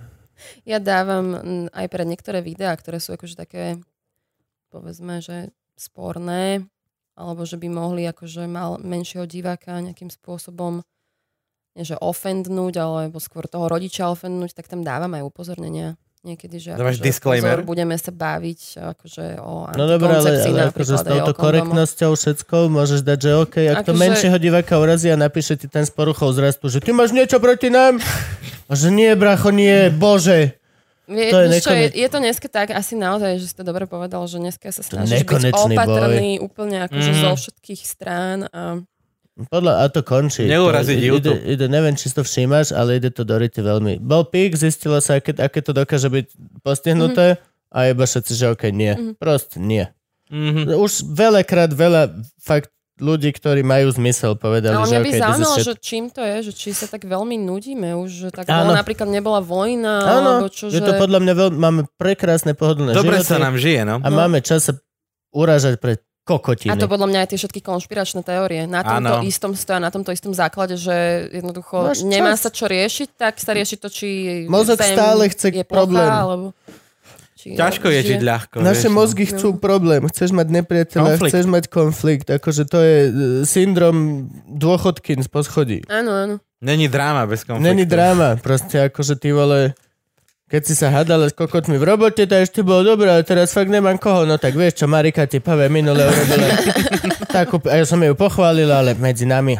Ja dávam mm, aj pre niektoré videá, ktoré sú akože také, povedzme, že sporné, alebo že by mohli akože mal menšieho diváka nejakým spôsobom nie že ofendnúť, alebo skôr toho rodiča ofendnúť, tak tam dávam aj upozornenia. Niekedy, že Dávaš akože disclaimer? pozor, budeme sa baviť akože o No dobré, ale, antikoncepcii ale akože s napríklad, aj touto o kondomoch. korektnosťou všetkou môžeš dať, že OK, ak to Akože- menšieho diváka urazí a napíše ti ten s poruchou zrastu, že ty máš niečo proti nám? A že nie, bracho, nie, bože. Je, To je vieš čo, je, nekonec- je to dneska tak, asi naozaj, že si to dobre povedal, že dneska sa snažíš byť nekonečný opatrný úplne akože Mhm. zo všetkých strán. A... Podľa, a to končí. Neuraziť to, ide, YouTube. ide, neviem, či si to všímaš, ale ide to do ryti veľmi. Bol pík, zistilo sa, aké, aké to dokáže byť postihnuté mm-hmm. a iba všetci, že OK, nie. Mhm. Proste nie. Mhm. Už veľakrát veľa fakt ľudí, ktorí majú zmysel, povedali, Ale že mňa by OK, this is zaujímalo, shit. že čím to je, že či sa tak veľmi nudíme už, že tak Áno. bolo napríklad nebola vojna, Áno, alebo čo, je že... to podľa mňa veľmi, máme prekrásne pohodlné Dobre životy sa nám žije, no. a No. máme čas sa urážať pre kokotiny. A to podľa mňa aj tie všetky konšpiračné teórie. Na tomto Áno. istom stoja, na tomto istom základe, že jednoducho Máš nemá čas. sa čo riešiť, tak sa rieši to, či Mozog zem stále chce je plochá, problém. alebo... Či Ťažko je žiť ľahko. Naše vieš, no. mozgy chcú problém. Chceš mať nepriateľa, Konflikt. chceš mať konflikt. Akože to je e, syndrom dôchodkyn z poschodí. Áno, áno. Není dráma bez konfliktu. Není dráma. Proste akože ty vole... Keď si sa hádala s kokotmi v robote, to ešte bolo dobré, ale teraz fakt nemám koho. No tak vieš, čo Marika ti Pave minule urobila. Takú, a ja som ju pochválil, ale medzi nami...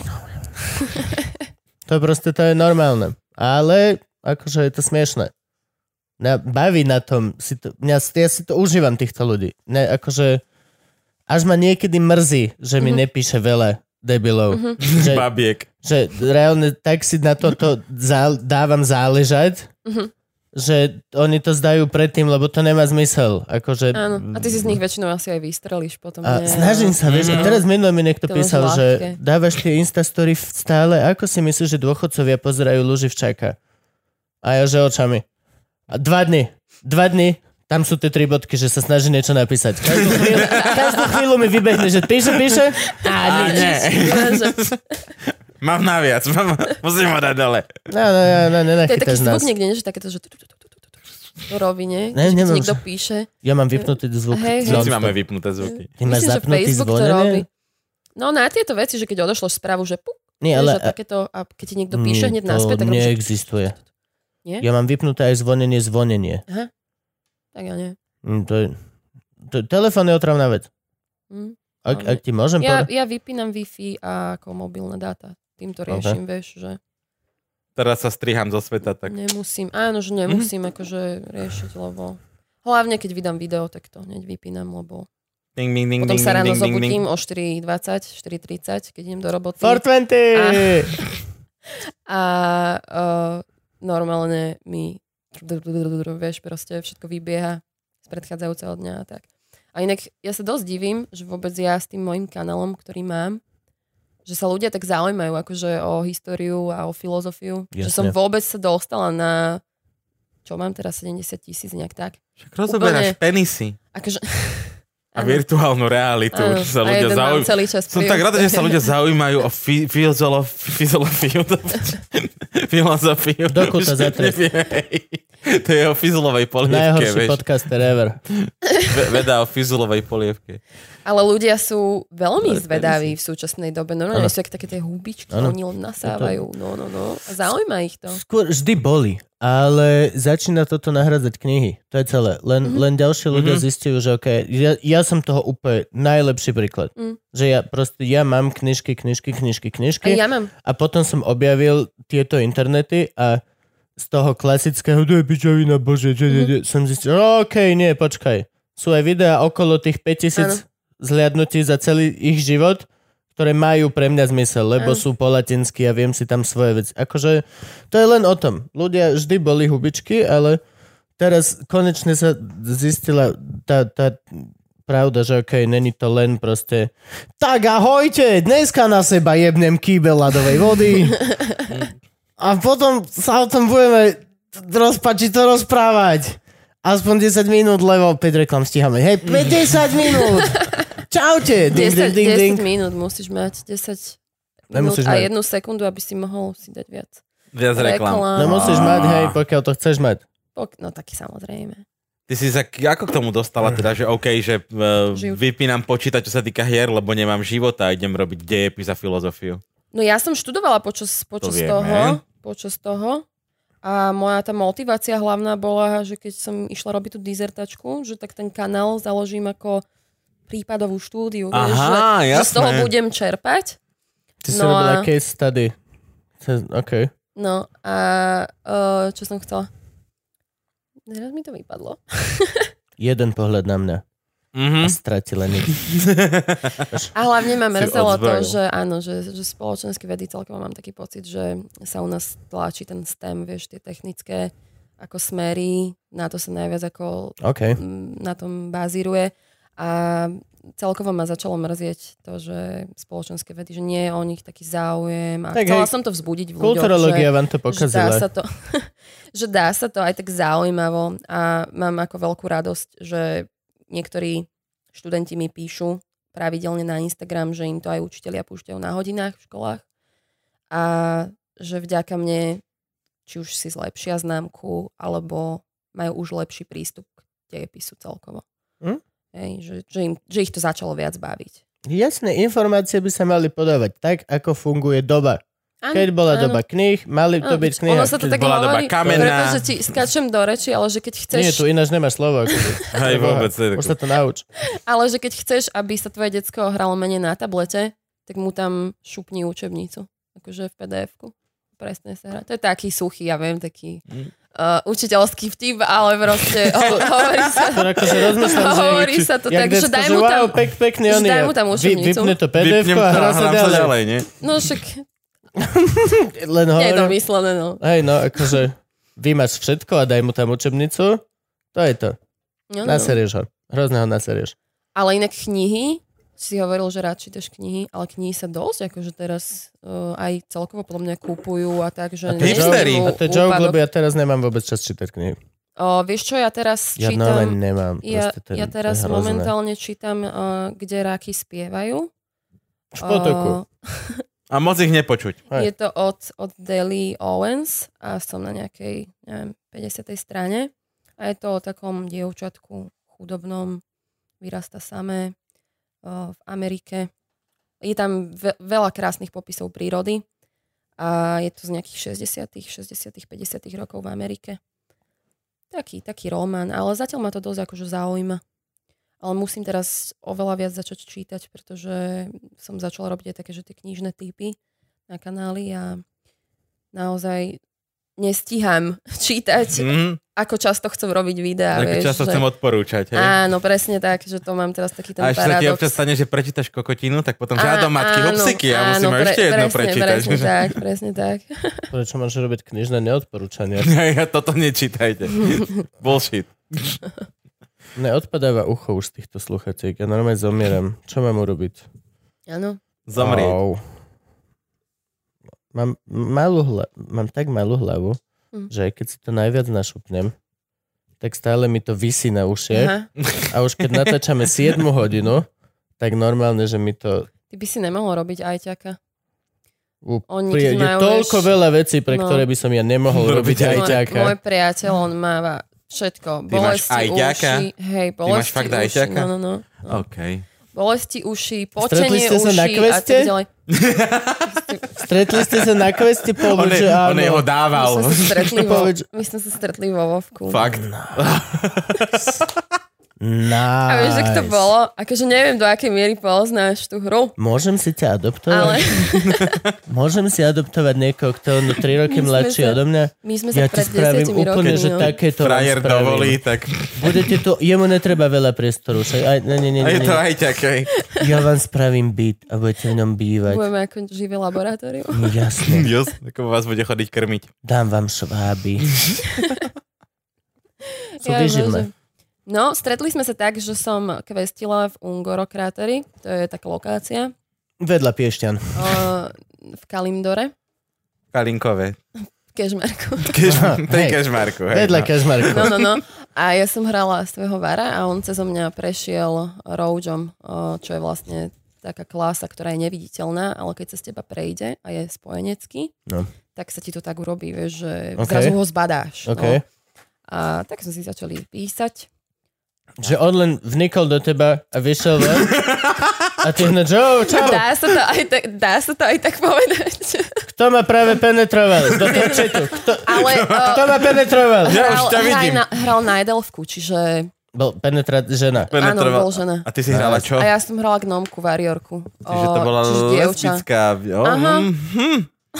To proste to je normálne. Ale akože je to smiešné. Na, baví na tom, si to, mňa, ja si to užívam týchto ľudí. Ne, akože až ma niekedy mrzí, že mi Mhm. nepíše veľa debilov. Mhm. Že, Babiek. že reálne tak si na toto zá, dávam záležať, Mhm. že oni to zdajú predtým, lebo to nemá zmysel. Akože, Áno. A ty si z nich väčšinou asi aj vystrelíš potom. a nie? snažím sa, vieš, a Mhm. teraz minulé mi niekto To máš písal, ľahké. že dávaš tie Instastory stále, ako si myslíš, že dôchodcovia pozerajú Luživčáka? A ja, že očami. A dva dny, dva dny, tam sú tie tri bodky, že sa snaží niečo napísať. Každú chvíľu, každú chvíľu mi vybehne, že píše, píše, a A nič. nie. Že- Mám naviac, mám, musím ho dať dole. No, no, no, no, To je taký nenachytáš nás. zvuk niekde, nie? Že takéto, že tu, tu, tu, tu, tu, tu, tu, to robí, nie? Ne, Že keď nemám, ti niekto že- píše. Ja mám vypnutý zvuk. Hej, hej. Všetci non-stop. máme vypnuté zvuky. Ty máš Myslím, že zapnutý Facebook to robí. zvonenie? No na tieto veci, že keď odošlo správu, že puk, Nie, ale, ale... že takéto, a keď ti niekto píše nie, hneď naspäť, tak to robíš, že- neexistuje. Nie? Ja mám vypnuté aj zvonenie, zvonenie. Tak ja nie. Mm, To je... To, telefón je otravná vec. Hm. Ak, Ale- ak ti môžem Ja, povedať... ja vypínam Wi-Fi a ako mobilné dáta. Týmto riešim, vieš, že Teraz sa striham zo sveta, tak nemusím, áno, že nemusím akože riešiť, lebo hlavne keď vydám video, tak to hneď vypínam, lebo ding, ding, ding, potom ding, sa ráno ding, ding, ding. zobudím o štyri dvadsať, štyri tridsať, keď idem do roboty. four twenty! A- A uh, normálne mi vieš, proste všetko vybieha z predchádzajúceho dňa a tak. A inak ja sa dosť divím, že vôbec ja s tým môjim kanálom, ktorý mám, že sa ľudia tak zaujímajú akože o históriu a o filozofiu. Jasne. Že som vôbec sa dostala na, čo mám teraz, sedemdesiat tisíc nejak tak. Však rozoberáš Úplne... penisy. Akože... A virtuálnu realitu. Ano, sa ľudia zaujím... Som tak rada, že sa ľudia zaujímajú o fi- filozofiu. Filozofiu. Dokuta zatrieť. To je o fizulovej polievke. Najhorší vieš. Podcaster ever. Veda o fizulovej polievke. Ale ľudia sú veľmi zvedaví v súčasnej dobe. No, no, sú také tie hubičky, ano. Oni len nasávajú. No, no, no. A zaujíma ich to. Skôr vždy boli. Ale začína toto nahradzať knihy. To je celé. Len, mm-hmm. len ďalšie ľudia mm-hmm. zistujú, že okay, ja, ja som toho úplne najlepší príklad. Mm. Že ja proste, ja mám knižky, knižky, knižky, knižky. A ja mám. A potom som objavil tieto internety a z toho klasického, to je pičovina, bože, mm-hmm. som zistil, no, okej, okay, nie, počkaj. Sú aj videá okolo tých päťtisíc zhliadnutí za celý ich život, ktoré majú pre mňa zmysel, lebo mm. sú po latinsky a viem si tam svoje veci. Akože to je len o tom. Ľudia vždy boli hubičky, ale teraz konečne sa zistila tá, tá pravda, že okej, okay, není to len proste tak ahojte, dneska na seba jebnem kýbel ľadovej vody a potom sa o tom budeme rozpačiť to rozprávať. Aspoň desať minút, lebo päť reklam stíhame. Hej, desať minút! Čaute! Ding, desať, ding, ding, ding. desať minút musíš mať, desať minút a jednu sekundu, aby si mohol si dať viac. Viac reklam. No musíš mať, hej, pokiaľ to chceš mať. Pok- no taky samozrejme. Ty si sa ako k tomu dostala teda, že OK, že uh, vypínam počítač, čo sa týka hier, lebo nemám života a idem robiť dejepis a filozofiu? No ja som študovala počas, počas to toho. Počas toho. A moja tá motivácia hlavná bola, že keď som išla robiť tú dizertačku, že tak ten kanál založím ako prípadovú štúdiu, Aha, vieš, že, že z toho budem čerpať. Ty no si robila a... case study. OK. No a uh, čo som chcela? Teraz mi to vypadlo. Jeden pohľad na mňa. Mm-hmm. A stratila nič. A hlavne ma mrzelo to, že áno, že, že spoločenské vedy celkovo mám taký pocit, že sa u nás tlačí ten STEM, vieš, tie technické ako smery, na to sa najviac ako okay. na tom bazíruje. A celkovo ma začalo mrzieť to, že spoločenské vedy, že nie je o nich taký záujem. A tak chcela hej, som to vzbudiť v ľuďoch. Kulturológia vám to pokazila. Že dá sa to, že dá sa to aj tak zaujímavo. A mám ako veľkú radosť, že niektorí študenti mi píšu pravidelne na Instagram, že im to aj učitelia púšťajú na hodinách v školách. A že vďaka mne, či už si zlepšia známku, alebo majú už lepší prístup k dejepisu celkovo. Hm? Hej, že, že, im, že ich to začalo viac baviť. Jasné, informácie by sa mali podávať tak, ako funguje doba. Áno, keď bola áno. doba kníh, mali to áno, byť kniha. Ono sa to keď tak bola hovorí, doba kamená. Pretože ti skáčem do reči, ale že keď chceš... Nie, tu ináč nemáš slovo. Hej, vôbec. Už sa to nauč. Ale že keď chceš, aby sa tvoje decko hralo menej na tablete, tak mu tam šupni učebnicu. Akože v pé dé efku. Presne sa hrá. To je taký suchý, ja viem, taký... Mm. Uh, učiteľský vtip, ale proste ho, hovorí sa, akože rozmýšľam, hovorí že sa to tak, že daj mu tam, wow, pek, pekne, že daj mu tam učebnicu. Vypne to pé dé efko a hrá sa ďalej. ďalej nie? No však len hovorím, nie je to myslené, no. Hej, no, akože vymaš všetko a daj mu tam učebnicu, to je to. No, no. Naserieš ho. Hrozne ho naserieš. Ale inak knihy, si hovoril, že rád čítaš knihy, ale knihy sa dosť, akože teraz uh, aj celkovo podľa mňa kúpujú a tak, že... A to je joke, a to je joke, lebo ja teraz nemám vôbec čas čítať knihy. O, vieš čo, ja teraz ja čítam... Ja nemám. Ja, ten, ja teraz momentálne čítam, uh, kde ráky spievajú. V potoku. Uh, a moc ich nepočuť. Je to od, od Deli Owens a som na nejakej, neviem, päťdesiatej strane. A je to o takom dievčatku chudobnom, vyrasta samé v Amerike. Je tam veľa krásnych popisov prírody a je to z nejakých šesťdesiatych, šesťdesiatych, päťdesiatych rokov v Amerike. Taký, taký román, ale zatiaľ ma to dosť akože zaujíma. Ale musím teraz oveľa viac začať čítať, pretože som začala robiť aj také, že tie knižné typy na kanály a naozaj nestíham čítať mm. ako často chcem robiť videá. Ako vieš, často že... chcem odporúčať. Hej? Áno, presne tak, že to mám teraz taký ten paradox. A ešte sa ti paradox. občas stane, že prečítaš kokotinu, tak potom žiadom matky, hopsiky, ja musím áno, pre, ešte jedno presne, prečítať. Presne tak, presne tak. Prečo máš robiť knižné neodporúčania? Ja toto nečítajte. Bullshit. Neodpadáva ucho už z týchto sluchatiek. Ja normálne zomieram. Čo mám urobiť? Áno. Zomrieť. Oh. Mám, malú hla- mám tak malú hlavu, hm. že aj keď si to najviac našupnem, tak stále mi to visí na ušiach. Aha. A už keď natáčame siedmu hodinu, tak normálne, že mi to... Ty by si nemohol robiť ajťaka. Oni je majú, toľko vieš, veľa vecí, pre no, ktoré by som ja nemohol robiť ajťaka. Môj, môj priateľ, on máva všetko. Bolesti uši. Hej, bolesti Ty máš fakt uši. ajťaka? No, no, no. no. OK. Bolesti uši, potenie uši na a tak ďalej. Stretli ste sa na kveste? On, je, on jeho dával. My sme sa stretli vo, my sme sa stretli vo Vovku. Fakt? Nice. A vieš, že to bolo? Akože neviem, do akej miery poznáš tú hru. Môžem si ťa adoptovať? Ale... Môžem si adoptovať niekoho, kto je tri roky mladší odo mňa? My sme ja sa pred spravím úplne, rokmi, že no. takéto frajer dovolí, tak... Budete tu, jemu netreba veľa priestoru. Však, aj, ne, ne, ne, a je ne, to aj ťakej. Ja vám spravím byt a budete v ňom bývať. Budeme ako živé laboratórium. Jasne. Just, ako vás bude chodiť krmiť. Dám vám šváby. Sú ja vyživné. No, stretli sme sa tak, že som kvestila v Ungoro kráteri, to je taká lokácia. Vedľa Piešťan. O, v Kalimdore. V Kalinkove. V Kežmarku. Kežmarku. Pri Kežmarku. Vedľa Kežmarku. No, no, no. A ja som hrala svojho vara a on cezo mňa prešiel roadžom, čo je vlastne taká klasa, ktorá je neviditeľná, ale keď sa z teba prejde a je spojenecký, no. tak sa ti to tak urobí, vieš, že okay. zrazu ho zbadáš. Okay. No. A tak sme si začali písať. Že on len vnikol do teba a vyšiel ven a ty hneď, že oh, čau. Dá sa to aj tak, dá sa to aj tak povedať. Kto ma práve penetroval? Do toho četu. Kto, Ale, kto ma penetroval? Ja už ťa vidím. Na, hral na Edelfku, čiže... Bol penetrát žena. Áno, bol žena. A ty si hrala čo? A ja som hrala gnomku, variorku. Čiže to bola lesbická... Aha. Hm.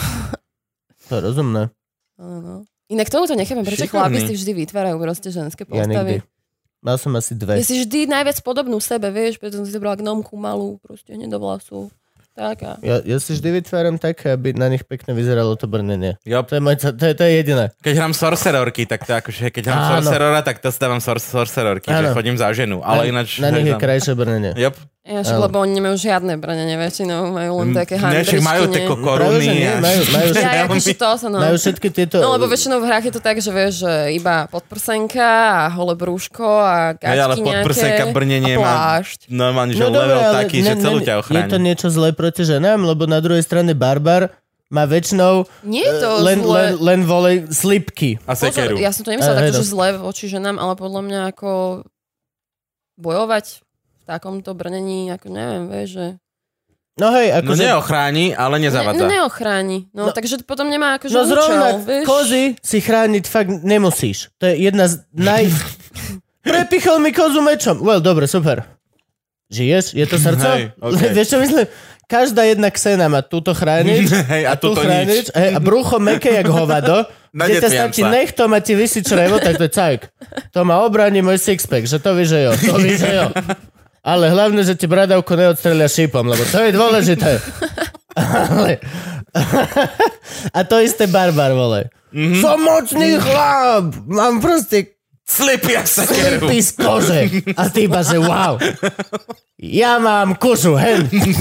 To je rozumné. No, no. Inak tomu to nechápem, prečo chlapi si vždy vytvárajú proste ženské postavy. Ja Mal som asi dve. Ja si vždy najviac podobnú sebe, vieš, preto som si zobrala gnomku malú, proste hneď do vlasu. Taká. Ja, ja si vždy vytváram také, aby na nich pekne vyzeralo to brnenie. Jo. To je, môj, to, je, to je jediné. Keď hrám sorcerorky, tak to akože, keď hrám sorcerora, tak to stávam sor- sorcerorky, že chodím za ženu. Ale na, ináč... Na nich je krajšie brnenie. Yep. Ja, však, lebo oni nemajú žiadne brnenie väčšinou, majú len také handričky. Majú také koruny. Majú, majú, ja, akože to sa, no. majú všetky tieto... No, lebo väčšinou v hrách je to tak, že vieš, že iba podprsenka a holé brúško a gačky ale podprsenka brnenie má normálne, že no, level dobré, taký, ne, že celú ne, ťa ochráni. Je to niečo zlé proti ženám, lebo na druhej strane barbar má väčšinou Nie je to len, zle. len, len volej slipky. A sekeru. Ja som to nemyslela tak, že zle voči ženám, ale podľa mňa ako bojovať v takomto brnení, ako neviem, vieš, že... No hej, ako... No že... neochráni, ale nezavadza. Ne, no neochráni. No, no takže potom nemá akože no, účel, zrovna vieš. kozy si chrániť fakt nemusíš. To je jedna z naj... Prepichol mi kozu mečom. Well, dobre, super. Žiješ? Je to srdco? Hej, okay. Vieš čo myslím? Každá jedna ksena má túto chránič hej, a, a tú chránič hej, a brucho meké jak hovado. Kde ťa stačí nechtom a ti vysí črevo, tak to je cajk. To ma obráni môj sixpack, že to ví, že jo. To ví, že jo. Ale hlavne, že ti bradavku neodstrelia šípom, lebo to je dôležité. Ale... A to isté barbar, vole. Mm-hmm. Som mocný chlap! Mám proste... Slipy a sekeru. Slipy z kože. A ty iba, že wow. Ja mám kušu, hen.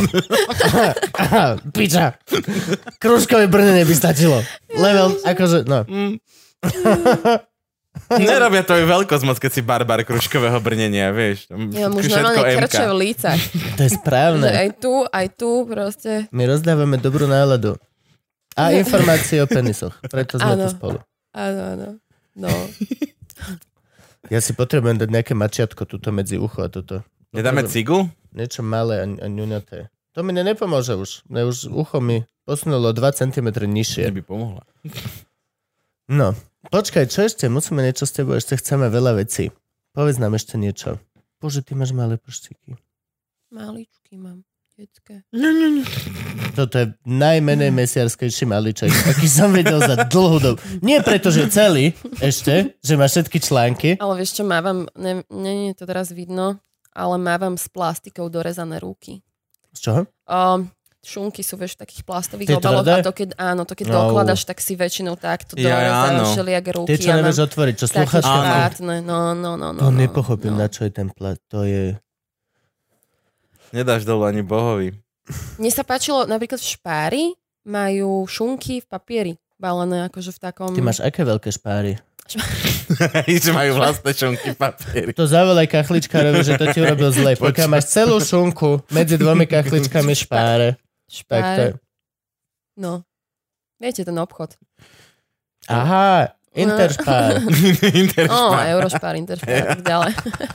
Piča. Kružkové brnenie by stačilo. Level, akože, no. Mm. Nerobia to aj veľkosť moc, keď si barbar kružkového brnenia, vieš. Ja už normálne krče v lícach. To je správne. Že aj tu, aj tu proste. My rozdávame dobrú náladu. A informácie o penisoch. Preto sme tu spolu. Áno, áno. No. Ja si potrebujem dať nejaké mačiatko tuto medzi ucho a toto. Nedáme cigu? Niečo malé a, a ňuňaté. To mi ne, nepomôže už. Ne, už ucho mi posunulo dva centimetre nižšie. Neby pomohla. No, počkaj, čo ešte? Musíme niečo s tebou, ešte chceme veľa vecí. Povedz nám ešte niečo. Bože, ty máš malé prštiky. Maličky mám. Detské. Toto je najmenej mesiarskejší maliček, aký som videl za dlhú dobu. Nie preto, že celý ešte, že má všetky články. Ale vieš čo, mávam, ne, nie je to teraz vidno, ale mávam s plastikou dorezané ruky. Z čoho? Um, šunky sú vieš v takých plastových Tie obaloch tvrdé? a to keď, áno, to keď No. dokladaš, tak si väčšinou takto Ja, dorezajú áno. všelijaké ruky. Tie, čo a nevieš mám otvoriť, čo také slúchačka. Áno. štátne. No, no, no, no. To no, nepochopím, no. na čo je ten plat. To je... Nedáš dolu ani bohovi. Mne sa páčilo, napríklad v špári majú šunky v papieri balené, akože v takom... Ty máš aké veľké špáry? Že majú vlastné šunky papieri. To zavolaj kachličkárovi, že to ti urobil zle. Pokiaľ máš celú šunku medzi dvomi kachličkami špáre. Tak to je. Špár. No. Viete, ten obchod. Aha, Interšpár. Ó, oh, Eurošpár, Interšpár a tak ďalej.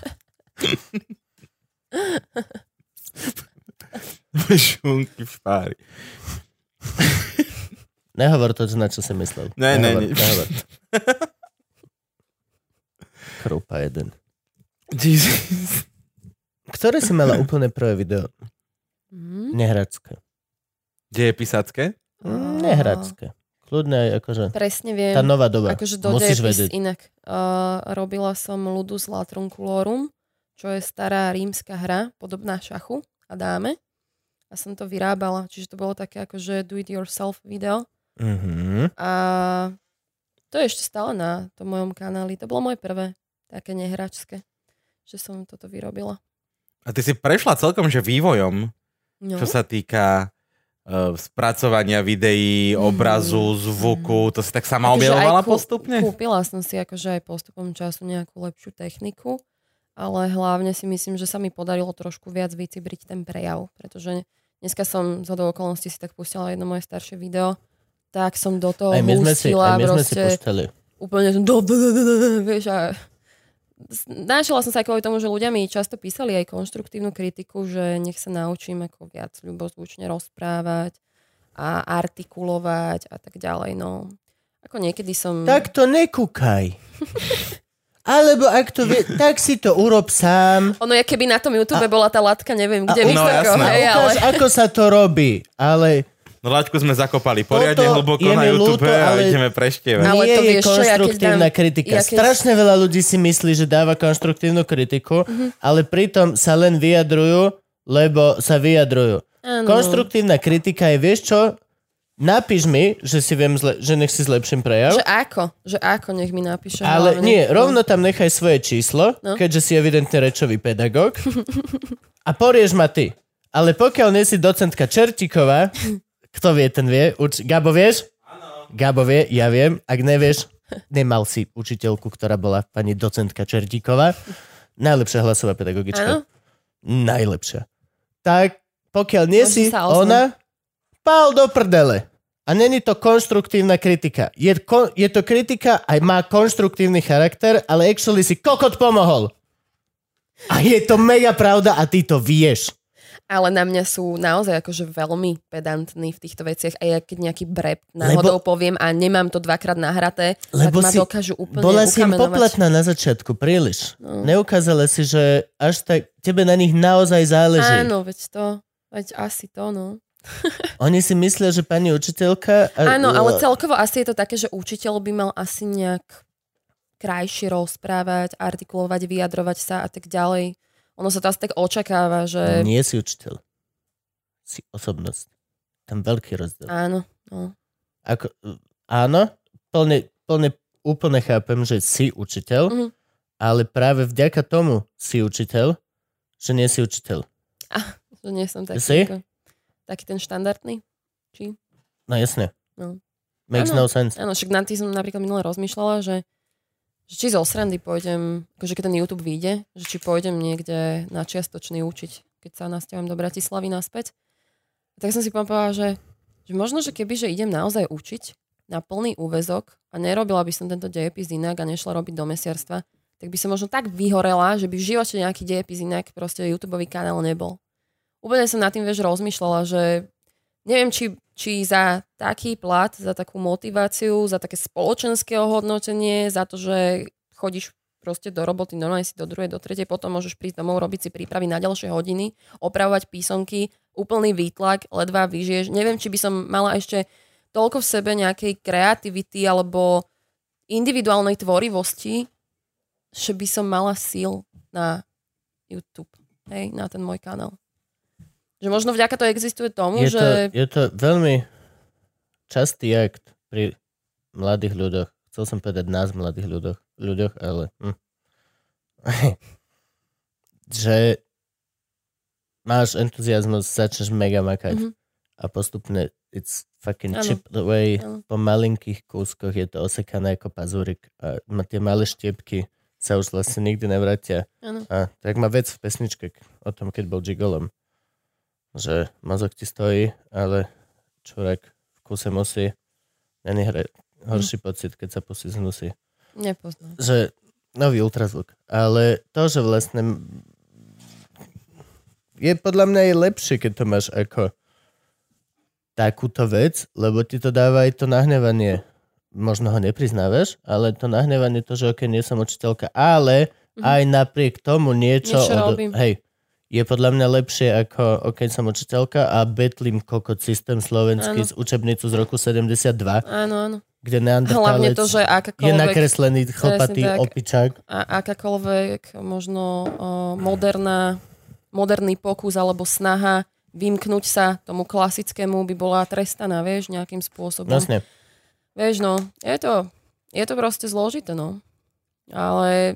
Šunky v špári. Nehovor to, na čo si myslel. Ne, ne, nehovor, ne. nehovor. Krupa jeden. Jesus. Ktoré si mala úplne prvé video? Mm. Nehracké. Kde je písacké? Mm, Nehracké. Kľudne aj akože... Presne viem. Tá nová doba. Akože do Musíš dejepis vedieť. inak. Uh, robila som Ludus Latrunculorum, čo je stará rímska hra, podobná šachu a dáme. A som to vyrábala. Čiže to bolo také akože do it yourself video. Mhm. A to je ešte stále na tom mojom kanáli. To bolo moje prvé také nehračské, že som toto vyrobila. A ty si prešla celkom, že vývojom, No. čo sa týka uh, spracovania videí, obrazu, zvuku. To si tak sama Akože objavovala aj kú- postupne? Kúpila som si akože aj postupom času nejakú lepšiu techniku, ale hlavne si myslím, že sa mi podarilo trošku viac vycibriť ten prejav, pretože dneska som z hodou okolností si tak pustila jedno moje staršie video, tak som do toho Aj my sme si, hustila aj my sme si proste puštali. úplne som do, do, do, do, do, vieš, a našla som sa kvôli tomu, že ľudia mi často písali aj konštruktívnu kritiku, že nech sa naučím ako viac ľubozvučne rozprávať a artikulovať a tak ďalej, no. Ako niekedy som... Tak to nekúkaj. Alebo ak to vie, tak si to urob sám. Ono je, keby na tom YouTube bola tá latka, neviem, kde u- no, vysoko, jasné. hej, ale... Ukáž, ako sa to robí. Ale No laťku sme zakopali poriadne Toto hlboko je na mi YouTube ľúto, a ale- ideme preštievať. Ale nie to je vieš čo, ja keď konštruktívna dám- kritika. ja keď- Strašne veľa ľudí si myslí, že dáva konštruktívnu kritiku, Mhm. ale pritom sa len vyjadrujú, lebo sa vyjadrujú. Áno. Konštruktívna kritika je, vieš čo? Napíš mi, že si viem zle, že nech si zlepším prejav. Že ako? Že ako nech mi napíše. Ale hlavne. nie, rovno tam nechaj svoje číslo, No. keďže si evidentne rečový pedagóg a porieš ma ty. Ale pokiaľ nie si docentka Čertíková, kto vie, ten vie. Uč- Gabo, vieš? Áno. Gabo vie, ja viem. Ak nevieš, nemal si učiteľku, ktorá bola pani docentka Čertíková. Najlepšia hlasová pedagogička. Áno? Najlepšia. Tak pokiaľ nie Môžem si sa ozvať. ona, pál do prdele. A není to konštruktívna kritika. Je, ko- je to kritika, aj má konštruktívny charakter, ale actually si kokot pomohol. A je to mega pravda a ty to vieš. Ale na mňa sú naozaj akože veľmi pedantní v týchto veciach a ja keď nejaký breb náhodou Lebo- poviem a nemám to dvakrát nahraté, Lebo tak ma si dokážu úplne bola si im ukamenovať. poplatná na začiatku, príliš. No. Neukázala si, že až tak tebe na nich naozaj záleží. Áno, veď to, veď asi to, no. Oni si myslia, že pani učiteľka... A, Áno, ale celkovo asi je to také, že učiteľ by mal asi nejak krajšie rozprávať, artikulovať, vyjadrovať sa a tak ďalej. Ono sa to asi tak očakáva, že... Nie si učiteľ. Si osobnosť. Tam veľký rozdiel. Áno, no. Ako, áno, plne, plne, úplne chápem, že si učiteľ, Mhm. ale práve vďaka tomu si učiteľ, že nie si učiteľ. Že nie som taký, Si? ako, taký ten štandardný. Či? No jasne. No. Makes Áno. no sense. Áno, však na tým som napríklad minule rozmýšľala, že, že či zo srandy pôjdem, akože keď ten YouTube vyjde, že či pôjdem niekde na čiastočný učiť, keď sa nasťahujem do Bratislavy naspäť. Tak som si povedala, že, že možno, že keby, že idem naozaj učiť na plný úväzok a nerobila by som tento dejepis inak a nešla robiť do mesiarstva, tak by som možno tak vyhorela, že by v živote nejaký dejepis inak proste YouTubeový kanál nebol. Úplne som nad tým, vieš, rozmýšľala, že neviem, či, či za taký plat, za takú motiváciu, za také spoločenské ohodnotenie, za to, že chodíš proste do roboty, normálne si do druhej, do tretej, potom môžeš prísť domov, robiť si prípravy na ďalšie hodiny, opravovať písomky, úplný výtlak, ledva vyžiješ. Neviem, či by som mala ešte toľko v sebe nejakej kreativity alebo individuálnej tvorivosti, že by som mala síl na YouTube, hej, na ten môj kanál. Že možno vďaka to existuje tomu, je že... To, je to veľmi častý akt pri mladých ľuďoch. Chcel som povedať nás mladých ľuďoch, ľuďoch ale... Hm. že máš entuziasmus, začneš mega makať mm-hmm. a postupne it's fucking ano. Chipped away. Ano. Po malinkých kúskoch je to osekané ako pazúrik a tie malé štiepky sa už vlastne nikdy nevrátia. Ano. A tak má vec v pesničke o tom, keď bol gigolom. Že mozog ti stojí, ale čurák v kuse musí. Není hra horší hm. pocit, keď sa pusí z hnusí. Nepoznám. Že nový ultrazvuk. Ale to, že vlastne je podľa mňa je lepšie, keď to máš ako takúto vec, lebo ti to dáva aj to nahnevanie. Možno ho nepriznávaš, ale to nahnevanie to, že ok, nie som učiteľka, ale mm-hmm. aj napriek tomu niečo... Niečo od, robím. Hej, je podľa mňa lepšie ako ok, som učiteľka a betlím kokot systém slovenský z učebnicu z roku sedemdesiatdva. Áno, áno. Kde neandertálec hlavne to, že akákoľvek... je nakreslený chlpatý opičák. A akákoľvek možno o, moderná, moderný pokus alebo snaha vymknúť sa tomu klasickému by bola trestaná, vieš, nejakým spôsobom. Vlastne. Vieš, no, je to, je to proste zložité, no. Ale...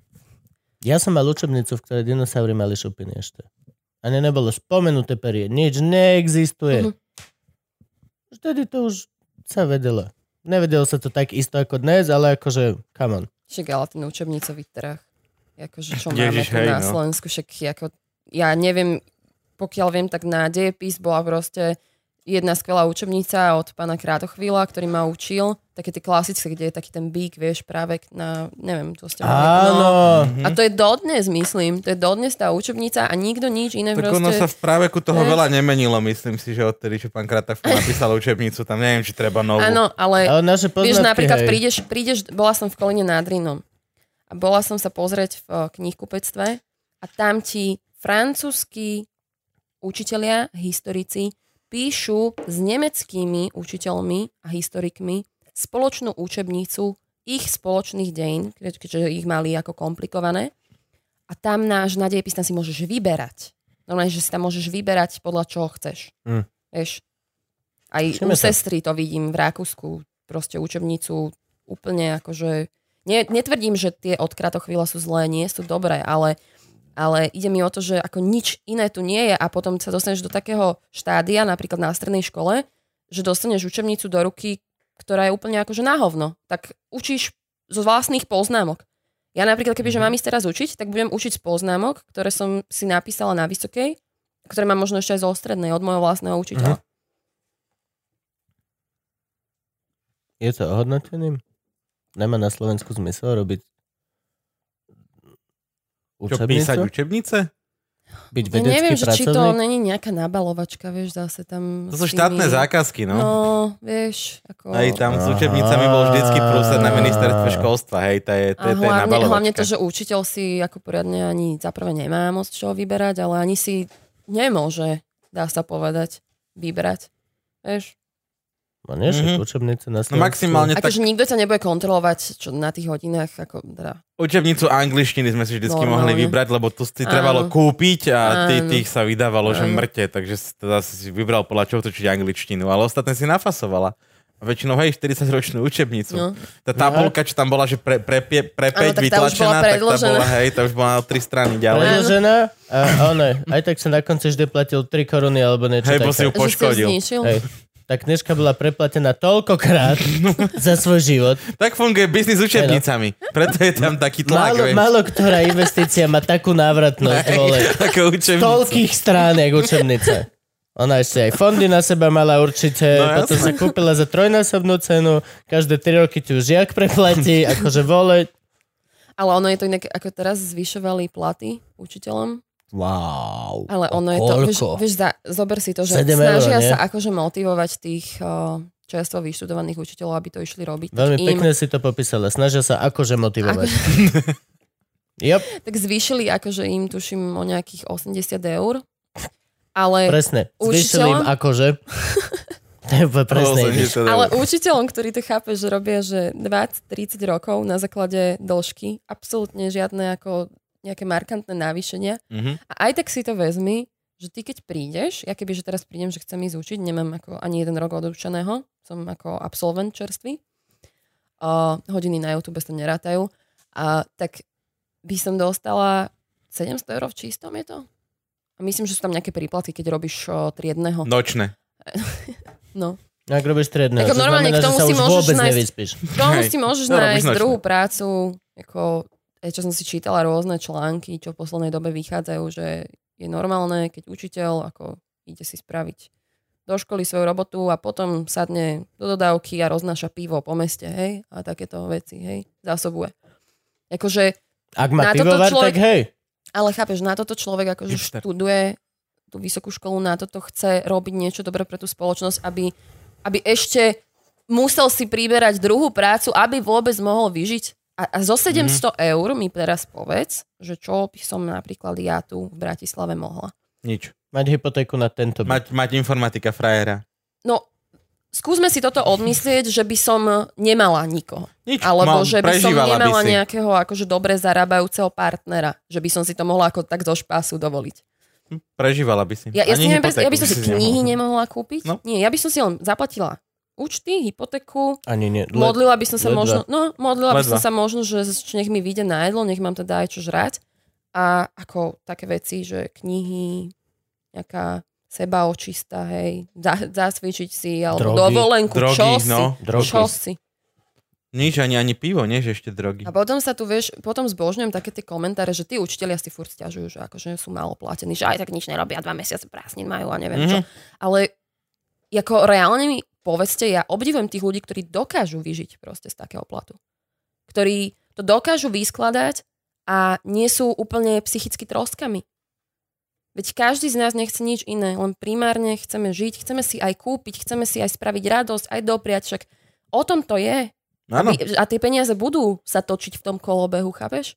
Ja som mal učebnicu, v ktorej dinosaury mali šupiny ešte. A ne nebolo spomenuté perie. Nič neexistuje. Mm-hmm. Vtedy to už sa vedelo. Nevedelo sa to tak isto ako dnes, ale akože, come on. Však ale ten učebnicový trh, akože čo Ježiš, máme tu hej, na no. Slovensku, však ako, ja neviem, pokiaľ viem, tak na dejepis bola proste jedna skvelá učebnica od pána Krátochvíla, ktorý ma učil, také tie klasické, kde je taký ten bík, vieš, práve na, neviem, to ste mali. Áno. No. A to je dodnes, myslím, to je dodnes tá učebnica a nikto nič iné tak proste... ono sa v práveku toho vieš? veľa nemenilo, myslím si, že odtedy, že pán Krátochvíl napísal učebnicu, tam neviem, či treba novú. Áno, ale, ale naše poznatky, vieš, napríklad hej. prídeš, prídeš, bola som v Kolíne nad Rýnom a bola som sa pozrieť v knihkupectve a tam ti francúzski učitelia, historici píšu s nemeckými učiteľmi a historikmi spoločnú učebnicu ich spoločných dejín, keďže ich mali ako komplikované. A tam náš na dejepis tam si môžeš vyberať. Normálne, že si tam môžeš vyberať podľa čoho chceš. Mm. Vieš? Aj Číme u sa? sestry to vidím v Rakúsku. Proste učebnicu úplne akože... Ne, netvrdím, že tie od Krátochvíla sú zlé, nie sú dobré, ale Ale ide mi o to, že ako nič iné tu nie je a potom sa dostaneš do takého štádia, napríklad na strednej škole, že dostaneš učebnicu do ruky, ktorá je úplne akože na hovno. Tak učíš zo vlastných poznámok. Ja napríklad, keby že mám ísť teraz učiť, tak budem učiť z poznámok, ktoré som si napísala na vysokej, ktoré mám možno ešte aj zo strednej, od môjho vlastného učiteľa. Je to ohodnoteným? Nemá na Slovensku zmysel robiť Čo, učebnicu? písať učebnice? Byť Ja vedecký neviem, že či to pracovník? není nejaká nabalovačka, vieš, zase tam... To sú s tými- štátne zákazky, no. No, vieš, ako... Aj tam s učebnicami bol vždycky prúser na ministerstve školstva, hej, to je, to je, A to je hlavne, nabalovačka. hlavne to, že učiteľ si ako poriadne ani zaprvé nemá moc čo vyberať, ale ani si nemôže, dá sa povedať, vyberať. Vieš? No nie, že Mhm. učebnice na No Slovensku. maximálne tak Akože nikto ťa nebude kontrolovať čo na tých hodinách, ako teda... učebnicu angličtiny sme si vždycky Normálne. mohli vybrať, lebo tu si Áno. trebalo kúpiť a tý, Áno. tých sa vydávalo, že Áno. mŕte, takže si teda si vybral podľa čoho točiť angličtinu, ale ostatné si nafasovala. A väčšinou, hej, štyridsaťročnú učebnicu. No. Tá tabulka, čo tam bola, že pre, pre, pre, pre päť Áno, tak tá už vytlačená, bola tak tá predložená. bola, hej, tá už bola na tri strany ďalej. Predložená a ono, aj tak sa na konci vždy platil tri koruny alebo niečo Hej, bo si ju také. Že si ju poškodil. zničil? Hej. Tá knižka bola preplatená toľkokrát za svoj život. Tak funguje biznis s učebnicami. Preto je tam taký tlak, Málo, vieš. málo ktorá investícia má takú návratnosť, vole. Takú učebnicu. Toľkých strán, jak učebnica. Ona ešte aj fondy na seba mala určite, No, potom jasné. sa kúpila za trojnásobnú cenu, každé tri roky ti už žiak preplatí, akože vole. Ale ono je to inak, ako teraz zvyšovali platy učiteľom. Wow. Ale ono je to, vieš, vieš za, zober si to, že sedem snažia eur, nie? sa akože motivovať tých, uh, čerstvo vyštudovaných učiteľov, aby to išli robiť. Veľmi im, pekne si to popísala. Snažia sa akože motivovať. Ako... yep. Tak zvýšili akože im, tuším, o nejakých osemdesiat eur. Ale presne. Zvýšili učiteľom... im akože... presne. Ale učiteľom, ktorí to chápe, že robia, že dvadsať tridsať rokov na základe dĺžky, absolútne žiadne ako nejaké markantné navýšenia. Mm-hmm. A aj tak si to vezmi, že ty keď prídeš, ja keby, že teraz prídem, že chcem ísť učiť, nemám ako ani jeden rok odučeného, som ako absolvent čerstvý, uh, hodiny na YouTube sa nerátajú, a tak by som dostala sedemsto eur v čistom, je to? A myslím, že sú tam nejaké príplatky, keď robíš uh, triedneho. Nočné. No. Ak robíš triedneho, to normálne znamená, k tomu že sa si už môžeš vôbec nájsť, nevyspíš. K tomu si môžeš no, nájsť druhú prácu, ako, čo som si čítala rôzne články, čo v poslednej dobe vychádzajú, že je normálne, keď učiteľ ako ide si spraviť do školy svoju robotu a potom sadne do dodávky a roznáša pivo po meste, hej, a takéto veci, hej, zásobuje. Akože ak má pivovar, človek, tak hej. Ale chápeš, na toto človek akože Hipster. študuje tú vysokú školu, na toto chce robiť niečo dobré pre tú spoločnosť, aby, aby ešte musel si priberať druhú prácu, aby vôbec mohol vyžiť. A, a zo sedemsto mm. eur mi teraz povedz, že čo by som napríklad ja tu v Bratislave mohla. Nič. Mať hypotéku na tento byt. Mať, mať informatika frajera. No, skúsme si toto odmyslieť, že by som nemala nikoho. Nič. Alebo Mal, že by som nemala by si. nejakého akože dobre zarábajúceho partnera. Že by som si to mohla ako tak zo špásu dovoliť. Prežívala by si. Ja, ja, si neviem, ja by som si knihy nemohla, nemohla kúpiť. No. Nie, ja by som si len zaplatila účty, hypotéku. Ani nie. Led, modlila by som sa ledva. možno, no, modlila Ledva. by som sa možno, že nech mi vyjde na jedlo, nech mám teda aj čo žrať. A ako také veci, že knihy, nejaká sebaočista, hej, zasvičiť si, alebo drogy. dovolenku, drogy, čo si, no. čo si. Nič, ani, ani pivo, nie, že ešte drogy. A potom sa tu, vieš, potom zbožňujem také tie komentáre, že tí učitelia si furt sťažujú, že akože sú málo platení, že aj tak nič nerobia, dva mesiace prázdnin majú a neviem mm-hmm. čo. Ale ako reálne mi povedzte, ja obdivujem tých ľudí, ktorí dokážu vyžiť proste z takého platu. Ktorí to dokážu vyskladať a nie sú úplne psychicky troskami. Veď každý z nás nechce nič iné, len primárne chceme žiť, chceme si aj kúpiť, chceme si aj spraviť radosť, aj dopriať, však o tom to je. Aby, a tie peniaze budú sa točiť v tom kolobehu, chápeš?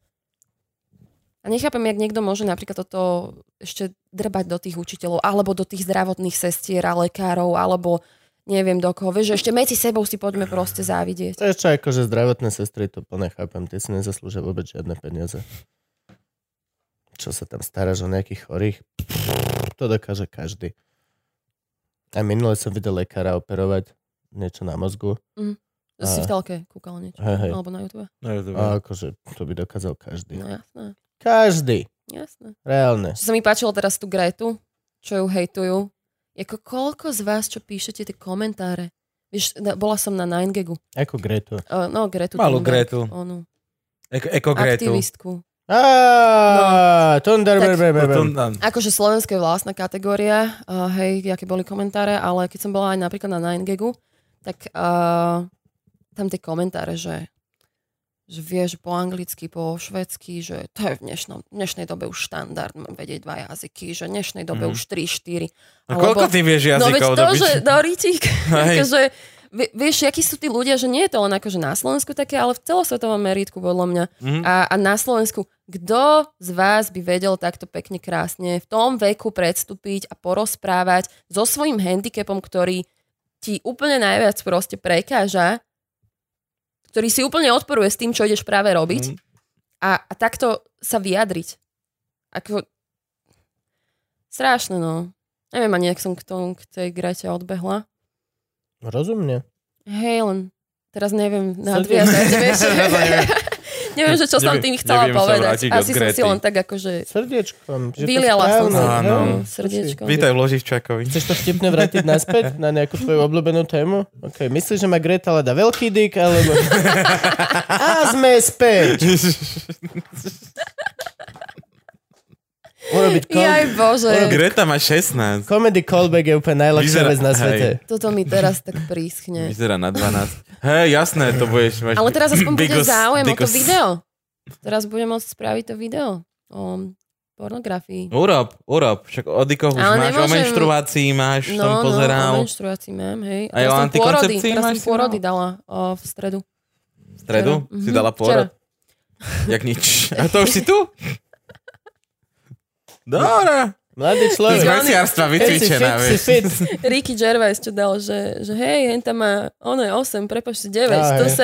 A nechápem, jak niekto môže napríklad toto ešte drbať do tých učiteľov, alebo do tých zdravotných sestier a lekárov, alebo neviem do koho. Vieš, že ešte medzi sebou si poďme proste závidieť. To je čo, akože zdravotné sestry, to plne chápem. Tie si nezaslúžia vôbec žiadne peniaze. Čo sa tam staráš o nejakých chorých? To dokáže každý. A minule som videl lekára operovať niečo na mozgu. Mm. A... Si v telke kúkal niečo? Hej, hej. Alebo na YouTube? Na YouTube. A akože to by dokázal každý. No jasné. Každý. Jasné. Reálne. Čo sa mi páčilo teraz tú Gretu, čo ju hejtujú. Jako koľko z vás, čo píšete tie komentáre? Víš, bola som na nine gagu. Ako Gretu? Uh, no, Gretu. Malú Gretu. Onu. Eko, eko Gretu. Aktivistku. Á, Thunderbird. Akože Slovensko je vlastná kategória, uh, hej, aké boli komentáre, ale keď som bola aj napríklad na nine gagu, tak uh, tam tie komentáre, že, že vieš po anglicky, po švédsky, že to je v dnešnom, dnešnej dobe už štandard vedieť dva jazyky, že v dnešnej dobe mm. už tri štyri. A koľko ty vieš jazykov? No veď to, dobiť? že no ríčik, akože vieš, akí sú tí ľudia, že nie je to len akože na Slovensku také, ale v celosvetovom meritku podľa mňa. Mm. A, a na Slovensku, kto z vás by vedel takto pekne krásne v tom veku predstúpiť a porozprávať so svojím handicapom, ktorý ti úplne najviac proste prekáža, ktorý si úplne odporuje s tým, čo ideš práve robiť. Mm. A, a takto sa vyjadriť. Ako... Strašné, no. Neviem ani, jak som k, tomu, k tej Grete odbehla. Rozumne. Hej, len teraz neviem nadviazať. Neviem, že čo som tým chcela povedať. Asi som si len tak akože... Srdiečkom. Vyliala som sa. No, srdiečkom. Vítaj v Loživčákovi. Chceš to vtipne vrátiť naspäť na nejakú tvoju obľúbenú tému? Okay. Myslíš, že má Greta Lada veľký dyk, alebo... A sme späť. Urobiť call... Jaj Bože. Urobiť... Greta má šestnásť. Comedy callback je úplne najľahšia vec na svete. Hej. Toto mi teraz tak príschne. Vyzerá na dvanásť. Hej, jasné, to budeš... Máš... Ale teraz aspoň bude Bigos, záujem Bigos. o to video. Teraz budem môcť spraviť to video. O pornografii. Urob, urob. Však od ikoho už máš nemôžem... o menštruácii, máš, no, som pozeral. No, o menštruácii mám, hej. A o antikoncepcii máš? Teraz som pôrody dala o, v stredu. V stredu? Včera. Si dala pôrod? Jak nič. A to už si tu? Dobre. Mladý človek. Z mesiarstva vycvičená, vieš. Ricky Gervais čo dal, že, že hej, hen tam má ono je osem, prepáčte deväť. To sa...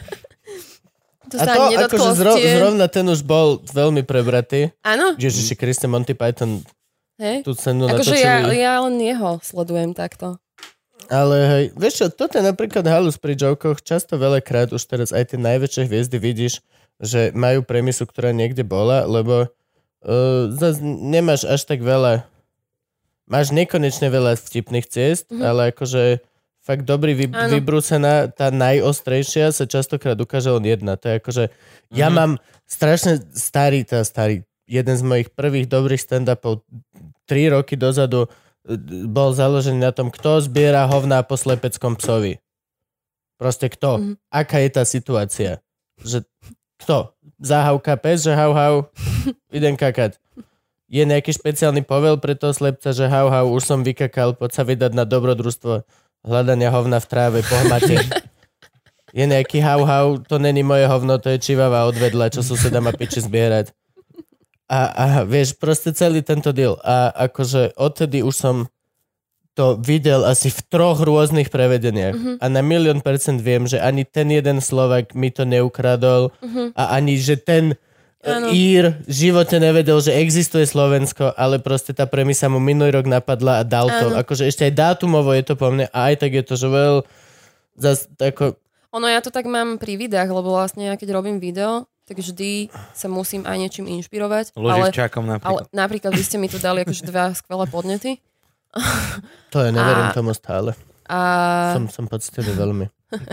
To a to akože zro, zrovna ten už bol veľmi prebratý. Áno. Ježiši Kriste, Monty Python hej. tú scénu akože natočili. Ja, ja len jeho sledujem takto. Ale hej, vieš čo, toto je napríklad halus pri jokoch. Často veľakrát už teraz aj tie najväčšie hviezdy vidíš, že majú premisu, ktorá niekde bola, lebo uh, zase nemáš až tak veľa, máš nekonečne veľa vtipných ciest, mm-hmm. ale akože fakt dobrý vy, vybrúsená, tá najostrejšia sa častokrát ukáže len jedna. To je akože, mm-hmm. ja mám strašne starý, tá starý, jeden z mojich prvých dobrých stand-upov tri roky dozadu bol založený na tom, kto zbiera hovná po slepeckom psovi. Proste kto? Mm-hmm. Aká je tá situácia? Že kto? Zahavka pes, že hau hau, idem kakať. Je nejaký špeciálny povel pre toho slepca, že hau hau, už som vykakal, poď sa vydať na dobrodružstvo hľadania hovna v tráve, po hmate. Je nejaký hau hau, to není moje hovno, to je čivava odvedla, čo suseda ma piči zbierať. A, a vieš, proste celý tento deal. A akože odtedy už som to videl asi v troch rôznych prevedeniach. Uh-huh. A na milión percent viem, že ani ten jeden Slovak mi to neukradol uh-huh. a ani, že ten ano. Ír v živote nevedel, že existuje Slovensko, ale proste tá premisa mu minulý rok napadla a dal to. Ano. Akože ešte aj dátumovo je to po mne a aj tak je to, že well, zas, ako... Ono, ja to tak mám pri videách, lebo vlastne ja keď robím video, tak vždy sa musím aj niečím inšpirovať. Loživčákom napríklad. Ale napríklad vy ste mi tu dali akože dva skvelé podnety. To je, neverím a, tomu stále. A, som, som poctivý veľmi.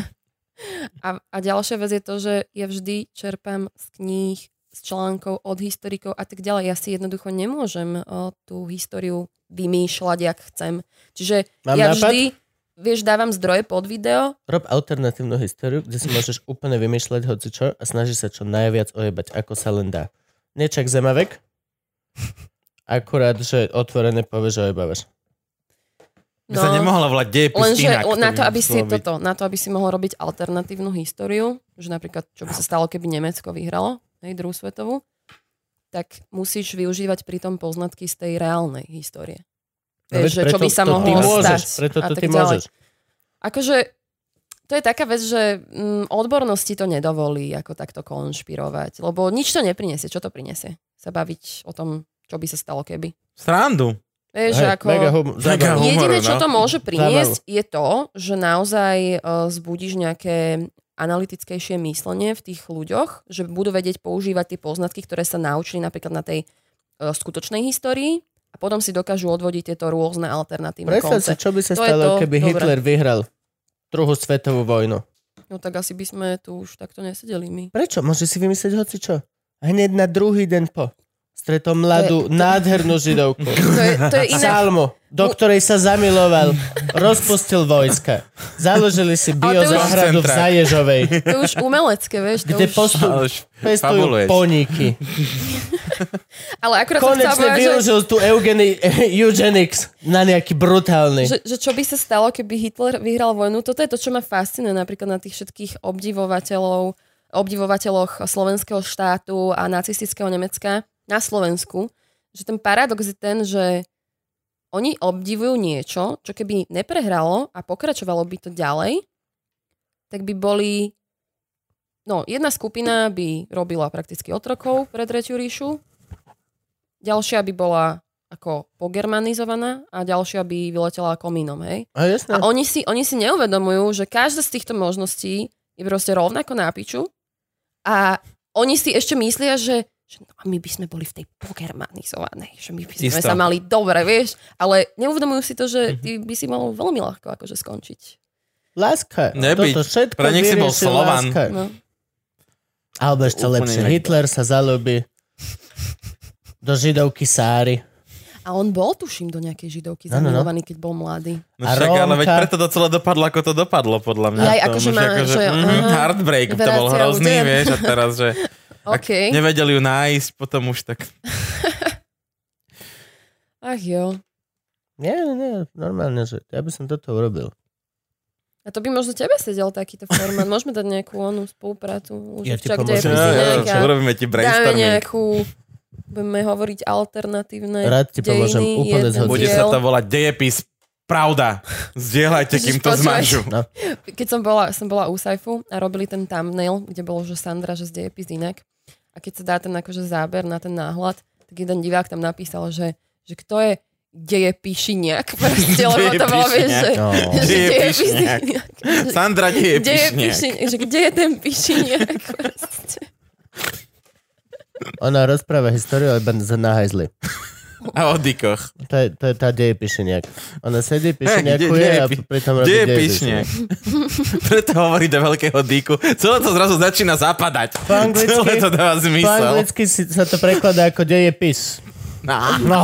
A, a ďalšia vec je to, že ja vždy čerpám z kníh, z článkov, od historikov a tak ďalej. Ja si jednoducho nemôžem o, tú históriu vymýšľať, jak chcem. Čiže Mám ja nápad? vždy, vieš, dávam zdroje pod video. Rob alternatívnu históriu, kde si môžeš úplne vymýšľať hocičo a snaží sa čo najviac ojebať, ako sa len dá. Niečak zemavek, akurát, že otvorené povieš, že ojebávaš. No, sa nemohla volať dejepis lenže inak. Na to, aby si toto, na to, aby si mohol robiť alternatívnu históriu, že napríklad, čo by sa stalo, keby Nemecko vyhralo, hej, druhú svetovú, tak musíš využívať pritom poznatky z tej reálnej histórie. No, vieš, že čo by sa mohlo môžeš, stať. Preto to a ty tak môžeš. Akože, to je taká vec, že mm, odbornosti to nedovolí ako takto konšpirovať, lebo nič to neprinesie. Čo to prinesie? Sa baviť o tom, čo by sa stalo keby. Srandu. Vieš, hey, ako... Mega hum- jediné, čo no? to môže priniesť, je to, že naozaj uh, zbudíš nejaké analytickejšie myslenie v tých ľuďoch, že budú vedieť používať tie poznatky, ktoré sa naučili napríklad na tej uh, skutočnej histórii a potom si dokážu odvodiť tieto rôzne alternatívne konce. Predstav si, čo by sa to stalo, keby dobre. Hitler vyhral druhú svetovú vojnu. No tak asi by sme tu už takto nesedeli my. Prečo? Môže si vymyslieť hocičo. Hneď na druhý deň po. Stretol mladú, to je, to... nádhernú židovku. To je, to je inak... Salmu, do ktorej sa zamiloval, rozpustil vojska. Založili si biozáhradu v Zaježovej. To už umelecké, vieš. Kde už... postup, pestujú poníky. Ale akurát konečne využil že... tú eugeni, eugenics na nejaký brutálny. Že, že čo by sa stalo, keby Hitler vyhral vojnu? Toto je to, čo ma fascinuje napríklad na tých všetkých obdivovateľov, obdivovateľoch slovenského štátu a nacistického Nemecka na Slovensku, že ten paradox je ten, že oni obdivujú niečo, čo keby neprehralo a pokračovalo by to ďalej, tak by boli... No, jedna skupina by robila prakticky otrokov pre Tretiu ríšu, ďalšia by bola ako pogermanizovaná a ďalšia by vyletela komínom, hej? A, jasné. A oni si, oni si neuvedomujú, že každá z týchto možností je proste rovnako na piču a oni si ešte myslia, že No, a my by sme boli v tej pogermanizovanej, že my by sme Isto. sa mali dobre, vieš, ale neuvedomujú si to, že ty by si mal veľmi ľahko akože skončiť. Láska. Nebyť. Toto všetko pre nech si bol Slovan. No. Alebo ešte lepšie. Hitler sa zalúbi do židovky Sáry. A on bol, tuším, do nejakej židovky zamilovaný, no, no. keď bol mladý. No však, Rómka... ale veď preto to celé dopadlo, ako to dopadlo, podľa mňa. Aj, akože má, ako, že, mm, heartbreak, to bol hrozný, vieš, a teraz, že... Okay. Nevedeli ju nájsť, potom už tak... Ach jo. Nie, nie, normálne, že ja by som toto urobil. A to by možno tebe sedel takýto formát. Môžeme dať nejakú onú spoluprácu. Už Ja ti však, pomôžem. kde je Ja, ja, nejaká, čo urobíme ti dáme brainstorming. nejakú, budeme hovoriť alternatívne Rád ti pomôžem, dejiny, úplne jeden zhodný. Bude diel. sa to volať dejepis Pravda. Zdieľajte, Ježiš, kým to počúvaj. zmažu. No. Keď som bola, som bola u Saifu a robili ten thumbnail, kde bolo, že Sandra, že z dejepis inak. A keď sa dá ten akože záber na ten náhľad, tak jeden divák tam napísal, že, že kto je dejepišiniak. Proste, lebo to bolo, vieš, že, No. že Dejepišniak. Sandra dejepišniak. dejepišiniak. Že kde je ten pišiniak? Proste. Ona rozpráva históriu, ale za nahajzli. A o dikoch. To je, to je tá dejepišiniak. Ona sedí, píše Hej, nejakú de- je a dejepi- pritom robí Dejepišniak. Preto hovorí do veľkého díku. Celé to zrazu začína zapadať. Po anglicky- Celé to dáva Po zmysel. anglicky si, sa to prekladá ako dejepis. No. No.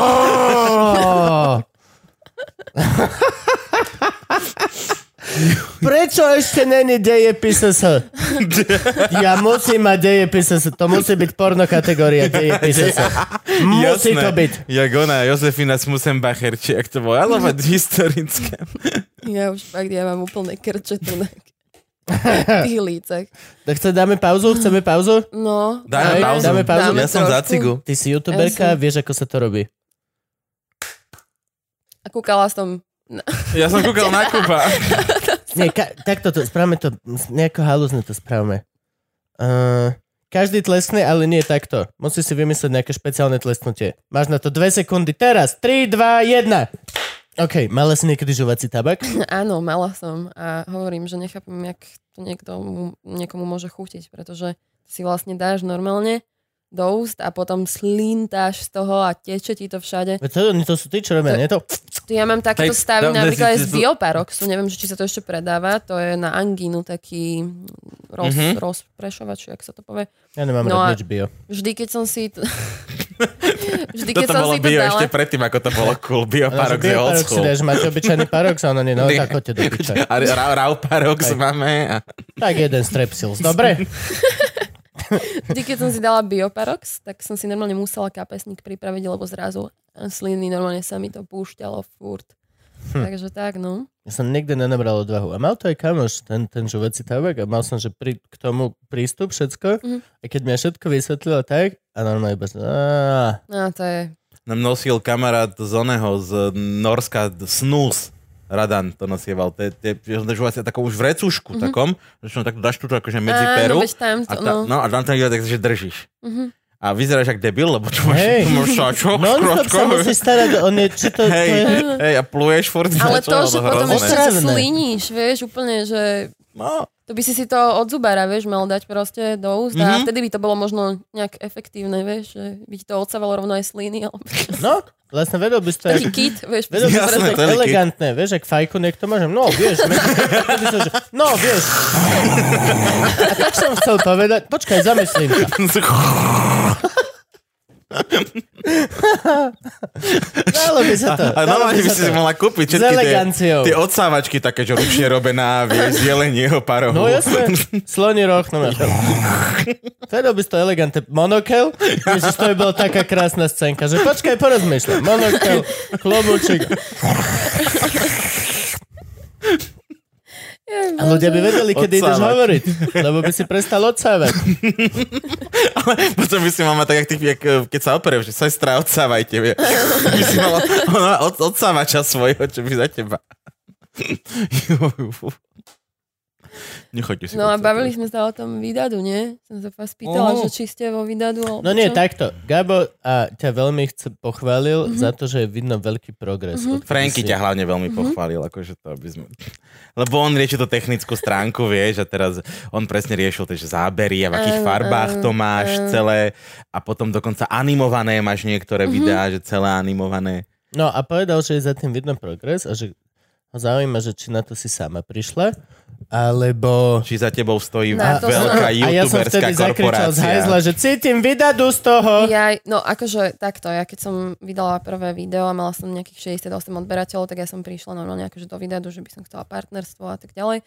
Prečo ešte není dejepis es es? Ja musím mať dejepis es es. To musí byť porno kategória dejepis es es. Musí to byť. Jak ona, Josefina Smusenbacher, či jak to bolo, ale mať historické. Ja už fakt, ja mám úplne krče tu na tých lícach. Tak chce, dáme pauzu? Chceme pauzu? No. Dáme Aj, pauzu. dáme pauzu. Ja som za trošku. cigu. Ty si youtuberka, Ja som- vieš, ako sa to robí. A kúkala som. Ja som kúkal na Kuba. Nie, ka- takto to, správame to, nejako halúzne to správame. Uh, každý tleskne, ale nie takto. Musíš si vymyslieť nejaké špeciálne tlesknutie. Máš na to dve sekundy. Teraz. tri, dva, jeden. OK, mala si niekedy žuvací tabak? Áno, mala som a hovorím, že nechápem, jak to niekto, niekomu môže chutiť, pretože si vlastne dáš normálne do úst a potom slintáš z toho a teče ti to všade. Veď to, to sú tí, čo robia, nie to? Ja mám takéto Hej, stavy tam- napríklad aj z to- Bioparoxu, neviem, že či sa to ešte predáva, to je na angínu taký roz, Mhm. rozprešovač, jak sa to povie. Ja nemám No rád a- nič bio. Vždy, keď som si... T... Vždy, keď Toto som bolo si to bio dala... ešte predtým, ako to bolo cool. Bioparox je old Bioparox si school. dáš, máte obyčajný parox a ona nie, no tak choďte do piče. A ra- Rauparox máme. A... Tak jeden strepsils, dobre? Vždy, keď som si dala Bioparox, tak som si normálne musela kapesník pripraviť, lebo zrazu sliny normálne sa mi to púšťalo furt. Hm. Takže tak, no. Ja som nikdy nenabral odvahu. A mal to aj kamoš, ten, ten žuvací tabak a mal som, že pri, k tomu prístup, všetko. Mhm. A keď mi všetko vysvetlilo tak, a normálne iba... Á, No, to je... Nám nosil kamarát z oného, z Norska, Snus. Radan to nosieval. Tie, tie, tie žuvacie takou už v recúšku Mhm. takom, že som takto dáš tu akože medzi Áno, peru. veď tam A to, tá, no. no a tam ten tak, že držíš. Mhm. A vyzeráš jak debil, lebo tu máš, Hej. tu máš šačok, non-stop sa musí starať o nie, či to... Hej, to je... hej, a pluješ furt. Ale čo to, bolo že potom hrozné. ešte sa Otravné. sliníš, vieš, úplne, že... No, To by si si to od zubára, vieš, mal dať proste do úst a Mhm. vtedy by to bolo možno nejak efektívne, vieš, že by ti to odsávalo rovno aj sliny, alebo No, vlastne vedel by si to... taký kit, vieš. Vedel by si Jasné, to to je tak elegantné, vieš, ak fajku niekto môže. No, vieš. Vtedy som, že, no, vieš. A tak som chcel povedať, počkaj, zamyslím sa. Dalo by sa to. a dalo normálne by sa si to. si mala kúpiť S všetky tie, eleganciou. tie odsávačky také, že ručne robená, vieš, zelenieho parohu. No jasné, sloní roh. No, vedel by si to elegantné. Monokel? Ježiš, to by bola taká krásna scénka, že počkaj, porozmýšľam. Monokel, klobúčik. A ľudia by vedeli, kedy ideš Odsávať. hovoriť, lebo by si prestal odsávať. Ale potom by si mala tak, jak, ty, jak keď sa operuješ, že sestra, odsávajte. vie. By si mala ona od, odsávača svojho, čo by za teba. Nechoďte si. No a odsávať. bavili sme sa o tom Vidadu, nie? Som sa vás pýtala, Oh. že či ste vo Vidadu, alebo No nie, čo? takto. Gabo a ťa veľmi chce, pochválil mm-hmm. za to, že je vidno veľký progres. Mhm. odkedy Franky si- ťa hlavne veľmi pochválil, akože to by sme... Lebo on rieši tú technickú stránku, vieš, a teraz on presne riešil tie že zábery a v akých Áno, farbách áno, to máš áno. celé a potom dokonca animované máš niektoré Mhm. videá, že celé animované. No a povedal, že je za tým vidno progres a že ho zaujíma, že či na to si sama prišla, alebo... Či za tebou stojí Na to veľká som- A ja som youtuberská vtedy zakričal z korporácia. hajzla, že cítim Vidadu z toho. Ja, no akože takto, ja keď som vydala prvé video a mala som nejakých šesťdesiatosem odberateľov, tak ja som prišla normálne akože do Vidadu, že by som chcela partnerstvo a tak ďalej.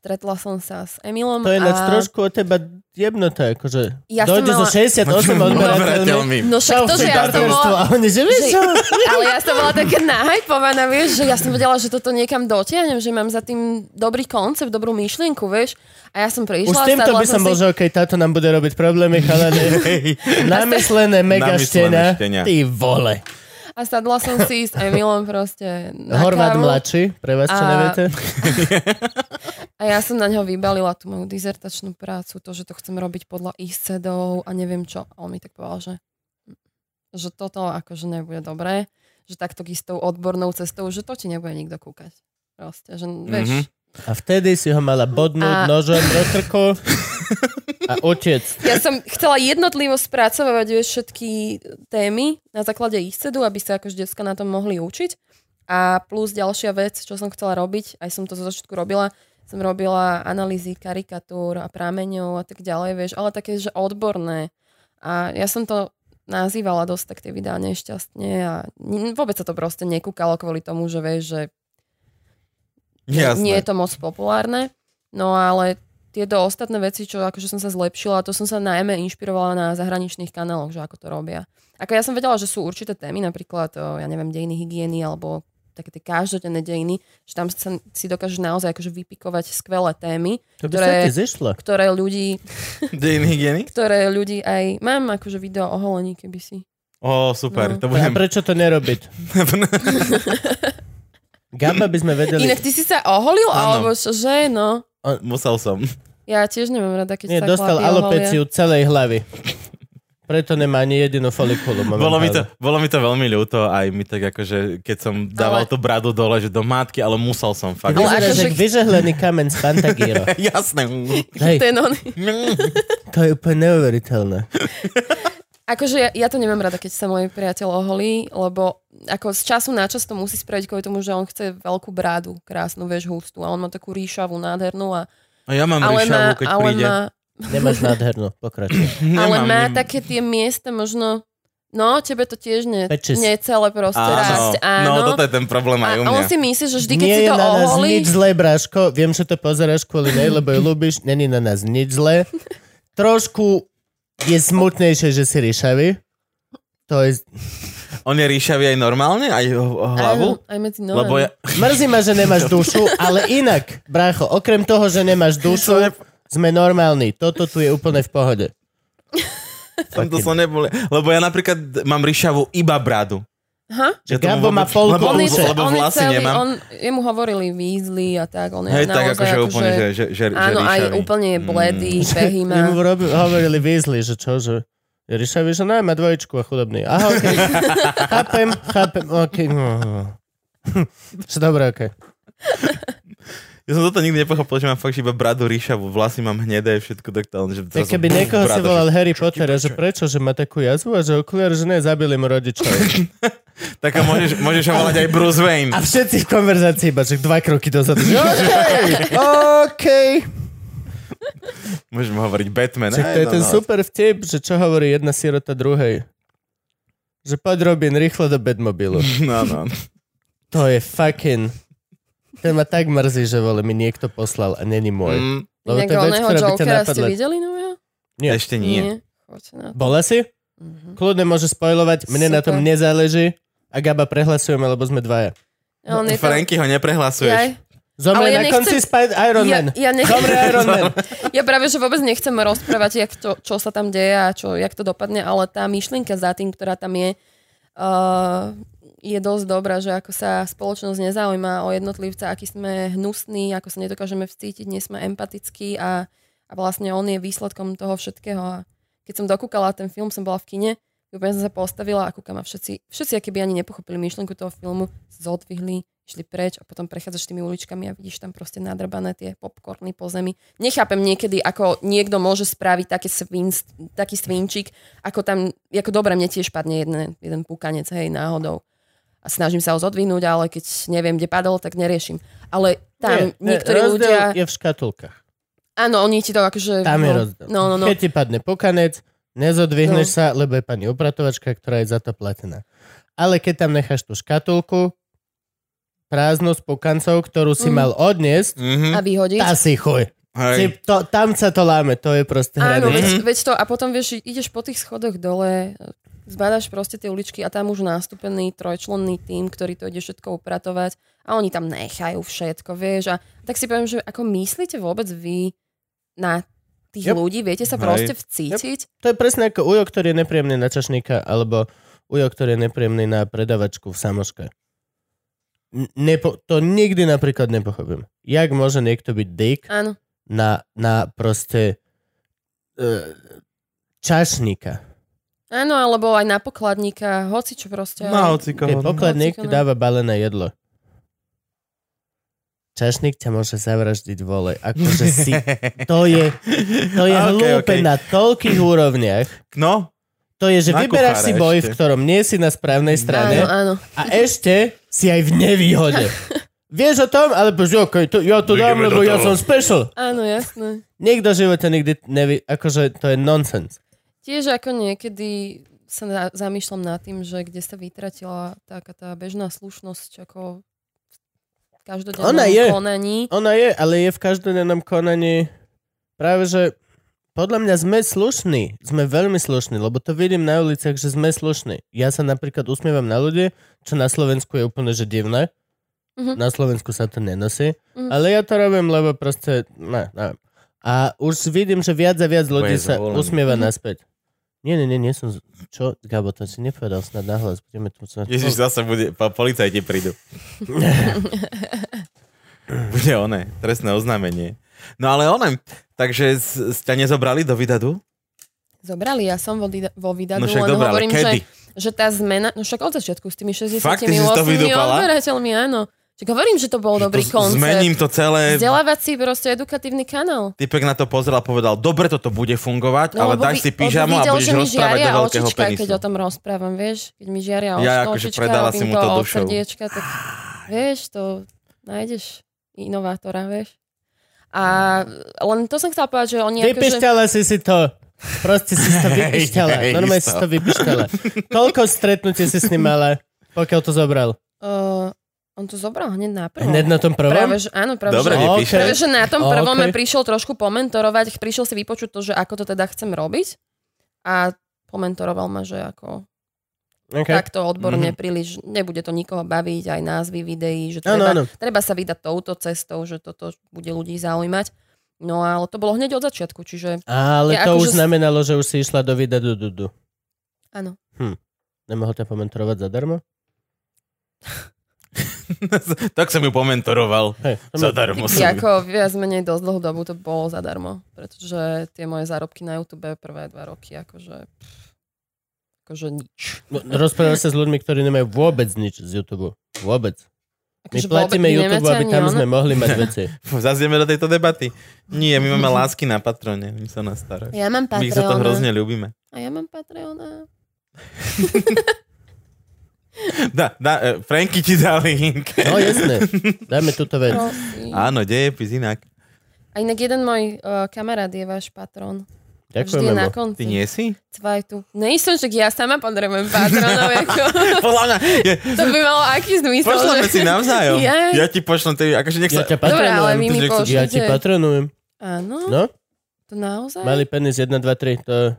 stretla som sa s Emilom. To je ináč a... trošku od teba jebnuté, akože Ja som dojde mala- so šesťdesiatosem odberateľmi. No však to, že ja som bola... A oni, že vieš Že, čo? ale ja som bola taká nahypovaná, vieš, že ja som vedela, že toto niekam dotiahnem, že mám za tým dobrý koncept, dobrú myšlienku, vieš. A ja som prišla... Už s týmto sadla by som si- bol, že okej, táto nám bude robiť problémy, chalane. Namyslené mega Namyslené štena. štenia. Ty vole. A sadla som si s Emilom proste na Horvát kávu. mladší, pre vás, čo A- neviete. A ja som na ňo vybalila tú moju dizertačnú prácu, to, že to chcem robiť podľa ISCEDov a neviem čo. A on mi tak povedal, že, že toto akože nebude dobré, že takto istou odbornou cestou, že to ti nebude nikto kúkať. Proste, že vieš... Mhm. A vtedy si ho mala bodnúť A- nožom do krku a utiec. Ja som chcela jednotlivo spracovať vieš, všetky témy na základe ISCEDu, aby sa akože decka na tom mohli učiť. A plus ďalšia vec, čo som chcela robiť, aj som to zo začiatku robila, som robila analýzy karikatúr a prameňov a tak ďalej, vieš, ale také, že odborné. A ja som to nazývala dosť tak tie videá nešťastne a n- vôbec sa to proste nekúkalo kvôli tomu, že vieš, že Jasné. nie je to moc populárne. No ale tieto ostatné veci, čo akože som sa zlepšila, to som sa najmä inšpirovala na zahraničných kanáloch, že ako to robia. Ako ja som vedela, že sú určité témy, napríklad, o, ja neviem, dejiny hygieny alebo také tie každodenné dejiny, že tam sa, si dokážeš naozaj akože vypikovať skvelé témy, To by ktoré, sa ti zišlo. ktoré ľudí, Dejiny hygieny? ktoré ľudí aj... Mám akože video o holení, keby si... Ó, super. No. To A budem... prečo to nerobiť? Gaba by sme vedeli... Inak ty si sa oholil, Áno. alebo čože, no? Musel som. Ja tiež nemám rada, keď Nie, sa dostal chlapi oholia. alopeciu celej hlavy. Preto nemá ani jedinú folikulu. Bolo mi, to, momentálne. bolo mi to veľmi ľúto, aj mi tak akože, keď som dával Ale- tú bradu dole, že do matky, ale musel som Ty fakt. Ale vyzeráš akože- jak vyžehlený kameň z Pantagíro. Jasné. Hej, Ten on... to je úplne neuveriteľné. Akože ja, ja to nemám rada, keď sa môj priateľ oholí, lebo ako z času na čas to musí spraviť kvôli tomu, že on chce veľkú brádu, krásnu, vieš, hustú. A on má takú ríšavú, nádhernú. A, A ja mám ale ríšavu, má, keď ale príde. má, Nemáš nádhernú, pokračuj. ale Nemám, má nem- také tie miesta možno... No, tebe to tiež nie, Pečis. nie celé proste Áno, rásť. Áno. no toto je ten problém aj u a on mňa. si myslí, že vždy, keď Nie si je to na nás oholí... nič zlé, Bráško. Viem, že to pozeráš kvôli nej, lebo ju ľúbiš. Není na nás nič zlé. Trošku je smutnejšie, že si ríšavý. To je... On je ríšavý aj normálne? Aj ho- hlavu? Áno, aj medzi nohami. Lebo ja... Mrzí ma, že nemáš dušu, ale inak, brácho, okrem toho, že nemáš dušu, sme normálni. Toto tu je úplne v pohode. Som to som nebol... Lebo ja napríklad mám ríšavú iba bradu. Aha. Ja tomu Gabo má vôbec- polku lebo, On je, Lebo- lebo on je vlasy celý, nemám. on, jemu hovorili Weasley a tak, on je Hej, tak naozaj akože úplne, že, že, že, áno, že aj ríšavý. úplne je bledý, Mm. behy má. Jemu robi- hovorili Weasley, že čo, že je ríšavý, že no, má dvojičku a chudobný. Aha, okej. Okay. chápem, chápem, okej. Okay. Že dobré, okej. Okay. Ja som toto nikdy nepochopil, že mám fakt že iba bradu ríšavú, vlasy mám hnedé, všetko takto. Že Tak zrazu keby bum, niekoho si brada, volal že- Harry Potter, a že prečo, že má takú jazvu a že okuliare, že ne, zabili mu rodičov. Tak a môžeš, môžeš ho volať aj Bruce Wayne. A všetci v konverzácii iba, že dva kroky dozadu. Že okej, okej. Môžeme hovoriť Batman. Čiže to je ten super vtip, že čo hovorí jedna sirota druhej. Že poď Robin, rýchlo do Batmobilu. No, no. To je fucking... To ma tak mrzí, že vole, mi niekto poslal a není môj. Mm, Lebo Inak to je vec, oného ktorá by ťa Jokera ste napadla. videli nového? Nie. ešte nie. Choďte na to. Bola si? Mhm. Kľudne môže spoilovať, mne na tom Super. nezáleží. A Gaba prehlasujeme, lebo sme dvaja. A on je tam... Franky ho neprehlasuješ. Jaj. Zomre Ale ja na nechcem- konci Spider Iron Ja, Man. ja, nech... Zomre Iron Man. ja práve, že vôbec nechcem rozprávať, jak to, čo sa tam deje a čo, jak to dopadne, ale tá myšlienka za tým, ktorá tam je, uh, je dosť dobrá, že ako sa spoločnosť nezaujíma o jednotlivca, aký sme hnusní, ako sa nedokážeme vcítiť, nie sme empatickí a, a vlastne on je výsledkom toho všetkého. A keď som dokúkala ten film, som bola v kine, úplne som sa postavila a kúkam a všetci, všetci akýby ani nepochopili myšlienku toho filmu, zodvihli, išli preč a potom prechádzaš tými uličkami a vidíš tam proste nadrbané tie popcorny po zemi. Nechápem niekedy, ako niekto môže spraviť taký, svin, taký svinčík, ako tam, ako dobre, mne tiež padne jeden, jeden púkanec, hej, náhodou. A snažím sa ho zodvihnúť, ale keď neviem, kde padol, tak neriešim. Ale tam Nie, nie, niektorí rozdiel ľudia... je v škatulkách. Áno, oni ti to akože... Tam je no, rozdiel. No, no, no. Keď ti padne pukanec, nezodvihneš No. sa, lebo je pani upratovačka, ktorá je za to platená. Ale keď tam necháš tú škatulku, prázdnu s pukancov, ktorú si mm. mal odniesť Mm-hmm. A vyhodiť. tá si chuj. Si, Hej. to, tam sa to láme, to je proste Áno, hranie. veď, veď to, a potom vieš, ideš po tých schodoch dole, zbadaš proste tie uličky a tam už nástupený trojčlenný tím, ktorý to ide všetko upratovať a oni tam nechajú všetko, vieš. A tak si poviem, že ako myslíte vôbec vy na tých Yep. ľudí, viete sa Hej. proste vcítiť? To je presne ako ujo, ktorý je nepríjemný na čašníka, alebo ujo, ktorý je nepríjemný na predavačku v samoške. N- Nepo- to nikdy napríklad nepochopím. Jak môže niekto byť dick Áno. na, na proste uh, čašníka? Áno, alebo aj na pokladníka, hoci čo proste. No, aj- hoci Keď koho. pokladník Hociko, ti no. dáva balené jedlo. Čašník ťa môže zavraždiť, vole. Akože si... To je, to je Okay, hlúpe okay. na toľkých úrovniach. No, To je, že Na vyberáš kuchára si boj, v ešte. ktorom nie si na správnej strane Áno, áno. a ešte si aj v nevýhode. Vieš o tom? Ale bož, okay, to, ja to dám, Ideme lebo do ja toho. som special. Áno, jasné. Nikto v živote nikdy nevy... Akože to je nonsense. Tiež ako niekedy sa na, zamýšľam nad tým, že kde sa vytratila taká tá bežná slušnosť ako v každodennom Ona je. konaní. Ona je, ale je v každodennom konaní práve, že podľa mňa sme slušní. Sme veľmi slušní, lebo to vidím na uliciach, že sme slušní. Ja sa napríklad usmievam na ľudí, čo na Slovensku je úplne že divné. Mhm. Na Slovensku sa to nenosí. Mhm. Ale ja to robím, lebo proste... Ne, neviem. A už vidím, že viac a viac ľudí je sa zvolený. usmieva Mhm. naspäť. Nie, nie, nie, nie som... z- Čo? Gabo, to si nepovedal snad nahlas. Budeme tu... Ježiš, zase bude, po, policajti prídu. Bude oné, trestné oznámenie. No ale oné, takže s, s ťa nezobrali do Vydadu? Zobrali, ja som vo, Dida- vo Vydadu, No však len dobré, ale hovorím, kedy? že, že tá zmena, no však od začiatku s tými Fakt, ty si to šesťdesiatosem vydúpala? odberateľmi, áno. Však hovorím, že to bol dobrý To koncept. Zmením to celé. Vzdelávací proste edukatívny kanál. Typek na to pozrel a povedal, dobre, toto bude fungovať, ale lebo dáš vy- si pyžamo a lebo videl, budeš že mi rozprávať do žiaria veľkého očička, penisu. keď o tom rozprávam, vieš? Keď mi žiaria Ja oč- akože očička, predala si robím mu to od dušou. srdiečka, tak vieš, to nájdeš inovátora, vieš? A len to som chcela povedať, že oni akože... Vypišťala si si to. Proste si to vypišťala. Hej, Normálne isto. si to vypišťala. Koľko stretnutí si s ním mala, pokiaľ to zobral? Uh, on to zobral hneď na prvom. Hneď na tom prvom? Práve, že, áno, práve, Dobre, že, vypíše. práve, že na tom prvom Okay. okay. prišiel trošku pomentorovať, prišiel si vypočuť to, že ako to teda chcem robiť a pomentoroval ma, že ako Okay. takto odborne Mhm. príliš, nebude to nikoho baviť, aj názvy videí, že Áno, treba, áno. treba sa vydať touto cestou, že toto bude ľudí zaujímať. No ale to bolo hneď od začiatku, čiže Ale Ja to akože už s- znamenalo, že už si išla do Vydadu Dudu. áno. Nemohol ťa pomentorovať zadarmo? Tak som ju pomentoroval. Hej, to mi- Zadarmo som ju. Ako viac menej dosť dlhú dobu to bolo zadarmo, pretože tie moje zárobky na YouTube prvé dva roky, akože akože nič. No, rozprávaš sa s ľuďmi, ktorí nemajú vôbec nič z YouTube. Vôbec. My Akože platíme vôbec YouTube, nemáte aby ani tam ono? sme mohli mať veci. Zase ideme do tejto debaty. Nie, my máme lásky na Patrone, my sa nás staráš. Ja mám My sa to Patreona. hrozne ľúbime. A ja mám Patreona. Dá, dá, e, Franky ti dá link. No jasné, dajme túto vec. Prosím. Áno, dejepis inak. A inak jeden môj uh, kamarát je váš patrón. Vždy Ďakujeme je na mu. konci. Ty nie si? Cvajtu. Nejsem, však ja sama potrebujem patronov. Ako. Podľa mňa, je, To by malo aký zmysel, pošleme že... si navzájom. Jej. Ja ti pošlem, ty, akože nech Ja sa... ťa Dobre, ale vy patronujem. mi nech sa- pošlete. Ja ti patronujem. Áno? No, To naozaj? malý penis jeden, dva, tri. To...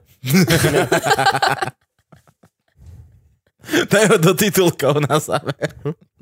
Daj ho do titulkov na záver.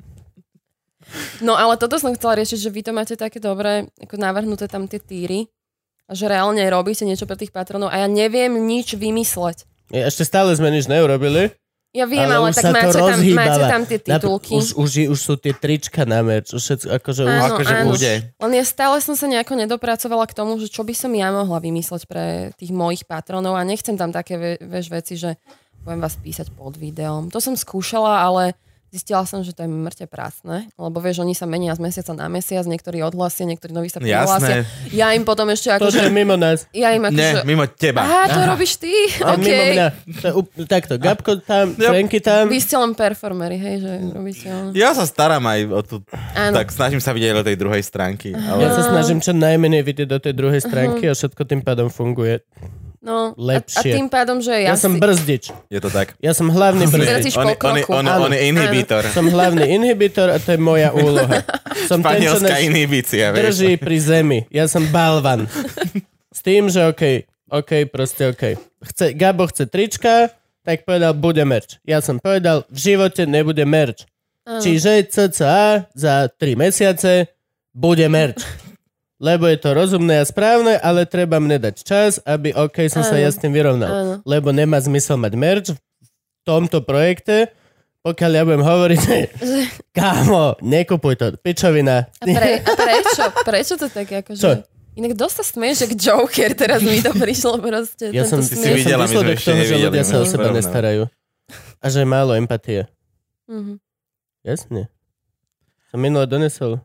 No ale toto som chcela riešiť, že vy to máte také dobré, ako navrhnuté tam tie týry. A že reálne robíte niečo pre tých patronov a ja neviem nič vymysleť. Ja, ešte stále sme nič neurobili. Ja viem, Ale ale, už tak sa to máte tam, rozhýbava. máte tam tie Nap- titulky. Už, už, je- už sú tie trička na merch. Už všetko, akože už... Áno, akože áno. bude. Len ja stále som sa nejako nedopracovala k tomu, že čo by som ja mohla vymysleť pre tých mojich patronov a nechcem tam také ve- vieš, veci, že budem vás písať pod videom. To som skúšala, ale zistila som, že to je mŕte pracné, lebo vieš, oni sa menia z mesiaca na mesiac, niektorí odhlasia, niektorí noví sa prihlásia. Jasné. Ja im potom ešte To akože... je mimo nás. Ja im Nie, akože... mimo teba. Á, to robíš ty? A OK. mimo mňa. To je up- takto, Gabko tam, Ja- Franky tam. Vy ste len performery, hej, že robíte ono. Ja sa starám aj o tú... Áno. Tak snažím sa vidieť do tej druhej stránky. Ale... Ja sa snažím čo najmenej vidieť do tej druhej stránky a všetko tým pádom funguje. No, lepšie. A, a tým pádom, že ja, Ja som si... brzdič. Je to tak. Ja som hlavný Teraz brzdič. iš po On, on, kroku. on, on, on je inhibitor. Som hlavný inhibitor a to je moja úloha. Som ten, čo Španielská nás inhibícia, vieš. drží pri zemi. Ja som balvan. S tým, že okej, okay, okej, okay, proste okej. Okay. Chce, Gabo chce trička, tak povedal, bude merch. Ja som povedal, v živote nebude merch. Áno. Čiže cca za tri mesiace bude merch. Lebo je to rozumné a správne, ale treba mne dať čas, aby OK, som sa Áno. ja s tým vyrovnal. Áno. Lebo nemá zmysel mať merch v tomto projekte, pokiaľ ja budem hovoriť, že kámo, nekupuj to, pičovina. A, pre, a prečo? Prečo to tak akože... Čo? Inak dosť sa smeješ, že k Joker teraz mi to prišlo proste. Ja som, tento ja si som smiech. videla, my sme výsledok ešte toho, že nevideli, ľudia sa my o sme seba porovnali. nestarajú. A že je málo empatie. Mhm. Jasne. Som minule donesol.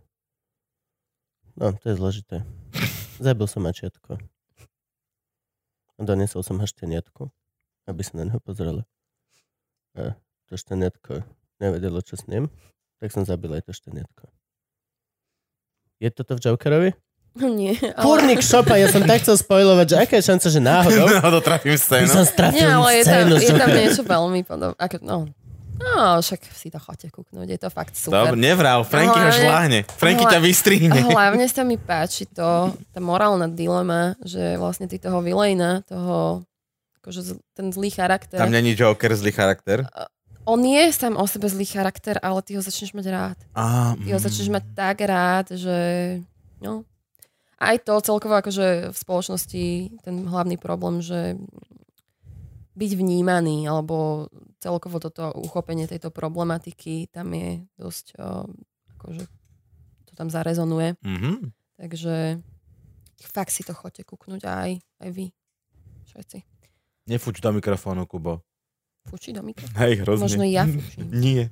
No, to je zložité. Zabil som mačiatko. A donesol som ho šteniatku, aby sa na neho pozrela. A to šteniatko nevedelo, čo s ním, tak som zabil aj to šteniatko. Je toto v Jokerovi? Nie, ale... Kurník šopa, ja som tak chcel spojlovať, že aká je šanca, že náhodou No, to trafím by scénu. som strafil Nie, ale je tam, scénu. je tam Jokera. niečo veľmi podobné. Ako, no. no, však si to chodte kúknúť, je to fakt super. Dobre, nevral, Franky ho Hlavne- šláhne. Franky ťa hla- vystrihne. Hlavne sa mi páči to, tá morálna dilema, že vlastne ty toho Vilejna, toho, akože z- ten zlý charakter, Tam není Joker, zlý charakter. on je sám o sebe zlý charakter, ale ty ho začneš mať rád. Á, Ty ho začneš mať tak rád, že no. Aj to celkovo akože v spoločnosti ten hlavný problém, že byť vnímaný alebo celkovo toto uchopenie tejto problematiky tam je dosť o, akože to tam zarezonuje. Mhm. Takže fakt si to chodte kúknuť aj, aj vy. Všetci. Nefúč do mikrofónu, Kubo. Fúči do mikrofónu. Hej, hrozne. Možno ja fúčim. Nie.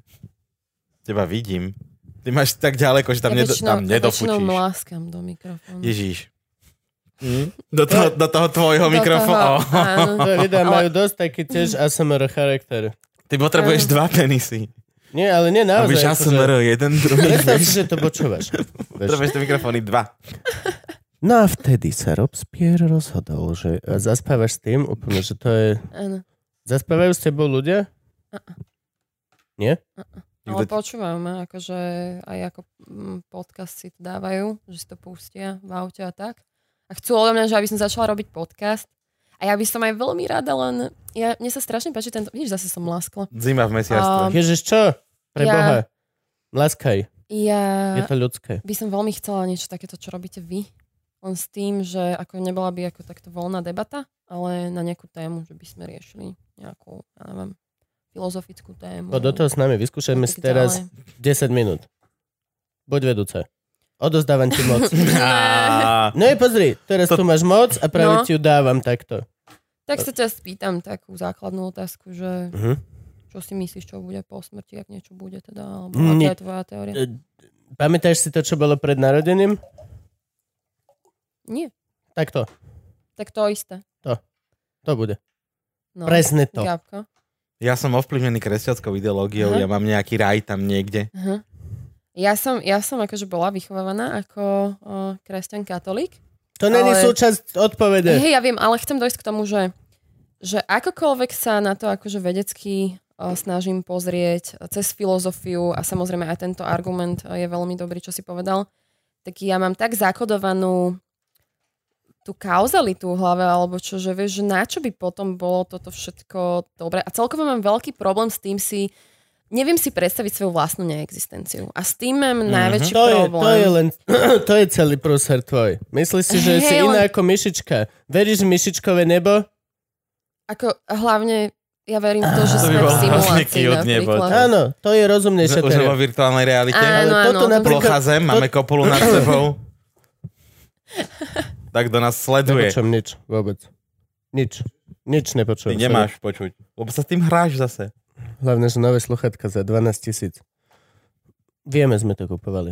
Teba vidím. Ty máš tak ďaleko, že tam, ja nedo, väčšinou, tam ja väčšinou nedofúčiš. mláskam do mikrofónu. Ježíš. Hm? Do, toho, do toho tvojho Do mikrofónu. toho, áno. To videá Ale- majú dosť taký tiež á es em er charakter. Ty potrebuješ dva penisy. Nie, ale nie naozaj. Abys á es em er jeden, druhý. Predstav si, že to počúvaš. Vieš. Potrebuješ tie mikrofóny dva. No a vtedy sa Robespierre rozhodol, že zaspávaš s tým úplne, že to je... Áno. Zaspávajú s tebou ľudia? Uh-uh. Nie? Ale Nikto- počúvam, akože aj ako mm, podcast si to dávajú, že si to pustia v aute a tak. A chcú odo mňa, že aby som začala robiť podcast. A ja by som aj veľmi rada, len ja, mne sa strašne páči tento... Vidíš, zase som láskla. Zima v mesiarstve. Um, Ježiš, čo? Pre Ja- Boha. Láskaj. Ja Je to ľudské. by som veľmi chcela niečo takéto, čo robíte vy. Len s tým, že ako nebola by ako takto voľná debata, ale na nejakú tému, že by sme riešili nejakú, ja neviem, filozofickú tému. Poď do toho s nami, vyskúšajme a si tak teraz ďalej. desať minút. Buď vedúca. Odozdávam ti moc. Á, No i pozri, teraz tu máš moc a práve No. ti ju dávam takto. Tak sa ťa spýtam takú základnú otázku, že Uh-huh. čo si myslíš, čo bude po smrti, ak niečo bude teda, alebo Nie. aká je tvoja teória? Pamätáš si to, čo bolo pred narodením? Nie, Tak to. tak to isté. To bude. No. Presne to. Gabko. ja som ovplyvnený kresťanskou ideológiou, Aha. ja mám nejaký raj tam niekde. Aha. Ja som, ja som akože bola vychovávaná ako o, kresťan katolík. To není Ale- súčasť odpovede. Hej, ja viem, ale chcem dojsť k tomu, že, že akokoľvek sa na to akože vedecky o, snažím pozrieť cez filozofiu a samozrejme aj tento argument o, je veľmi dobrý, čo si povedal, tak ja mám tak zakodovanú tú kauzalitu v hlave, alebo čo, že vieš, že na čo by potom bolo toto všetko dobre. A celkovo mám veľký problém s tým si, neviem si predstaviť svoju vlastnú neexistenciu. A s tým mám mm-hmm. najväčší To je, problém. to je len, to je celý prúser tvoj. Myslíš si, že Hej, si iná len- ako myšička. Veríš v myšičkové nebo? Ako hlavne ja verím v to, že To by sme v bolo hrozne simulácii cute, nebo? napríklad. Áno, to je rozumnejšia Už vo teória. virtuálnej realite. Áno, Ale toto áno. napríklad- Plocha zem, máme kopulu nad sebou. Tak do nás sleduje. Nepočujem nič vôbec. Nič. Nič Ty nepočujem. nemáš počuť. Lebo sa s tým hráš zase. Hlavne, že nové sluchatka za dvanásť tisíc. Vieme, sme to kupovali.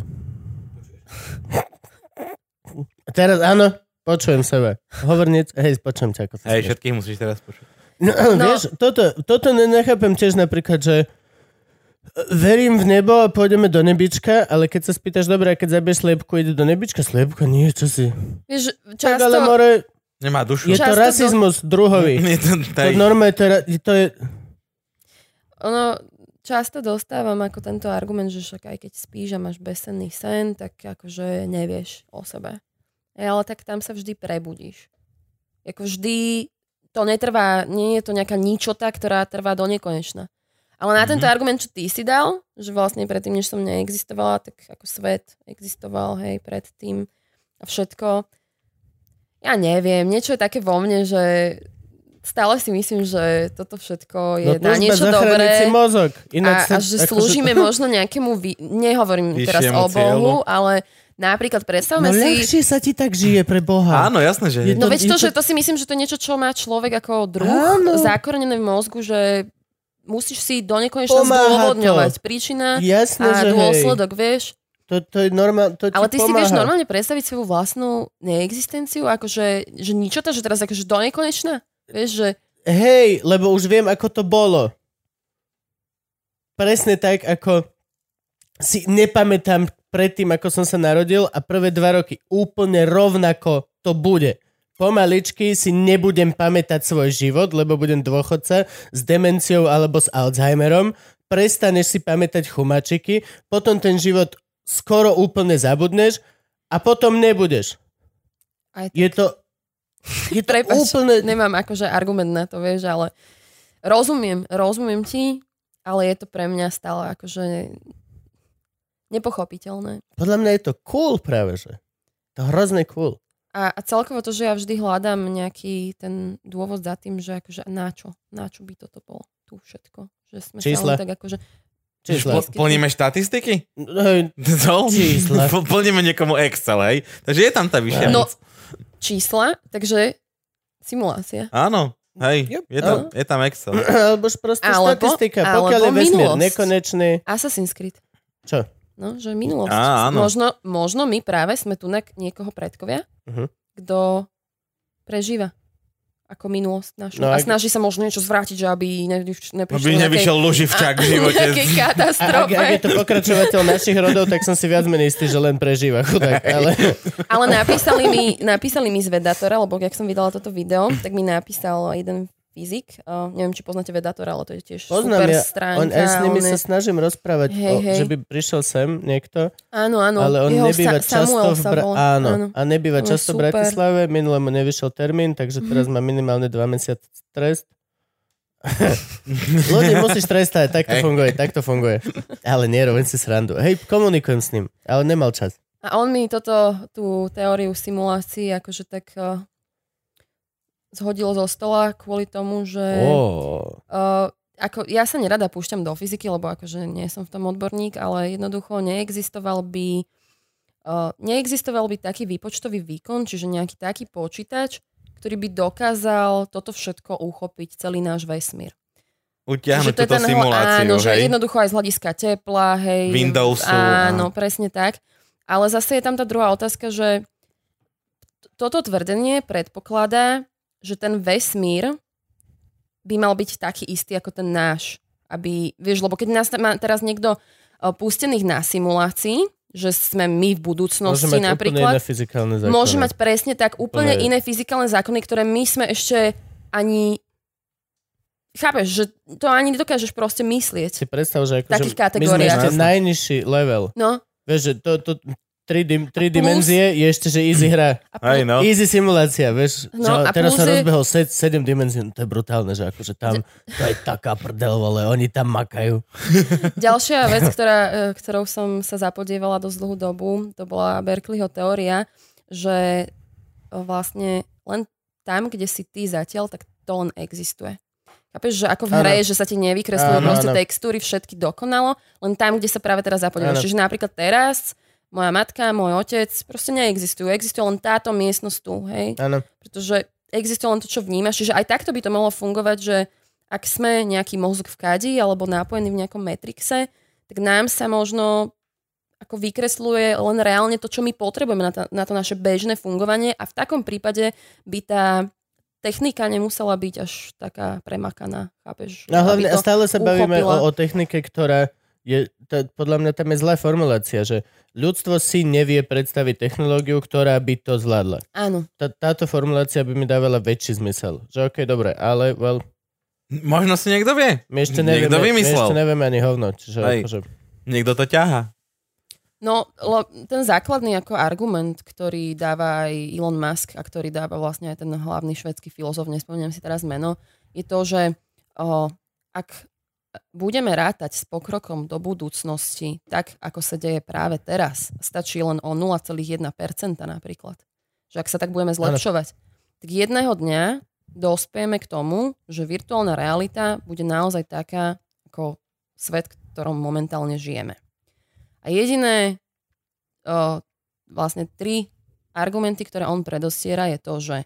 A teraz áno, počujem seba. Hovor nič, hej, počujem ťa. Ako sa Hej, smieš. všetkých musíš teraz počuť. No, No. vieš, toto, toto ne- nechápem tiež napríklad, že verím v nebo a pôjdeme do nebička, ale keď sa spýtaš, dobre, a keď zabiješ sliepku, ide do nebička? Sliepka? Nie, čo si? Vieš, Tak často, ale more, Nemá dušu. Je to Často rasizmus do... druhový. Je to, to normálne, to je... To je... Ono, často dostávam ako tento argument, že však aj keď spíš a máš bezsenný sen, tak akože nevieš o sebe. Ale tak tam sa vždy prebudíš. Ako vždy to netrvá, nie je to nejaká ničota, ktorá trvá do nekonečna. Ale na mm-hmm. tento argument, čo ty si dal, že vlastne predtým, než som neexistovala, tak ako svet existoval, hej, predtým a všetko. Ja neviem, niečo je také vo mne, že stále si myslím, že toto všetko je no, na niečo dobré. Si mozog. Ináč a, sa, a že slúžime že... možno nejakému, vý... nehovorím Vyšiemu teraz o Bohu, cieľu. Ale napríklad predstavme no, si... No ľahšie sa ti tak žije pre Boha. Áno, jasné, že je. No veď to, to, že to si myslím, že to je niečo, čo má človek ako druh, áno. Zakorenené v mozgu, že musíš si do nekonečna zdôvodňovať príčina jasné, a dôsledok, hej. Vieš. To, to je normál, to ale ty pomáha. si vieš normálne predstaviť svoju vlastnú neexistenciu, akože, že ničota, že teraz akože do nekonečna? Vieš, že... Hej, lebo už viem, ako to bolo. Presne tak, ako si nepamätám predtým, ako som sa narodil a prvé dva roky úplne rovnako to bude. Pomaličky si nebudem pamätať svoj život, lebo budem dôchodca s demenciou alebo s Alzheimerom. Prestaneš si pamätať chumačiky, potom ten život skoro úplne zabudneš a potom nebudeš. Aj je to, je to Prepač, úplne... nemám akože argument na to, vieš, ale rozumiem, rozumiem ti, ale je to pre mňa stále akože nepochopiteľné. Podľa mňa je to cool práve, že? To hrozne cool. A, a celkovo to, že ja vždy hľadám nejaký ten dôvod za tým, že akože na čo? Na čo by toto bolo? Tu všetko. Že sme čísla. sa tak akože... Čísla. Plníme štatistiky? Hej, Co? čísla. Plníme niekomu Excel, hej? Takže je tam tá vyššia No, vec. čísla, takže simulácia. Áno, hej, Yep. je, tam, je tam Excel. Alebo proste Alebo- štatistika. alebo Pokiaľ je vesmír minulosť. nekonečný. Assassin's Creed. Čo? No, že minulosť. Á, áno. Možno, možno my práve sme tu na niekoho predkovia, Uh-huh. kto prežíva ako minulosť našu. No, a ak- snaží sa možno niečo zvrátiť, že aby ne, neprišlo Aby nevyšiel luživčak v živote. nejakej A ak, katastrofe. ak je to pokračovateľ našich rodov, tak som si viac menej istý, že len prežíva chudák. Ale... Ale napísali mi, napísali mi z Vedatora, lebo jak som vydala toto video, tak mi napísal jeden fyzik. Uh, neviem, či poznáte Vedatora, ale to je tiež Poznám super ja, stránka. on, aj s nimi on je... sa snažím rozprávať, Hej, o, hej. že by prišiel sem niekto, Áno, áno. ale on Jeho nebýva Sa- často Samuel v sa Bra- volá. áno, áno. a nebýva On je často v super. Bratislave, minule mu nevyšiel termín, takže teraz má minimálne dva mesiace trest. Ľudí musíš trestať, tak to Hej. funguje, tak to funguje. Ale nie, robím si srandu. Hej, komunikujem s ním, ale nemal čas. A on mi toto, tú teóriu simulácií akože tak uh, zhodil zo stola kvôli tomu, že Oh. uh, ako, ja sa nerada púšťam do fyziky, lebo akože nie som v tom odborník, ale jednoducho neexistoval by uh, neexistoval by taký výpočtový výkon, čiže nejaký taký počítač, ktorý by dokázal toto všetko uchopiť, celý náš vesmír. Utiahnuť Čiže to je túto ten hla- simuláciu, áno, že hej? jednoducho aj z hľadiska tepla, hej. Windowsu, Áno, áno. presne tak. Ale zase je tam tá druhá otázka, že t- toto tvrdenie predpokladá, že ten vesmír by mal byť taký istý ako ten náš. Aby, vieš, lebo keď nás má teraz niekto uh, pustených na simulácii, že sme my v Môže budúcnosti mať úplne napríklad, iné fyzikálne zákony. môže mať presne tak úplne Úplne- iné fyzikálne zákony, ktoré my sme ešte ani... Chápeš, že to ani nedokážeš proste myslieť. Si predstav, že akože Takých my sme kategóriách. ešte najnižší level. No, Vieš, že to, to tri, dim, tri plus- dimenzie je ešte, že easy hra. a pl- Hej, no. Easy simulácia, vieš. No, že a teraz plus sa je- rozbehol set, sedem dimenzií, no to je brutálne, že akože tam, to je taká prdel, vole, oni tam makajú. ďalšia vec, ktorá, e, ktorou som sa zapodievala dosť dlhú dobu, to bola Berkeleyho teória, že e, vlastne len tam, kde si ty zatiaľ, tak to len existuje. Chápeš, že ako v hre, Áno. že sa ti nevykresľujú Áno, proste áno. textúry všetky dokonalo, len tam, kde sa práve teraz zapodievaš. Áno. Čiže napríklad teraz moja matka, môj otec proste neexistujú. Existuje len táto miestnosť tu, hej? Áno. Pretože existuje len to, čo vnímaš. Čiže aj takto by to mohlo fungovať, že ak sme nejaký mozog v kadi alebo nápojený v nejakom metrixe, tak nám sa možno ako vykresľuje len reálne to, čo my potrebujeme na to, na to naše bežné fungovanie a v takom prípade by tá technika nemusela byť až taká premakaná, chápeš? A hlavne, Aby a to stále sa bavíme uchopila. o, o technike, ktorá je, to, podľa mňa tam je zlá formulácia, že ľudstvo si nevie predstaviť technológiu, ktorá by to zvládla. Áno. Tá, táto formulácia by mi dávala väčší zmysel. Že okej, okay, dobre, ale well... Možno si niekto vie. My ešte nevieme, niekto my vymyslel. ešte nevieme ani hovno. Čiže, akože... Niekto to ťaha. No, lo, ten základný ako argument, ktorý dáva aj Elon Musk a ktorý dáva vlastne aj ten hlavný švédsky filozof, nespomínam si teraz meno, je to, že o, ak budeme rátať s pokrokom do budúcnosti, tak ako sa deje práve teraz, stačí len o nula celá jedna percenta napríklad. Že ak sa tak budeme zlepšovať, tak jedného dňa dospieme k tomu, že virtuálna realita bude naozaj taká ako svet, v ktorom momentálne žijeme. A jediné o, vlastne tri argumenty, ktoré on predostiera, je to, že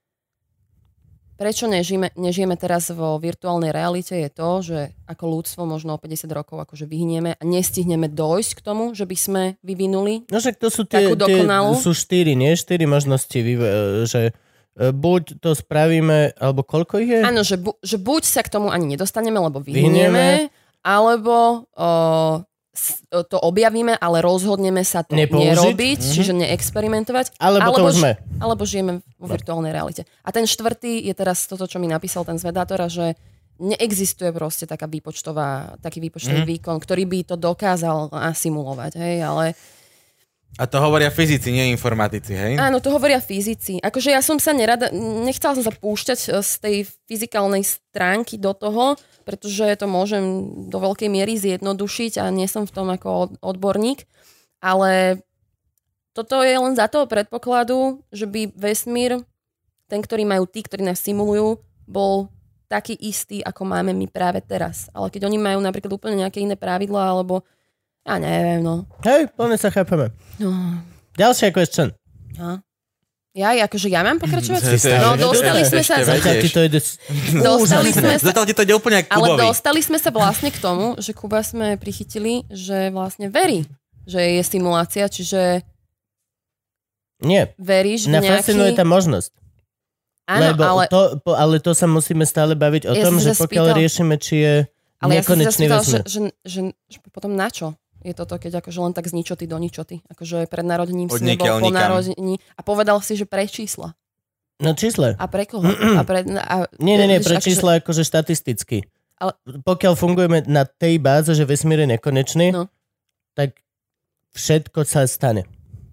prečo nežijeme, nežijeme teraz vo virtuálnej realite, je to, že ako ľudstvo možno o päťdesiat rokov akože vyhnieme a nestihneme dojsť k tomu, že by sme vyvinuli no však to sú tie, takú dokonalú. Tie sú štyri, nie? Štyri možnosti, že buď to spravíme, alebo koľko ich je? Áno, že, bu, že buď sa k tomu ani nedostaneme, lebo vyhnieme, alebo o, to objavíme, ale rozhodneme sa to Nepoužiť. nerobiť, Mhm. čiže neexperimentovať. Alebo, alebo to už sme. Alebo žijeme vo virtuálnej realite. A ten štvrtý je teraz toto, čo mi napísal ten zvedátor, že neexistuje proste taká výpočtová, taký výpočtový mm. výkon, ktorý by to dokázal asimulovať, hej, ale... A to hovoria fyzici, nie informatici, hej? Áno, to hovoria fyzici. Akože ja som sa nerada, nechcela som sa púšťať z tej fyzikálnej stránky do toho, pretože to môžem do veľkej miery zjednodušiť a nie som v tom ako odborník, ale toto je len za toho predpokladu, že by vesmír, ten, ktorý majú tí, ktorí nás simulujú, bol taký istý, ako máme my práve teraz. Ale keď oni majú napríklad úplne nejaké iné pravidlá, alebo ja neviem, no. Hej, plne sa chápeme. No. Ďalšia question. Ja, ja akože ja mám pokračovať? Ešte, No, ešte, dostali ešte, sme sa... ešte, Zatiaľ ti to ide... Dostali sme sa... Zatiaľ ti to ide úplne jak Ale Kubovi. dostali sme sa vlastne k tomu, že Kuba sme prichytili, že vlastne verí, že je simulácia, čiže Nie. veríš v Mňa nejaký... fascinuje tá možnosť. Áno, Lebo ale... to, po, ale to sa musíme stále baviť o Ja tom, som že sa pokiaľ spýtal- riešime, či je Ale ja som sa nekonečný spýtal, že, vesmír. že, že, že potom na čo je toto, keď akože len tak z ničoty do ničoty. Akože pred narodením Od si nebol niekiaľ po nikam. narodení a povedal si, že pre čísla. No čísle. A pre koho? A pre, a, Nie, nie, nie, vieš, pre akože- čísla akože štatisticky. Ale- Pokiaľ fungujeme na tej báze, že vesmír je nekonečný, No. tak všetko sa stane.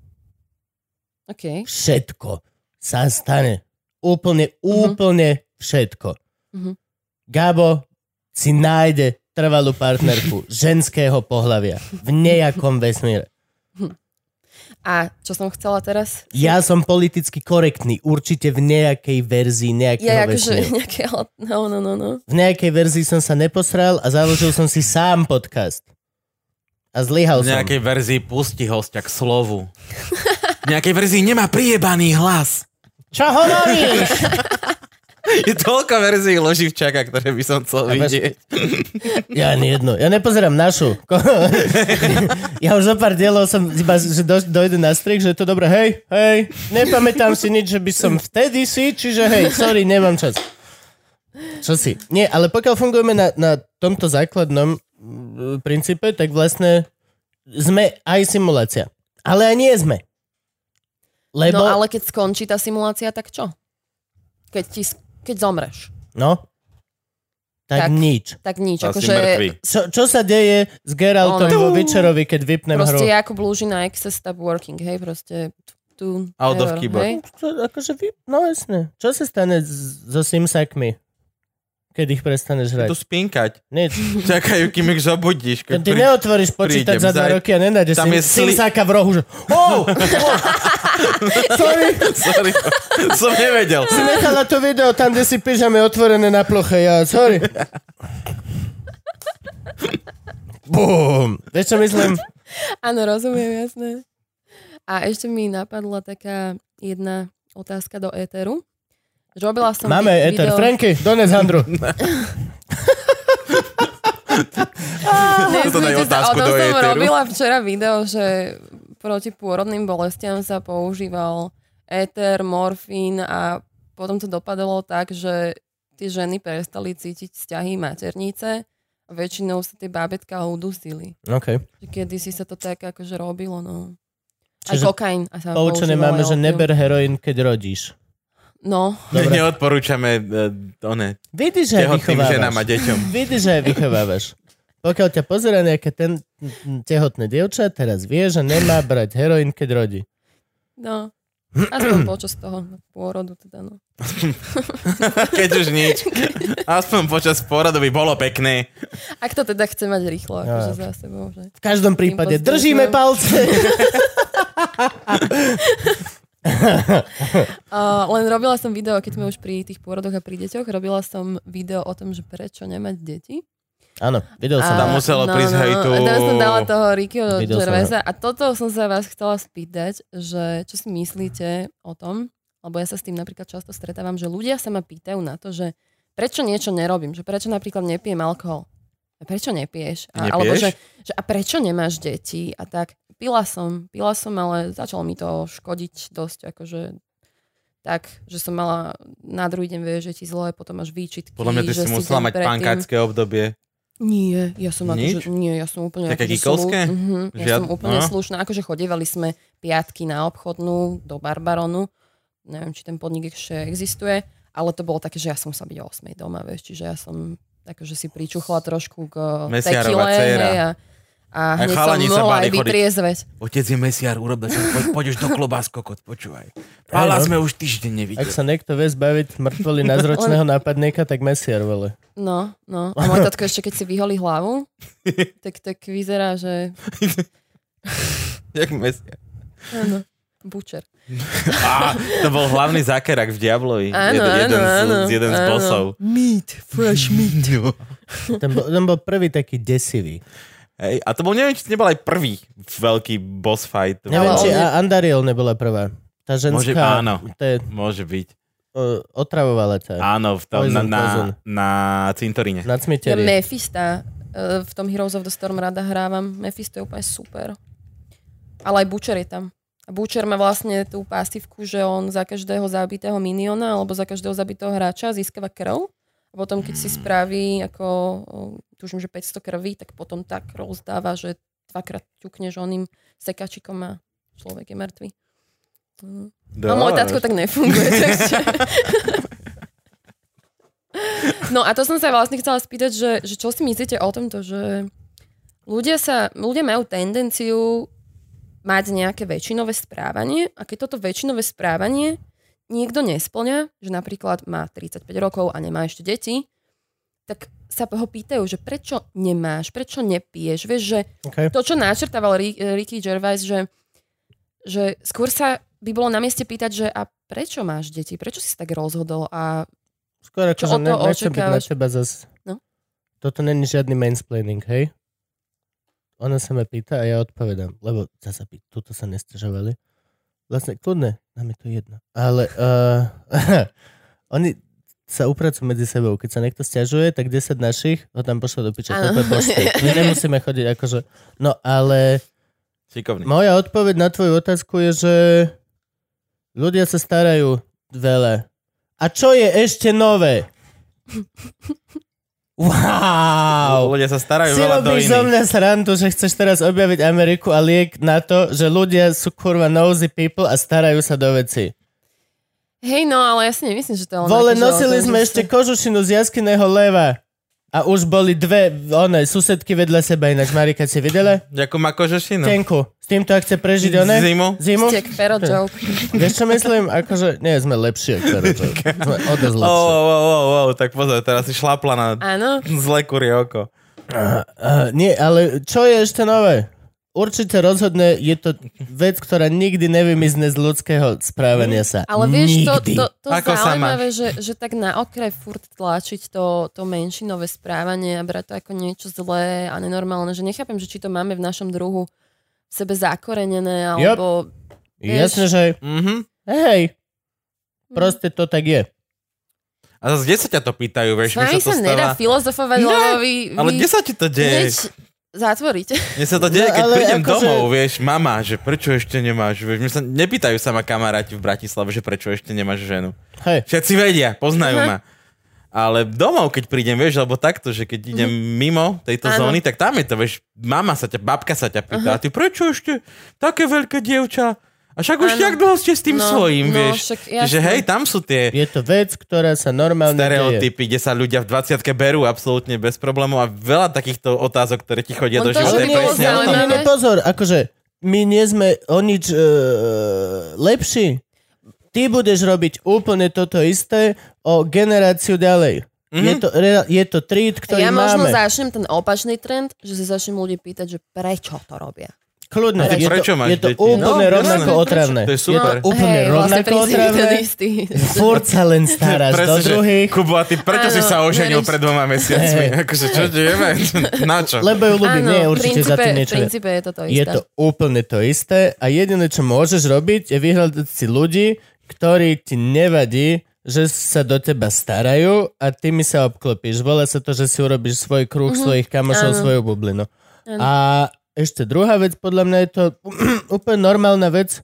OK. Všetko sa stane. Úplne, úplne všetko. Mhm. Gabo si nájde trvalú partnerku ženského pohlavia v nejakom vesmíre. A čo som chcela teraz? Ja som politicky korektný, určite v nejakej verzii nejakého Ja akože vesmíru. nejakého... No, no, no, no. V nejakej verzii som sa neposral a založil som si sám podcast. A zlyhal V som. nejakej verzii pustí hostia k slovu. V nejakej verzii nemá prijebaný hlas. Čo hovoríš? Je toľko verzií Loživčaka, ktoré by som chcel A bez- vidieť. Ja ani jednu. Ja nepozerám našu. Ja už zo pár dielov som iba, že do, dojde na strich, že je to dobré. Hej, hej, nepamätám si nič, že by som vtedy si, čiže hej, sorry, nemám čas. Čo si? Nie, ale pokiaľ fungujeme na, na tomto základnom mm, princípe, tak vlastne sme aj simulácia. Ale aj nie sme. Lebo... No ale keď skončí tá simulácia, tak čo? Keď, ti, keď zomreš. No, tak, Tak. nič. Tak nič. Asi Akože mŕtvy. Čo, čo sa deje s Geraltom Ono. vo Witcherovi, keď vypnem hru? proste Jakub Lúžina access tab working, hej, proste tu, Out of error, keyboard. hej. Čo, akože vy, no jasne. Čo sa stane s- so Simsakmi, keď ich prestaneš hrať? Tu spinkať. Nič. Čakajú, kým ich zobudíš. Keď Keď ty pri... neotvoríš počítač prídem za dva zaj- roky a nenájdeš Tam sim, je sli- Simsaka v rohu, že oh, oh, sorry, Sorry, som nevedel. si nechala to video tam, kde si pyžame otvorené na ploche, ja, sorry. Bum. Vieš, čo myslím? Áno, rozumiem, jasné. A ešte mi napadla taká jedna otázka do éteru. Robila som Máme vi- éter. video... Franky, dones handru. Toto daj Nezmite sa, otázku o tom do som éteru. robila včera video, že proti pôrodným bolestiam sa používal éter, morfín a potom to dopadlo tak, že tie ženy prestali cítiť vzťahy maternice a A väčšinou sa tie bábätká udusili. OK. Kedy si sa to tak akože robilo, no. Aj Čiže kokain. A sa poučené máme, že neber heroín, keď rodíš. No. Dobre. Neodporúčame uh, one, Vidíš, že aj tehotným vychovávaš. ženám a deťom. Vidíš, že aj vychovávaš. Pokiaľ ťa pozera nejaké ten tehotné dievča, teraz vie, že nemá brať heroín, keď rodí. No. Aspoň počas toho pôrodu teda, no. Keď už nič. Aspoň počas pôrodu by bolo pekné. Ak to teda chce mať rýchlo, akože za sebou, že... V každom prípade Tým držíme postupujem. palce. uh, len robila som video, keď sme už pri tých pôrodoch a pri deťoch, robila som video o tom, že prečo nemať deti. Áno, videl som. Tam muselo prísť hejtu. Tam som dala toho Rickyho Videl som Gervaisa a toto som sa vás chcela spýtať, že čo si myslíte o tom, lebo ja sa s tým napríklad často stretávam, že ľudia sa ma pýtajú na to, že prečo niečo nerobím, že prečo napríklad nepijem alkohol. A prečo nepiješ? A, alebo že, že a prečo nemáš deti? A tak pila som, pila som, ale začalo mi to škodiť dosť, akože tak, že som mala na druhý deň, vieš, že ti zle, potom máš výčitky. Podľa mňa ty že si musela mať predtým... pankáčské obdobie. Nie, ja som Nič? akože, nie, ja som úplne... Také akože gikovské? Som, uh-huh, ja Žiad... som úplne no? slušná, akože chodievali sme piatky na obchodnú do Barbaronu, neviem, či ten podnik ešte existuje, ale to bolo také, že ja som sa byť o osmej doma, vieš, čiže ja som akože si pričuchla trošku k Mesiarová tekile, dcéra. hej, a, a Aj hneď som chalani sa mohla báli aj chodiť. vytriezveť. Otec je mesiar, urob to, poď, poďš do klobás, kokot, počúvaj. Pála sme už týždeň nevideli. Ak sa niekto vie zbaviť mŕtvoly nazročného nápadníka, tak mesiar, vole. No, no. A môj tatko ešte, keď si vyholí hlavu, tak, tak vyzerá, že... Jak mesiar. Áno, bučer. Á, to bol hlavný zákerak v Diablovi. Áno, jeden, jeden, áno, áno, z, jeden z áno. bossov. Meat, fresh meat. Ten bol, ten bol prvý taký desivý. Hej, a to bol, neviem, či to nebol aj prvý veľký boss fight. Neviem, Ale či on je- a Andariel nebola prvá. Tá ženská, Môže- áno. to je, Môže byť. o, otravovala ťa. Áno, v tom, na, Poison, na, poison. na cintoríne. Na Ja cmiteri. Mephista uh, v tom Heroes of the Storm rada hrávam. Mephisto je úplne super. Ale aj Butcher je tam. A Butcher má vlastne tú pásivku, že on za každého zabitého miniona alebo za každého zabitého hráča získava krv. A potom, keď si spraví ako, uh, tužím, že päťsto krví, tak potom tak rozdáva, že dvakrát ťukneš oným sekačikom a človek je mŕtvy. Mm. No môj tatko tak nefunguje, takže... No a to som sa vlastne chcela spýtať, že, že čo si myslíte o tomto, že ľudia, sa, ľudia majú tendenciu mať nejaké väčšinové správanie a keď toto väčšinové správanie niekto nesplňa, že napríklad má tridsaťpäť rokov a nemá ešte deti, tak sa ho pýtajú, že prečo nemáš, prečo nepiješ. Vieš, že Okay. to, čo načrtával Ricky Gervais, že, že skôr sa by bolo na mieste pýtať, že a prečo máš deti? Prečo si sa tak rozhodol? A Skôr Čo akože od ne, toho nechcem byť na očakávaš? teba zas. No. Toto není žiadny mansplaining, hej? Ona sa ma pýta a ja odpovedám, lebo zasa pýta, tuto sa nestiažovali. Vlastne, kľudne, nám je to jedno. Ale uh, oni sa upracujú medzi sebou. Keď sa niekto stiažuje, tak desať našich ho tam pošle do piče. To je pošty. My nemusíme chodiť akože... No, ale Šikovný. moja odpoveď na tvoju otázku je, že ľudia sa starajú veľa. A čo je ešte nové? Wow! Ľudia sa starajú Si veľa do robíš zo iných. mňa srandu, že chceš teraz objaviť Ameriku a liek na to, že ľudia sú kurva nosy people a starajú sa do veci. hej, no, ale ja si nemyslím, že to je len Vole, akože o nosili tom, sme že ešte sa- kožušinu z jaskyného leva. A už boli dve, one, susedky vedľa seba ináč. Marika, si videla? Ako má kožešinu? Tenku. S týmto, ak chce prežiť, one? Zimu? Zimu? Stiek, pero joke. Vieš, čo myslím? Akože, nie, sme lepšie. Ktoré to. Sme o dosť Oh, lepšie. oh, oh, oh, oh, tak pozor, teraz si šlapla na Áno. zlé kurie oko. Uh, uh, nie, ale čo je ešte nové? Určite rozhodne je to vec, ktorá nikdy nevymizne z ľudského správania sa. Ale vieš, to, Nikdy. to, to Ako sa zaujímavé, že, že tak na okraj furt tlačiť to, to menšinové správanie a brať to ako niečo zlé a nenormálne, že nechápem, že či to máme v našom druhu v sebe zakorenené, alebo... vieš- Jasne, že Mhm. hej, proste to tak je. A zase, kde sa ťa to pýtajú, vieš, S vami mi sa sa to nedá stáva... filozofovať, Ne, lebo vy... Ale vy kde sa ti to deje? hneď zatvoríte. Mne sa to deje, No, keď ale prídem akože- domov, vieš, mama, že prečo ešte nemáš, vieš, mne sa nepýtajú sa ma kamaráti v Bratislave, že prečo ešte nemáš ženu. Hej. Všetci vedia, poznajú Aha. ma. Ale domov, keď prídem, vieš, alebo takto, že keď idem mm-hmm. mimo tejto Áno. zóny, tak tam je to, vieš, mama sa ťa, babka sa ťa pýta, uh-huh. a ty prečo ešte také veľké dievča? A však už jak dlho ste s tým no, svojím, no, vieš. Čiže hej, tam sú tie... Je to vec, ktorá sa normálne stereotypy, kde sa ľudia v dvadsiatke berú absolútne bez problémov a veľa takýchto otázok, ktoré ti chodia On do života. Ale nie, pozor, akože my nie sme o nič uh, lepší. Ty budeš robiť úplne toto isté o generáciu ďalej. Mm-hmm. Je, to, je to treat, ktorý ja máme. Ja možno začnem ten opačný trend, že sa začnem ľudí pýtať, že prečo to robia. Kľudne, je prečo to, je to úplne no, rovnako jasne, otravné. To je super. Je to úplne hey, rovnako vlastne otravné. Furt sa len staráš do druhých. Kubo, a ty prečo ano, si sa oženil pred dvoma mesiacmi? Hey. Akože čo ti jeme? Na čo? Lebo ju ľubí, nie, určite princípe, za tým niečo. V princípe je to to isté. Je to úplne to isté a jediné, čo môžeš robiť, je vyhľadať si ľudí, ktorí ti nevadí, že sa do teba starajú a ty mi sa obklopíš. Volá sa to, že si urobíš svoj kruh, uh-huh. svojich kamošov, svoju bublinu. Ano. A ešte druhá vec, podľa mňa je to úplne normálna vec.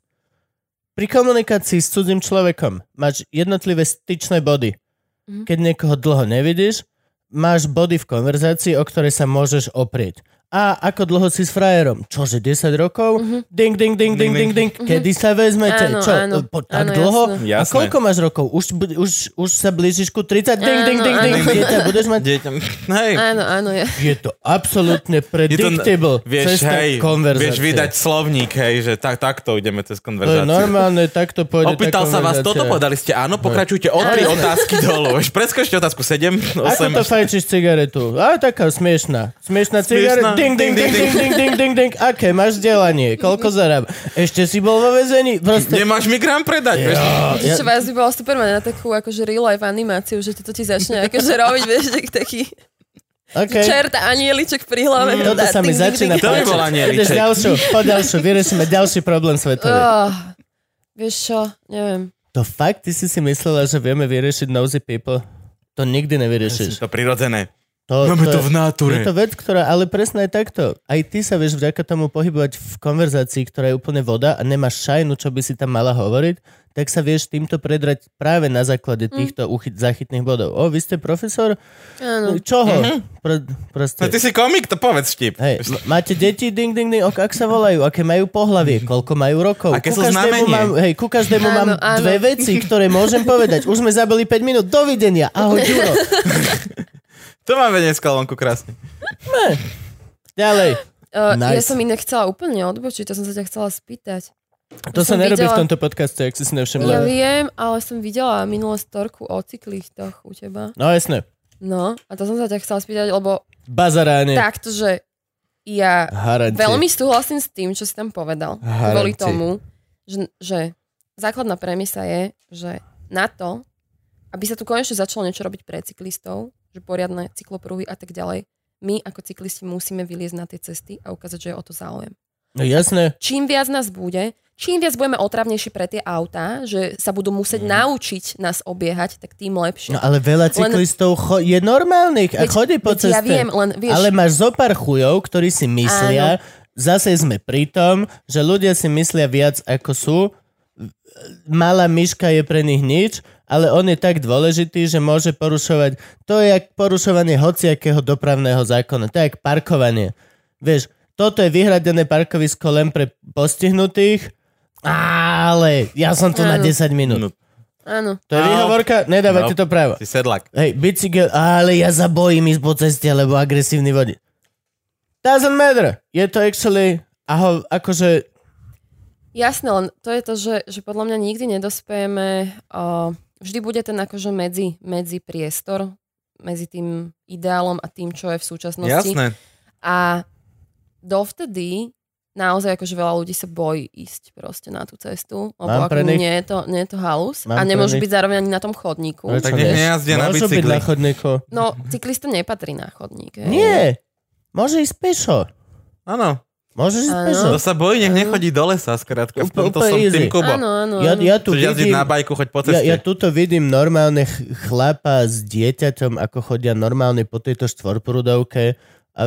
Pri komunikácii s cudzým človekom máš jednotlivé styčné body. Mm-hmm. Keď niekoho dlho nevidíš, máš body v konverzácii, o ktoré sa môžeš oprieť. A ako dlho si s frajerom? Čože, desať rokov? Mm-hmm. Ding, ding, ding, ding, ding, ding. Mm-hmm. Kedy sa vezmete? Áno, Čo? Áno, po, tak áno, dlho? Jasné. A koľko máš rokov? Už, už, už sa blížiš ku tridsať? Ding, ding, ding, ding. Dieťa, budeš mať... Dieťa, hej. Áno, áno. Je, je to absolútne predictable. To, vieš, hej, vieš vydať slovník, hej, že tak, takto ideme cez konverzáciu. To je normálne, takto pôjde Opýtal sa vás toto, povedali ste áno, pokračujte o tri otázky dolu. Preskočte otázku sedem, osem. Ako to fajčíš cigaretu? A taká smiešná. Smiešná cigareta. Ding, ding, ding, ding. Ding, ding, ding, ding. Aké máš vzdelanie? Koľko zaráb? Ešte si bol vo väzení? Proste... Nemáš mi gram predať. Jo, ja... Čo vás by bolo super mať na takú akože real life animáciu, že to ti začne akože robiť, vieš, taký okay. čert a anieliček pri hlave. Mm, toto sa mi začína. To by bol anieliček. Ďalšiu, po ďalšiu, vyriešime ďalší problém svetový. Oh, vieš čo? Neviem. To fakt, ty si si myslela, že vieme vyriešiť nosy people? To nikdy nevyriešiš. To prirodzené. To, Máme to, to v náture. Je to vec, ktorá, ale presne je takto. Aj ty sa vieš vďaka tomu pohybovať v konverzácii, ktorá je úplne voda a nemáš šajnu, čo by si tam mala hovoriť, tak sa vieš týmto predrať práve na základe týchto mm. uchyt, záchytných bodov. O, vy ste profesor? Áno. Čoho? Mm-hmm. Pro, proste. No, ty si komik, to povedz štip. Hej, máte deti? Ding, ding, ding. Ok, ak sa volajú? Aké majú pohlavie? Koľko majú rokov? Aké sú znamenie? Mám, hej, ku každému áno, mám áno. dve veci, ktoré môžem povedať. Už sme zabili päť minút. Dovidenia. Ahoj, Ďuro. To máme dneska vonku krásne. Ne. Ďalej. Uh, nice. Ja som inak chcela úplne odbočiť, to som sa ťa chcela spýtať. To sa nerobí videla... v tomto podcaste, ak si si nevšimla. Ja viem, ale som videla minulé storku o cyklistoch u teba. No jasné. No, a to som sa ťa chcela spýtať, lebo bazaráne. Takto, že ja Haranci. veľmi súhlasím s tým, čo si tam povedal. Haranci. Kvôli tomu, že, že základná premisa je, že na to, aby sa tu konečne začalo niečo robiť pre cyklistov, že poriadne cyklopruhy a tak ďalej, my ako cyklisti musíme vyliezť na tie cesty a ukázať, že je o to záujem. No jasné. Čím viac nás bude, čím viac budeme otravnejší pre tie autá, že sa budú musieť mm. naučiť nás obiehať, tak tým lepšie. No ale veľa cyklistov len... cho- je normálnych a chodí po ceste. Ja viem, len vieš... Ale máš zopár chujov, ktorí si myslia, áno. Zase sme pri tom, že ľudia si myslia viac ako sú. Malá myška je pre nich nič, ale on je tak dôležitý, že môže porušovať. To je jak porušovanie hociakého dopravného zákona. To je jak parkovanie. Vieš, toto je vyhradené parkovisko len pre postihnutých, ale ja som tu áno. na desať minút. Áno. To je výhovorka? Nedávajte no, to právo. Si sedlak. Hej, bicykel, ale ja sa bojím ísť po ceste, lebo agresívny vodič. Doesn't matter. Je to actually, aho, akože... Jasné, len to je to, že, že podľa mňa nikdy nedospejeme... O, vždy bude ten akože medzi, medzi priestor, medzi tým ideálom a tým, čo je v súčasnosti. Jasné. A dovtedy naozaj akože veľa ľudí sa bojí ísť proste na tú cestu, lebo ako nie je to, nie je to halus Mám a nemôžu byť zároveň ani na tom chodníku. No, tak nech nejazdia na bicykli. Môžu byť na chodníku. No, cyklista nepatrí na chodník. Hej. Nie, môže ísť pešo. Áno. Môžeš ísť pešo. To sa bojí, nech nechodí do lesa, skrátka. V tomto som tým Kubo. Áno, áno. Ja, ja tu vidím, na bajku, choď po ceste. Ja, ja tuto vidím normálne ch- chlapa s dieťaťom, ako chodia normálne po tejto štvorprúdovke. A,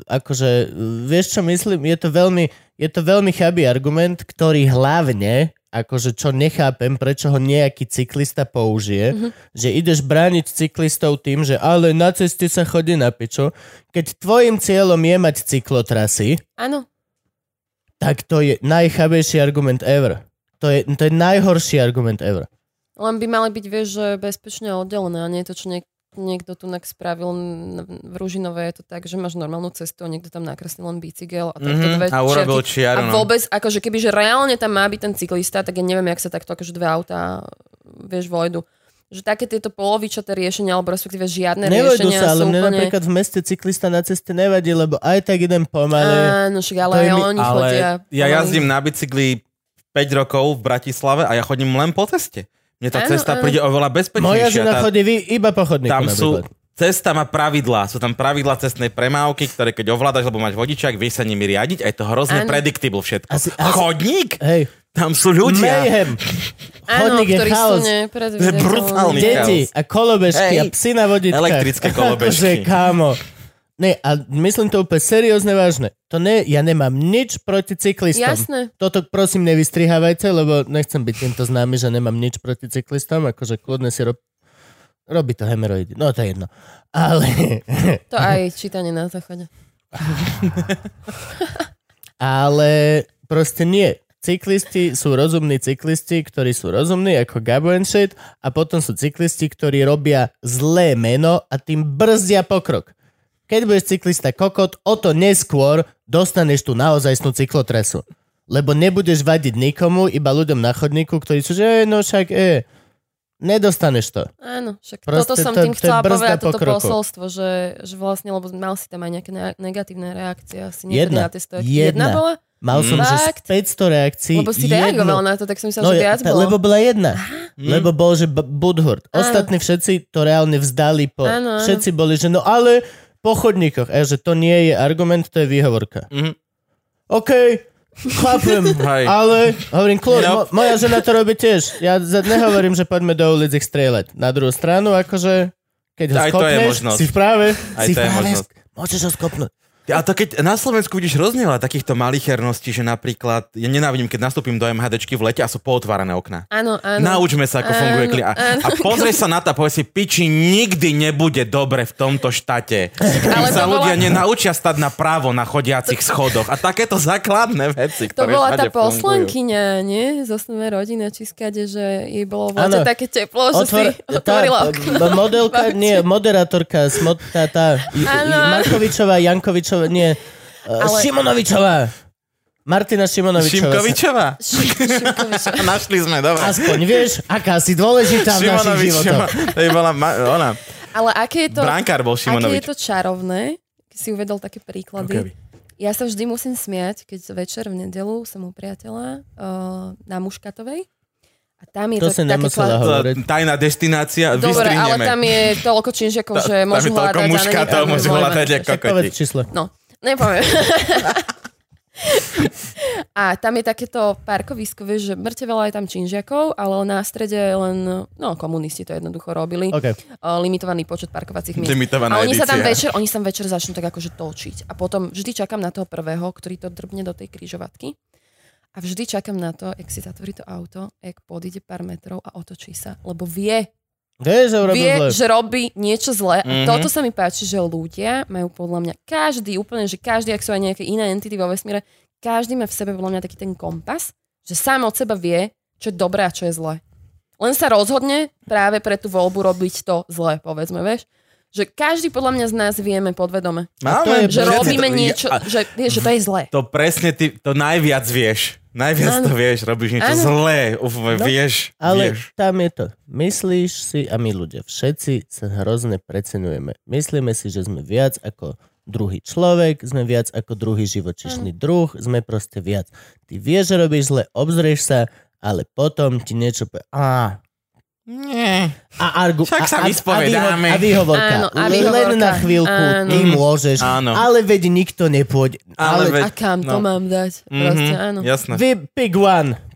akože, vieš čo myslím? Je to veľmi, je to veľmi chabý argument, ktorý hlavne akože čo nechápem, prečo ho nejaký cyklista použije, mm-hmm. že ideš brániť cyklistov tým, že ale na ceste sa chodí na piču, keď tvojim cieľom je mať cyklotrasy, áno. Tak to je najchabejší argument ever. To je, to je najhorší argument ever. Len by mali byť, vieš, že bezpečne oddelené a nie je to, čo niek- niekto tu spravil v Ružinove, je to tak, že máš normálnu cestu a niekto tam nakreslil len bicykel a takto mm-hmm, dve a urobil čiaru. A vôbec, akože kebyže reálne tam má byť ten cyklista, tak ja neviem, jak sa takto akože dve autá, vieš, vojdu. Že také tieto polovičaté riešenia, alebo respektíve žiadne nevojdu riešenia sa, ale sú mne úplne... napríklad v meste cyklista na ceste nevadí, lebo aj tak idem pomaly. Áno, však ale aj mi... oni ale chodia. Ja jazdím na bicykli päť rokov v Bratislave a ja chodím len po ceste. Mne tá áno, cesta áno. príde oveľa bezpečnejšia. Moja žena tá... chodí iba po chodníku Tam sú... napríklad. Cesta má pravidlá. Sú tam pravidlá cestnej premávky, ktoré keď ovládaš, lebo máš vodičák, vieš sa nimi riadiť a je to hrozne Áno. predictable všetko. Asi- asi- Chodník? Hej. Tam sú ľudia. Mayhem. Áno, Chodník je ktorí sú chaos. To je brutálny Deti chaos. a kolobežky Hej. a psy na vodičkách. Elektrické kolobežky. Akože, kámo. Ne, a myslím to úplne seriózne vážne. To ne, ja nemám nič proti cyklistom. Jasné. Toto prosím nevystrihávajte, lebo nechcem byť týmto známy, že nemám nič proti cyklistom, akože kľudne si rob... robí to hemeroidy. No to je jedno. Ale... To aj čítanie na záchode. Ale proste nie. Cyklisti sú rozumní cyklisti, ktorí sú rozumní ako Gabo and shit, a potom sú cyklisti, ktorí robia zlé meno a tým brzdia pokrok. Keď budeš cyklista kokot, o to neskôr dostaneš tú naozajstnú cyklotrasu. Lebo nebudeš vadiť nikomu, iba ľuďom na chodníku, ktorí sú, že no však, e, nedostaneš to. Áno, však Proste toto som to- tým to je chcela brzda povedať, toto pokroku. posolstvo, že, že vlastne, lebo mal si tam aj nejaké ne- negatívne reakcie. Asi Jedna. niekedy na tie stojky. Jedna. Jedna bola? Mal som, Mm. že z Fakt? päťsto reakcií Lebo si jednu- reagoval na to, tak som myslela, No, že viac ta- bolo. lebo bola jedna. Mm. Lebo bol, že b- Budhurt. Ostatní všetci to reálne vzdali po... Áno, áno. Všetci boli, že no ale po chodníkoch. A ja, že to nie je argument, to je výhovorka. Mhm. OK, chápem, Hej. ale hovorím, kľud, Nope. mo- moja žena to robí tiež. Ja za- nehovorím, že poďme do ulic ich strieľať. Na druhú stranu, akože keď ho Aj to je skopneš, možnosť. si v práve, Aj si to v je práve, možnosť. môžeš ho skopnúť. A to keď na Slovensku vidíš rozdiel takýchto malicherností, že napríklad, ja nenávidím, keď nastúpim do MHDčky v lete a sú pootvárané okná. Áno, áno. Naučme sa, ako Áno, funguje klient. A, áno. a pozrieš sa na to a povedz si, piči, nikdy nebude dobre v tomto štáte. Ale Kým sa to bola- ľudia nenaučia stať na právo na chodiacich schodoch. A takéto základné veci, To ktoré bola tá všade fungujú. poslankyňa, nie? Z osnovej rodiny či skade, že jej bolo v Áno. lete také teplo, že Otvor, si otvorila okno. tá, modelka, Bavte. nie, moderátorka, smotná, tá, J- Áno, áno. Markovičová, Jankovičová, nie, Ale... Ale- Šimonovičová. Martina Šimonovičová. Šimkovičová? Šimkovičová. Našli sme, dobre. Aspoň vieš, aká si dôležitá v našich životoch. To je bola ma- ona. Ale aké je to, Brankár bol aké je Šimonovič. to čarovné, keď si uvedol také príklady. Okay. Ja sa vždy musím smiať, keď večer v nedelu som u priateľa uh, na Muškatovej. A tam je To tak, si také nemusela kla- hovoriť. Tajná destinácia, Dobre, ale vystrihneme. tam je toľko činžiakov, že Tam môžu je toľko hľadať. a muškatov, není môžu problém. hľadať ako Však povedz kokoti. číslo. No, nepoviem. A tam je takéto parkovisko, vieš, že mŕte veľa je tam činžiakov, ale na strede len, no komunisti to jednoducho robili. OK. Uh, limitovaný počet parkovacích miest. Limitovaná A oni sa tam edícia. večer, oni sa tam večer začnú tak akože točiť. A potom vždy čakám na toho prvého, ktorý to drbne do tej križovatky. A vždy čakám na to, jak si zatvorí to auto, jak podíde pár metrov a otočí sa. Lebo vie, Vieš, že urobil vie, zle. že robí niečo zlé. A Mhm. toto sa mi páči, že ľudia majú podľa mňa každý, úplne, že každý, ak sú aj nejaké iné entity vo vesmíre, každý má v sebe podľa mňa taký ten kompas, že sám od seba vie, čo je dobré a čo je zlé. Len sa rozhodne práve pre tú voľbu robiť to zlé, povedzme, vieš. Že každý podľa mňa z nás vieme podvedome. A to je- Že Všetci robíme to- niečo, a- že, vieš, že to je zlé. To presne ty, to najviac vieš. Najviac Áno. to vieš, robíš niečo Áno. zlé. Uf, No, vieš, Ale vieš. tam je to. Myslíš si, a my ľudia, všetci sa hrozne precenujeme. Myslíme si, že sme viac ako druhý človek, sme viac ako druhý živočíšny druh, sme proste viac. Ty vieš, že robíš zle, obzrieš sa, ale potom ti niečo povie. Á, Nie. a, argu- Však sa a, a, vyspovedáme. a, výhovorka. Áno, a výhovorka. Len na chvíľku Áno. ty môžeš, Áno. ale veď nikto nepôjde. Ale Ale, veď- A kam to no. mám dať? Proste, áno. Jasné. vy, pick one.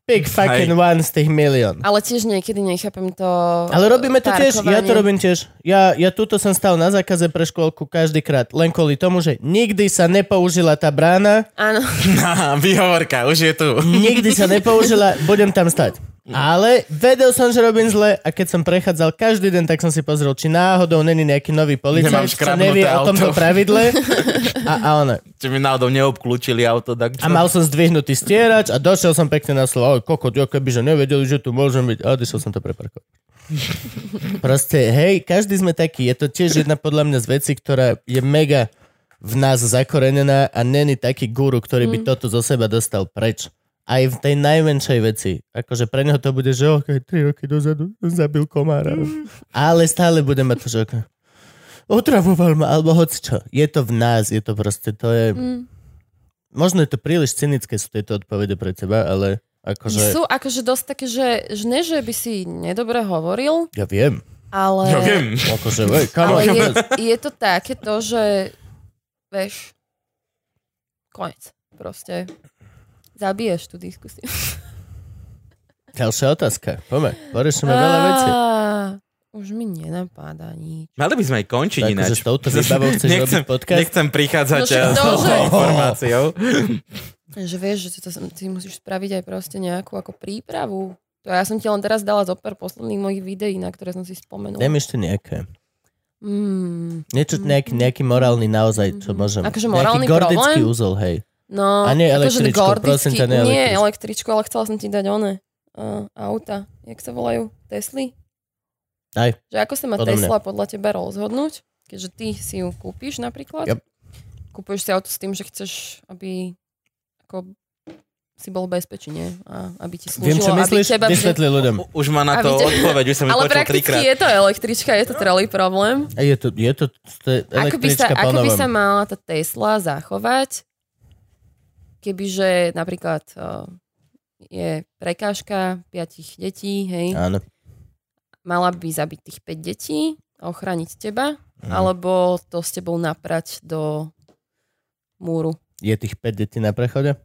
Big fucking Hej. one z tých milión. Ale tiež niekedy nechápem to... Ale robíme to tiež, ja to robím tiež. Ja, ja tuto som stal na zákaze pre škôlku každýkrát, len kvôli tomu, že nikdy sa nepoužila tá brána. Áno. Výhovorka, už je tu. Nikdy sa nepoužila, budem tam stať. Ale vedel som, že robím zle a keď som prechádzal každý deň, tak som si pozrel, či náhodou není nejaký nový policajt, čo nevie o tomto pravidle. A, a ono. Či mi náhodou neobklúčili auto. Tak čo? A mal som zdvihnutý stierač a došiel som pekne na slovo. Oj, kokot, jo, kebyže nevedeli, že tu môžem byť. A došiel som to preparkovať. Proste, hej, každý sme taký. Je to tiež jedna podľa mňa z vecí, ktorá je mega v nás zakorenená a není taký guru, ktorý by mm. toto zo seba dostal preč. Aj v tej najmenšej veci. Akože pre neho to bude, že okej, tri roky dozadu zabil komára. Mm. Ale stále bude mať to, že okej, otravoval ma, alebo hocičo. Je to v nás, je to proste, to je... Mm. Možno je to príliš cynické, sú tieto odpovede pre teba, ale akože... Sú akože dosť také, že, že ne, že by si nedobre hovoril. Ja viem. Ale... Ja viem. Akože, vej, ale je, je to také to, že vieš, konec. Proste... Zabiješ tú diskusiu. Ďalšia otázka. Poďme, porešíme veľa vecí. Už mi nenapáda nič. Mali by sme aj končiť tak, ináč. Že s touto výbavou chceš nechcem, robiť podcast? Nechcem prichádzať no, s touto informáciou. Že vieš, že ty, to, ty musíš spraviť aj proste nejakú ako prípravu. To ja som ti len teraz dala zoper posledných mojich videí, na ktoré som si spomenula. Dajme ešte nejaké. Mm. Niečo, nejaký, nejaký morálny naozaj, čo môžem. Akože morálny nejaký gordický problém? úzol, hej. No, a nie električku, prosím ťa, nie električku. Nie električku, ale chcela som ti dať one uh, auta. Jak sa volajú? Tesly? Aj. Že ako sa má Tesla podľa teba rozhodnúť, keďže ty si ju kúpiš napríklad. Yep. Kúpuješ si auto s tým, že chceš, aby ako si bol v bezpečí, nie? A aby ti slúžilo. Viem, čo myslíš? Teba... Vysvetli ľuďom. U, už má na to te... odpoveď, už som ju počul trikrát. Ale prakticky je to električka, je to trelý problém. A je to, je to, to je električka po Ako novom. by sa mala tá Tesla zachovať, kebyže napríklad uh, je prekážka piatich detí, hej? Áno. Mala by zabiť tých päť detí a ochrániť teba, mm. alebo to s tebou naprať do múru. Je tých päť detí na prechode?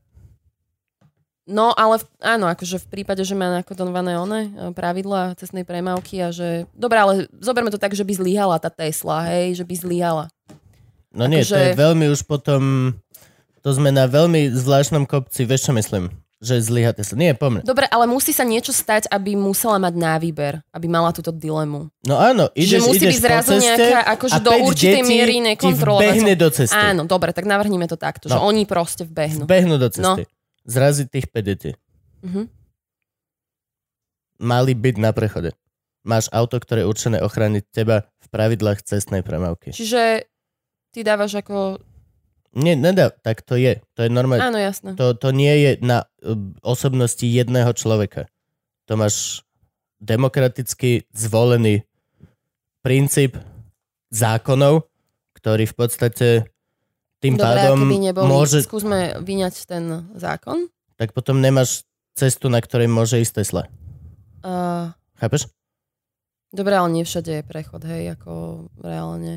No, ale v, áno, akože v prípade, že má nakodované one pravidlá cestnej premávky a že... Dobre, ale zoberme to tak, že by zlyhala tá Tesla, hej? Že by zlyhala. No nie, že... to je veľmi už potom... To sme na veľmi zvláštnom kopci, vieš čo myslím? Že zlyha Tesla. Nie, po mne. Dobre, ale musí sa niečo stať, aby musela mať na výber, aby mala túto dilemu. No áno, ideš, že musí ideš byť zrazu po ceste nejaká, akože do určitej miery nekontrolovať. Vbehne do cesty. Áno, dobre, tak navrhnime to takto, no. Že oni proste vbehnú. Vbehnú do cesty. No. Zraziť tých päť detí. Uh-huh. Mali byť na prechode. Máš auto, ktoré je určené ochrániť teba v pravidlách cestnej premávky. Čiže ty dávaš ako... Nie, nedá, tak to je. To je normálne. Áno, jasné. To, to nie je na uh, osobnosti jedného človeka. To máš demokraticky zvolený princíp zákonov, ktorý v podstate tým Dobre, pádom neboli, môže... skúsme vyňať ten zákon. Tak potom nemáš cestu, na ktorej môže ísť Tesla. Uh, Chápeš? Dobre, ale nie všade je prechod, hej, ako reálne.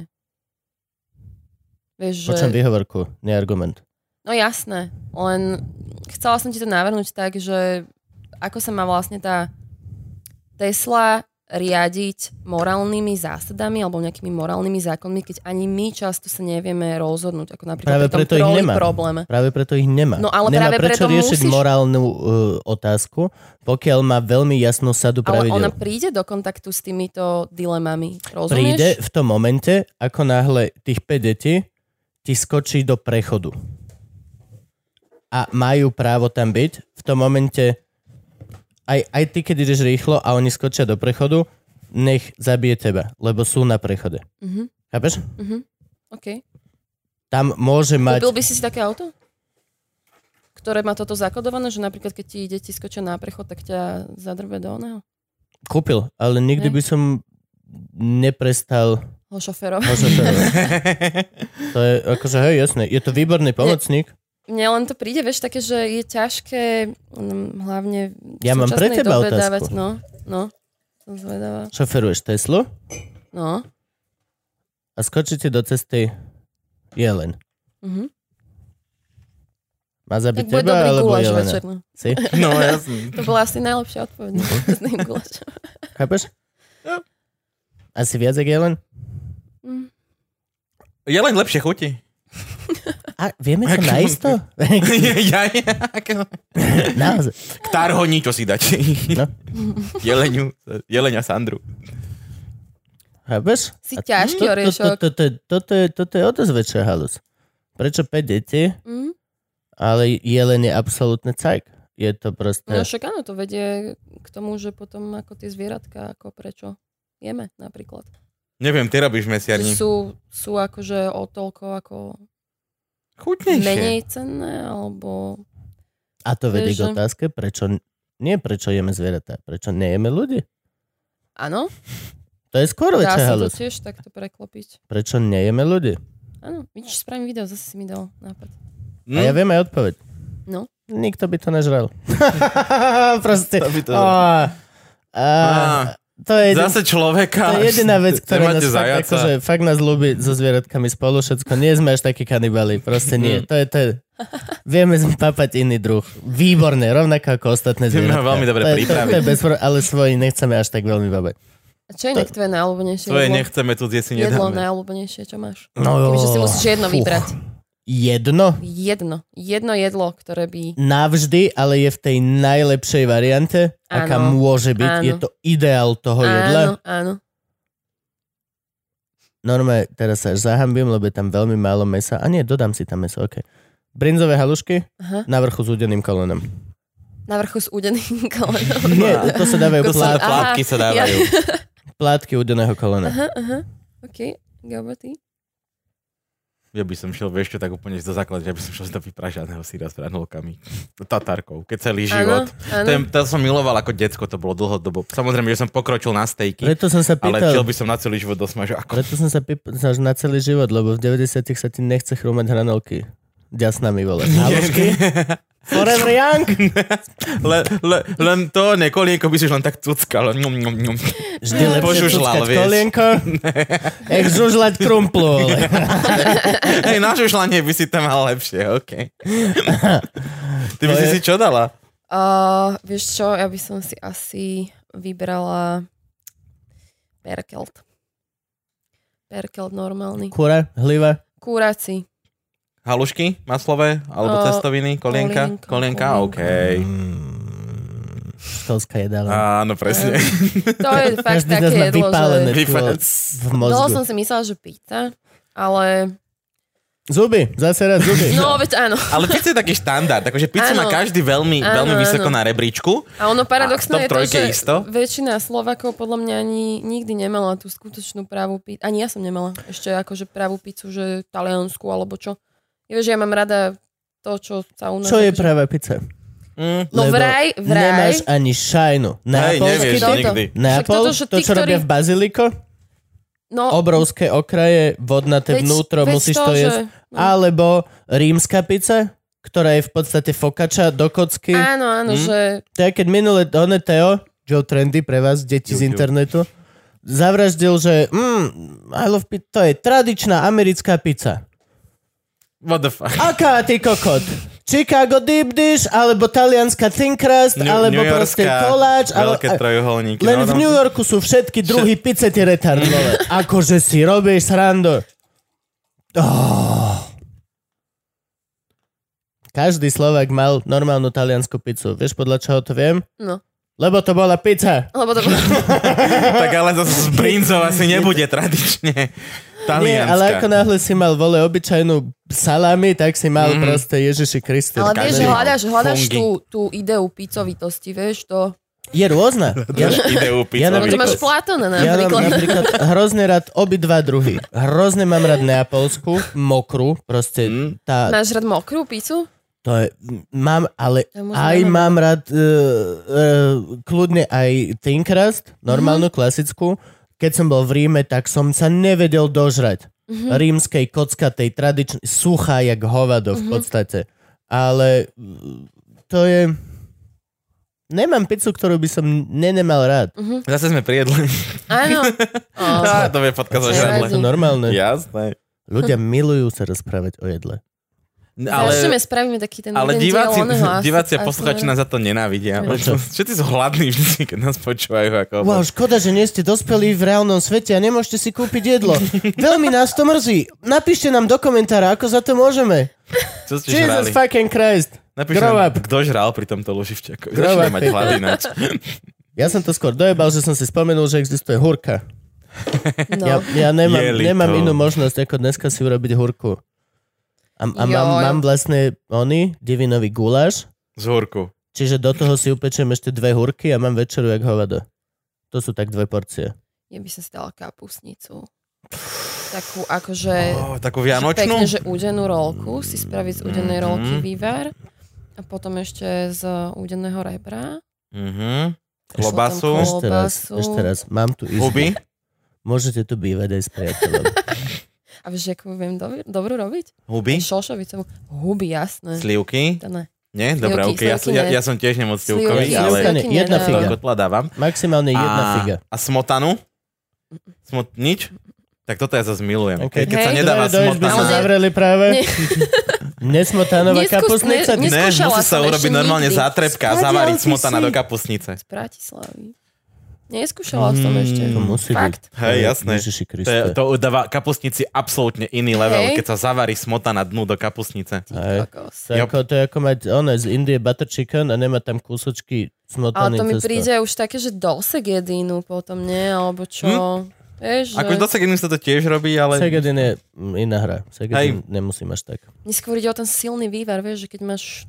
Vieš, Počujem že... výhovorku, nie argument. No jasné, len chcela som ti to navrhnúť tak, že ako sa má vlastne tá Tesla riadiť morálnymi zásadami alebo nejakými morálnymi zákonmi, keď ani my často sa nevieme rozhodnúť, ako napríklad práve pri tom troli probléme. Práve preto ich nemá. No, ale nemá práve prečo preto riešiť musíš... morálnu uh, otázku, pokiaľ má veľmi jasnú sadu pravidel. Ale ona príde do kontaktu s týmito dilemami, rozumieš? Príde v tom momente, ako náhle tých päť detí ti skočí do prechodu. A majú právo tam byť. V tom momente aj, aj ty, keď ideš rýchlo a oni skočia do prechodu, nech zabije teba, lebo sú na prechode. Uh-huh. Chápeš? Uh-huh. OK. Tam môže mať... Kúpil by si si také auto? Ktoré má toto zakodované, že napríklad keď ti deti skočia na prechod, tak ťa zadrbe do oného? Kúpil, ale nikdy ne? by som neprestal ho šoferovať. Ho šoferovať. To je akože, hej, jasné. Je to výborný pomocník. Mne len to príde, vieš, také, že je ťažké um, hlavne v ja mám pre teba otázku. Dávať, no, no, som zvedavá. Šoferuješ Teslu? No. A skočíte do cesty jelen. Mhm. Má zabiť Tak bude teba, dobrý alebo guláš jelena? večer. No. Si? No jasný. To bola asi najlepšia odpoveď. S tým gulášom. Chápeš? No. Asi viac jak jelen? Mm. Jeleň lepšie chutí. A vieme sa naisto? ja, ja, Naozaj. K tarhoní, čo si dáte? No. Jeleniu, jelenia Sandru. Chápeš? Si A ťažký to- to- oriešok. to- to- to- Toto je toto je o dosť väčšia halus. Prečo päť detí, Mm. ale jelen je absolútne cajk. Je to proste... No však áno, to vedie k tomu, že potom ako tie zvieratka, ako prečo jeme napríklad. Neviem, ty robíš Že mesiarní. sú, sú akože o toľko ako Chutnejšie. menej cenné, alebo... A to vedie Vieš, k že- otázke, prečo... Nie prečo jeme zvieratá, prečo nejeme ľudí? Áno, To je skôr dá väčšia sa to halus. tiež takto preklopiť. Prečo nejeme ľudí? Áno, vidíš, spravím video, zase si mi dal nápad. A ja Hm? viem aj odpoveď. No. Nikto by to nežral. Proste. To by to- Ó, a, Á, to je jedin, Zase človeka. to je jediná vec, ktorá nás Nemáte fakt, zajaca. akože, fakt nás ľúbi so zvieratkami spolu všetko. Nie sme až takí kanibali. Proste nie. To je, to je, vieme papať iný druh. Výborné, rovnako ako ostatné Vieme zvieratka. ho veľmi dobre To je- to- pripraviť. to je bez pro- ale svoji nechceme až tak veľmi babať. A čo je inak tvoje najobľúbenejšie Tvoje jedlo? nechceme, tu si Jedlo nedáme. najobľúbenejšie, čo máš? No, Kebyže si musíš jedno fú. vybrať. Jedno? Jedno. Jedno jedlo, ktoré by... Navždy, ale je v tej najlepšej variante, aká Áno, môže byť. áno. Je to ideál toho jedla. Áno, áno. Normálne, teraz sa až zahambím, lebo je tam veľmi málo mesa. A nie, dodám si tam meso, okej. Brinzové halušky Aha. na vrchu s údeným kolenom. Na vrchu s údeným kolenom. Nie, to sa dávajú To sa, plát, Aha, plátky sa dávajú. plátky údeného kolena. Aha, aha. OK, Gabo, ty? Ja by som šiel, vieš čo, tak úplne do základu, že by som šiel do vypražaného síra s granulkami. Tatárkou, keď celý život. Áno, To, je, áno. to som miloval ako decko, to bolo dlhodobo. Samozrejme, že som pokročil na stejky, Preto som sa ale pýtal, šiel by som na celý život do smažákov. preto som sa pýtal na celý život, lebo v deväťdesiatych sa ti nechce chrúmať hranolky. Ďasnami, vole. Halušky? Forever young? Le, le, len to nekolienko by si už len tak cuckal. Njum, njum, njum. Vždy lepšie Požužlal, cuckať vieš. kolienko, jak žužľať krumplu, vole. Hej, na žužlanie by si to mal lepšie, okej. Ty by To si je- si čo dala? Uh, vieš čo, ja by som si asi vybrala perkelt. Perkelt normálny. Kura, hliva. Kúraci. Halušky maslové? Alebo O, cestoviny? Kolienka? kolienka, Kolienka? kolienka. Okej. Mm, školská jedala. Áno, presne. To je fakt Každý z nás také má jedlo, vypálené že... tu Vyfác. v Dlho mozgu. som si myslela, že pizza, ale... Zuby, zase raz zuby. No, veď áno. Ale pizza je taký štandard, akože pizza má Áno. každý veľmi, Áno, veľmi vysoko áno. na rebríčku. A ono paradoxné A v top je to, trojke že isto? väčšina Slovakov podľa mňa ani nikdy nemala tú skutočnú pravú pizzu. Ani ja som nemala ešte akože pravú pizzu, že taliansku alebo čo. Ja vieš, ja mám rada to, čo sa u nás... Čo je akože- práva pizza? Mm. No Lebo vraj, vraj. Nemáš ani šajnu. Hej, Neapolský nevieš toto. nikdy. Neapol, Však toto, že to tí, čo robia ktorí- v Baziliko, No, obrovské okraje, vodnaté veď- vnútro, veď musíš to, to že- jesť. no. Alebo rímska pizza, ktorá je v podstate fokača do kocky. Áno, áno, Hm? že... To je keď minule Done Teo, Joe Trendy pre vás, deti z Juh, juh. internetu, zavraždil, že mm, I love pizza, to je tradičná americká pizza. What the fuck? Aká ty kokot? Chicago deep dish, alebo talianská thin crust, New- alebo New proste Yorkská, koláč. Veľké ale- trojuholníky. Len no, v no. New Yorku sú všetky druhy pizze, ty retard, vole. Akože si robíš srandu. Oh. Každý Slovák mal normálnu taliansku pizzu. Vieš, podľa čoho to viem? No, Lebo to bola pizza. lebo to bolo... Tak ale zase z brinzov asi nebude tradične Nie, talianská. ale ako náhle si mal, vole, obyčajnú salami, tak si mal Mhm. proste Ježiši Kriste. Ale vieš, že Každý- hľadáš, hľadáš fungy. tú, tú ideu pizzovitosti, vieš, to... Je rôzna. Ja, Ideu Ja No Napríklad- to máš pizzový. Platona ja mám napríklad. napríklad hrozne rád obidva druhy. Hrozne mám rád neapolskú, mokrú, proste Mm. tá, Máš rád mokrú pizzu? to je, mám, ale To je možno aj iné. mám rád uh, uh, kľudne aj thin crust, normálnu, klasickú. Keď som bol v Ríme, tak som sa nevedel dožrať. Mhm. Rímskej, kockatej, tradičnej, suchá jak hovado v Mhm. podstate. Ale mm, to je... Nemám pizzu, ktorú by som nenemal rád. Mhm. Zase sme pri jedle. Áno. Ó, Á, to je podcast o To je žadle. Je to normálne. Jasné. Ľudia milujú sa rozprávať o jedle. Ale, Začneme, spravíme taký ten ale jeden diváci, diel oného diváci a as- posluchači nás za to nenávidia. Prečo? Všetci sú hladní vždy, keď nás počúvajú. Ako... Wow, škoda, že nie ste dospelí v reálnom svete a nemôžete si kúpiť jedlo. Veľmi nás to mrzí. Napíšte nám do komentára, ako za to môžeme. Čo ste Jesus žrali? fucking Christ. Napíšte Grow nám, up. kto žral pri tomto loživčaku. Grow up. Začne mať hlady nač. Ja som to skôr dojebal, že som si spomenul, že existuje hurka. No. Ja, ja nemám, Jeli nemám to. inú možnosť, ako dneska si urobiť hurku. A, a Jo, mám, jo. mám vlastne oný, divinový guláš, Z hurku. čiže do toho si upečiem ešte dve hurky a mám večeru jak hovado. To sú tak dve porcie. Ja by som si dala kapustnicu. Takú akože... Oh, takú že vianočnú? Pekne, že údenú rolku. Si spraviť z údenej Mhm. rolky vývar. A potom ešte z údeného rebra. Mhm. Potom Klobasu. kol- Ešte raz, Kolbasu. ešte raz. Mám tu izbu. Huby. Môžete tu bývať aj s priateľom. A vieš, ako viem do, dobrú robiť? Huby. Šošovicovú. Huby, jasné. Slivky. To ne. Nie? Dobre, Slivky, ok. Ja, som- slivky ja, ne. ja som tiež nemoc slivkový, Slivky, ale Slivka ne, slivky jedna nedám. figa. do kotla dávam. Maximálne jedna a, figa. A smotanu? Smot, nič? Tak toto ja zase milujem. Okay. Keď, keď sa Hej. nedáva Dve do izby sa smotana... Ale- zavreli práve. Nie. Nesmotanová Neskús- kapustnica. ne- Ne, Neskúšala musí sa som urobiť ešte normálne nikdy. zátrepka a Skadiaľ zavariť ty smotana si? do kapustnice. Z Bratislavy. Neskúšala som Mm, ešte. To musí Fakt. byť. Hej, jasné. Ježiši To, je, Kriste. to dáva kapustnici absolútne iný level, Hej. keď sa zavarí smota na dnu do kapustnice. Hej. Kokos. To je, ako, to je ako mať one z Indie butter chicken a nemá tam kúsočky smotany. Ale to mi cez príde už také, že do segedínu potom, nie? Alebo čo? Hm? Vieš, že... Akože do Segedinu sa to tiež robí, ale... Segedin je mm, iná hra. Segedin nemusím až tak. Mne skôr ide o ten silný vývar, vieš, že keď máš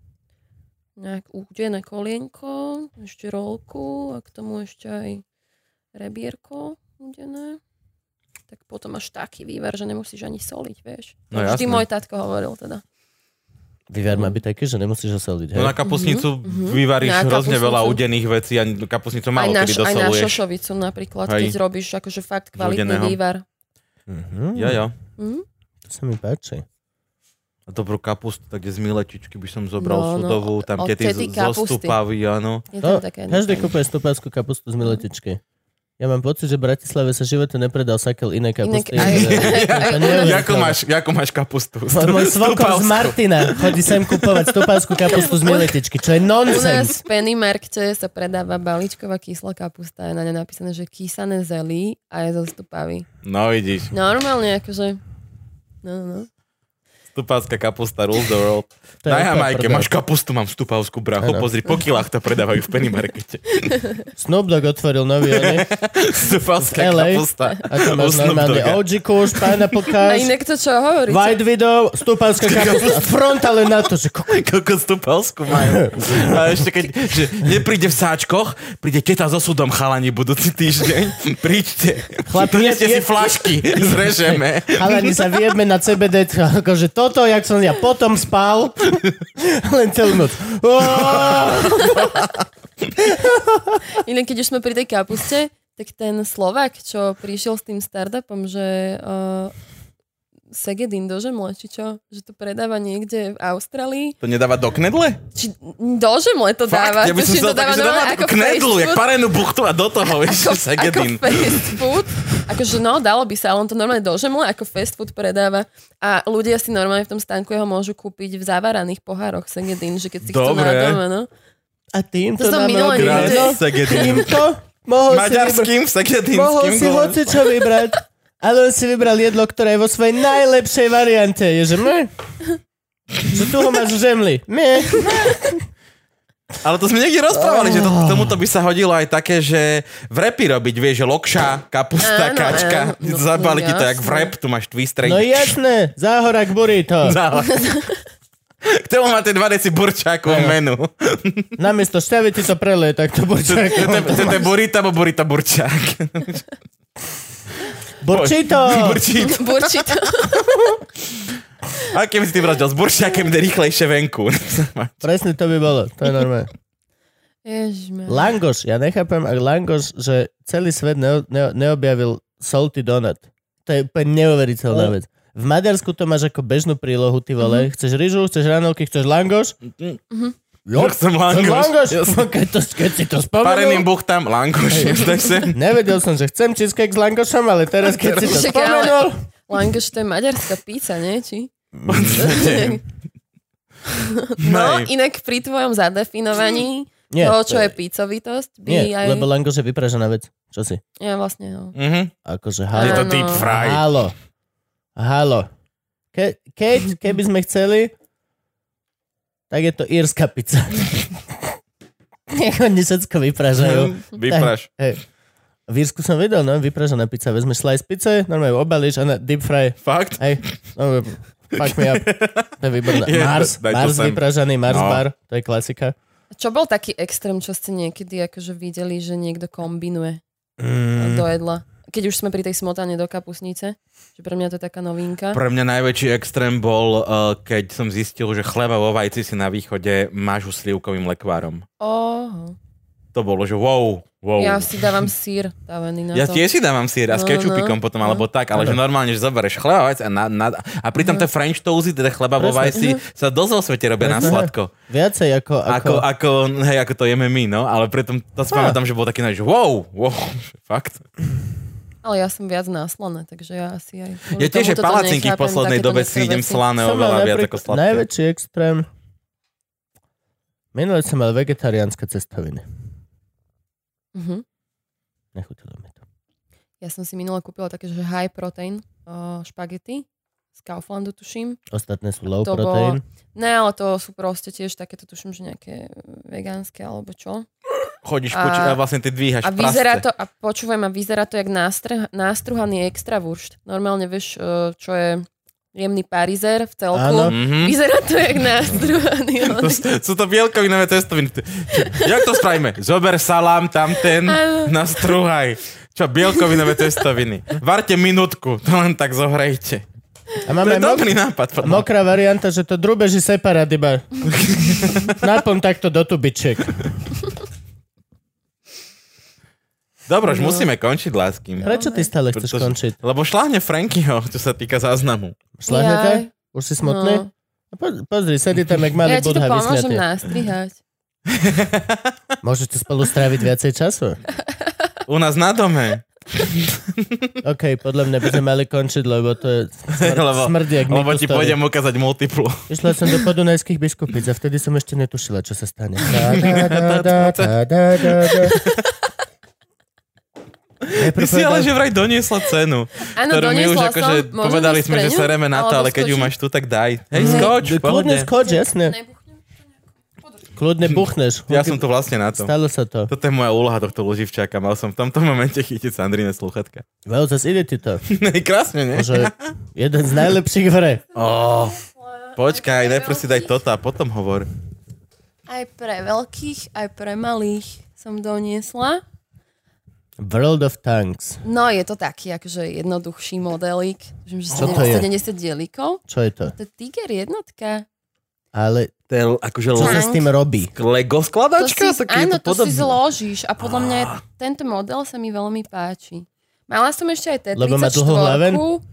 nejak údené kolienko, ešte rolku a k tomu ešte aj rebierko údené, tak potom máš taký vývar, že nemusíš ani soliť, vieš. To No vždy jasné. môj tatko hovoril teda. Vývar má byť taký, že nemusíš ho soliť. No Hej? na kapustnicu Mhm. vyvaríš Na hrozne kapustnicu. veľa udených vecí a kapustnicu Aj málo na, kedy š- aj na dosoluješ. šošovicu napríklad, Hej. keď robíš akože fakt kvalitný Udeného. vývar. Mhm. Jo, jo. Mhm. To sa mi páči. A dobrú kapustu, tak je z miletičky by som zobral No, no, sudovú, tam od tie tety zo kapusty. stupavy, áno. Je To, tam také každý fajn. kúpuje stupavskú kapustu z miletičky. Ja mám pocit, že v Bratislave sa v živote nepredal sakel inej kapusty. Inak- aj- aj- To neuveriteľné. Jakú máš, jakú máš kapustu? Môj svokor z Stupavskú. Martina chodí sem kupovať stupavskú kapustu z miletičky, čo je U nás nonsens. v Pennymarkte sa predáva balíčková kyslá kapusta a je na ne napísané, že kysané zelí a je zo stupavy. No vidíš, Normálne akože... No, no, no. stupavská kapusta rules the world. To je Na úplná Jamajke prdel. máš kapustu, mám stupavskú bracho, Áno. pozri, po kilách to predávajú v Pennymarkete. Snoop Dogg otvoril nový oný. Stupavská el ej. kapusta. A to U máš Snoop normálne Dogga. ó gé kuš, pineapple A cash, inak to čo hovoríte? white widow, stupavská kapusta. Fronta len na to, že koko- Koľko stupavskú majú. A ešte keď že nepríde v sáčkoch, príde teta so súdom chalani budúci týždeň. Príďte. Chlapi, Doneste je- si je- flašky, zrežeme. Chalani sa viedme na cé bé dé, akože toto, jak som ja potom spal, len celú noc. Inak keď už sme pri tej kapuste, tak ten Slovák, čo prišiel s tým startupom, že uh, Segedin do žemle, či čo? Že to predáva niekde v Austrálii. To nedáva do knedle? Či do žemle to Fakt? dáva. Ja by som Tuším, chcel to dáva tak, že doma normálne takú knedlu, fast jak food. parenú buchtu a do toho, vieš, Ako, Segedin. ako fast food. Akože no, dalo by sa, ale on to normálne do žemle ako fast food predáva. A ľudia si normálne v tom stánku ho môžu kúpiť v zavaraných pohároch Segedin, že keď si chcú Dobre. na doma, no. A týmto To som nám minule robí videla. jedno. Segedin. Týmto mohol si vybrať. Maďarským, Mohol segedinským. si hoci čo vybrať, ale on si vybral jedlo, ktoré je vo svojej najlepšej variante. Je, že mne? Že tu ho máš v žemli. Mne? Ale to sme niekde rozprávali, že to, k tomuto by sa hodilo aj také, že v repi robiť, vieš, že lokša, kapusta, Áno, kačka. áno. No, Zabali ti to jak v jasné. rap, tu máš twist No jasné, záhorak burrito. K tomu máte dva deci burčákov v menu. Namiesto šťavy ti to preleje, tak to burčák. Chcete burita, alebo burita burčák? Burčito! Burčít. Burčí to. A keby si ty vraždil s burčákem, ide rýchlejšie venku. Presne to by bolo, to je normálne. Ježišme. Langoš, ja nechápem, ak Langoš, že celý svet neo, neo, neobjavil salty donut. To je úplne neuveriteľná Mm. vec. V Maďarsku to máš ako bežnú prílohu, ty vole. Mhm. Chceš ryžu, chceš ranolky, chceš langoš? Jo, chcem Chcem langoš. langoš? Jasne. Keď, to, keď si to Pareným spomenul. buchtám, langoš. Zdaj sa. Nevedel som, že chcem cheesecake s langošom, ale teraz keď si to Však spomenul. Langoš to je maďarská pizza, nie? Či? No, inak pri tvojom zadefinovaní Nie, toho, čo to je pícovitosť, by Nie, aj... lebo langoš je vypražená vec. Čo si? Ja vlastne, no. Mhm. Akože Je halo. to Áno. deep fry. Halo. Halo. Ke, keď, keby sme chceli, tak je to írska pizza. Nech oni všetko vypražajú. Vypraž. Hej. V Írsku som videl, no, vypražená pizza. Vezmeš slice pizze, normálne ju obalíš a na deep fry. Fakt? Hej, no, fuck me up. To je výborné. Je, Mars, daj to Mars sem. vypražený, Mars No. bar, to je klasika. Čo bol taký extrém, čo ste niekedy akože videli, že niekto kombinuje Mm, do jedla? Keď už sme pri tej smotane do kapusnice, že pre mňa to je taká novinka. Pre mňa najväčší extrém bol, uh, keď som zistil, že chleba vo vajci si na východe mážu slivkovým lekvárom. Oho. To bolo, že wow, wow. Ja si dávam sír dávaný na Ja to. tiež si dávam sír a s No, kečupikom no, potom, no. alebo tak, ale že normálne, že zoberieš chleba vajec a, na, na, a pritom tie french toasty, teda chleba vo Presne. vajci, sa dosť vo svete robia na Presne. sladko. Viacej ako... ako... Ako, ako, hej, ako to jeme my, no, ale pritom to si pamätám, že bol taký, že wow, wow, fakt. Ale ja som viac náslané, takže ja asi aj... Ja tiež aj palacinky v poslednej dobe si idem slané Som mal oveľa viac napríklad ako sladké. Najväčší extrém... Minule som mal vegetariánske cestoviny. Uh-huh. Nechutilo mi to. Ja som si minule kúpila také, že high protein uh, špagety z Kauflandu, tuším. Ostatné sú low To protein. Ne, ale to sú proste tiež takéto, tuším, že nejaké vegánske alebo čo. Chodíš, A- počuť a vlastne ty dvíhaš A prasce. vyzerá to, a počúvaj ma, vyzerá to jak nástrh, nástruhaný extra vuršt. Normálne vieš, uh, čo je jemný parizer v celku. Áno. Mhm. Vyzerá to jak nástruhaný. To, sú to bielkovinové cestoviny. Jak to spravíme? Zober salám, tamten, Áno. nastruhaj. Čo, bielkovinové cestoviny. Varte minútku, to len tak zohrejte. A To máme je mok- dobrý nápad. podľa mňa. mokrá varianta, že to drúbeží separát iba. Napom takto do tubičiek. Dobre, už No. musíme končiť, lásky. Prečo ty stále chceš Pretože- končiť? Lebo šláhne Frankyho, čo sa týka záznamu. Šlahnete? Už si smutný? No. Po- Pozri, sedí tam jak malý Ja ti to Budha pomôžem vysmiatý. nastrihať. Môžete spolu stráviť viacej času? U nás na dome. OK, podľa mňa by sme mali končiť, lebo to je smrd, Lebo- smrd jak Lebo ti Mykostory. pôjdem ukázať multiplu. Išla som do Podunajských Biskupíc a vtedy som ešte netušila, čo sa stane. Da, da, da, da, da, da, da, da. Ty si ale že vraj doniesla cenu. Áno, ktorú my už doniesla akože som. Môžem povedali ísť sme, pre že ňu? sereme na to, Alebo ale keď ju skočiť? máš tu, tak daj. Hej, Mhm. skoč, Kľudne pohodne. skoč, jasne. Nebuchnem? Kľudne buchneš. Ja som tu vlastne na to. Stalo sa to. Toto je moja úloha tohto loživčáka. Mal som v tomto momente chytiť Sandrine slúchatka. Veľ, zase ide ti to. Nej, krásne, ne? Že jeden z najlepších v hre. Oh, počkaj, najprv si daj toto a potom hovor. Aj pre veľkých, aj pre malých som doniesla. World of Tanks. No, je to taký akože jednoduchší modelík. Myslím, že Čo to je? sedemdesiat dielikov. Čo je to? To je Tiger jednotka. Ale To je akože čo sa Tank. s tým robí? Lego To skladačka? si, Tak je áno, to to si podobné. zložíš a podľa mňa je, tento model sa mi veľmi páči. Mala som ešte aj T tridsaťštyri. Lebo má dlhú hlaven?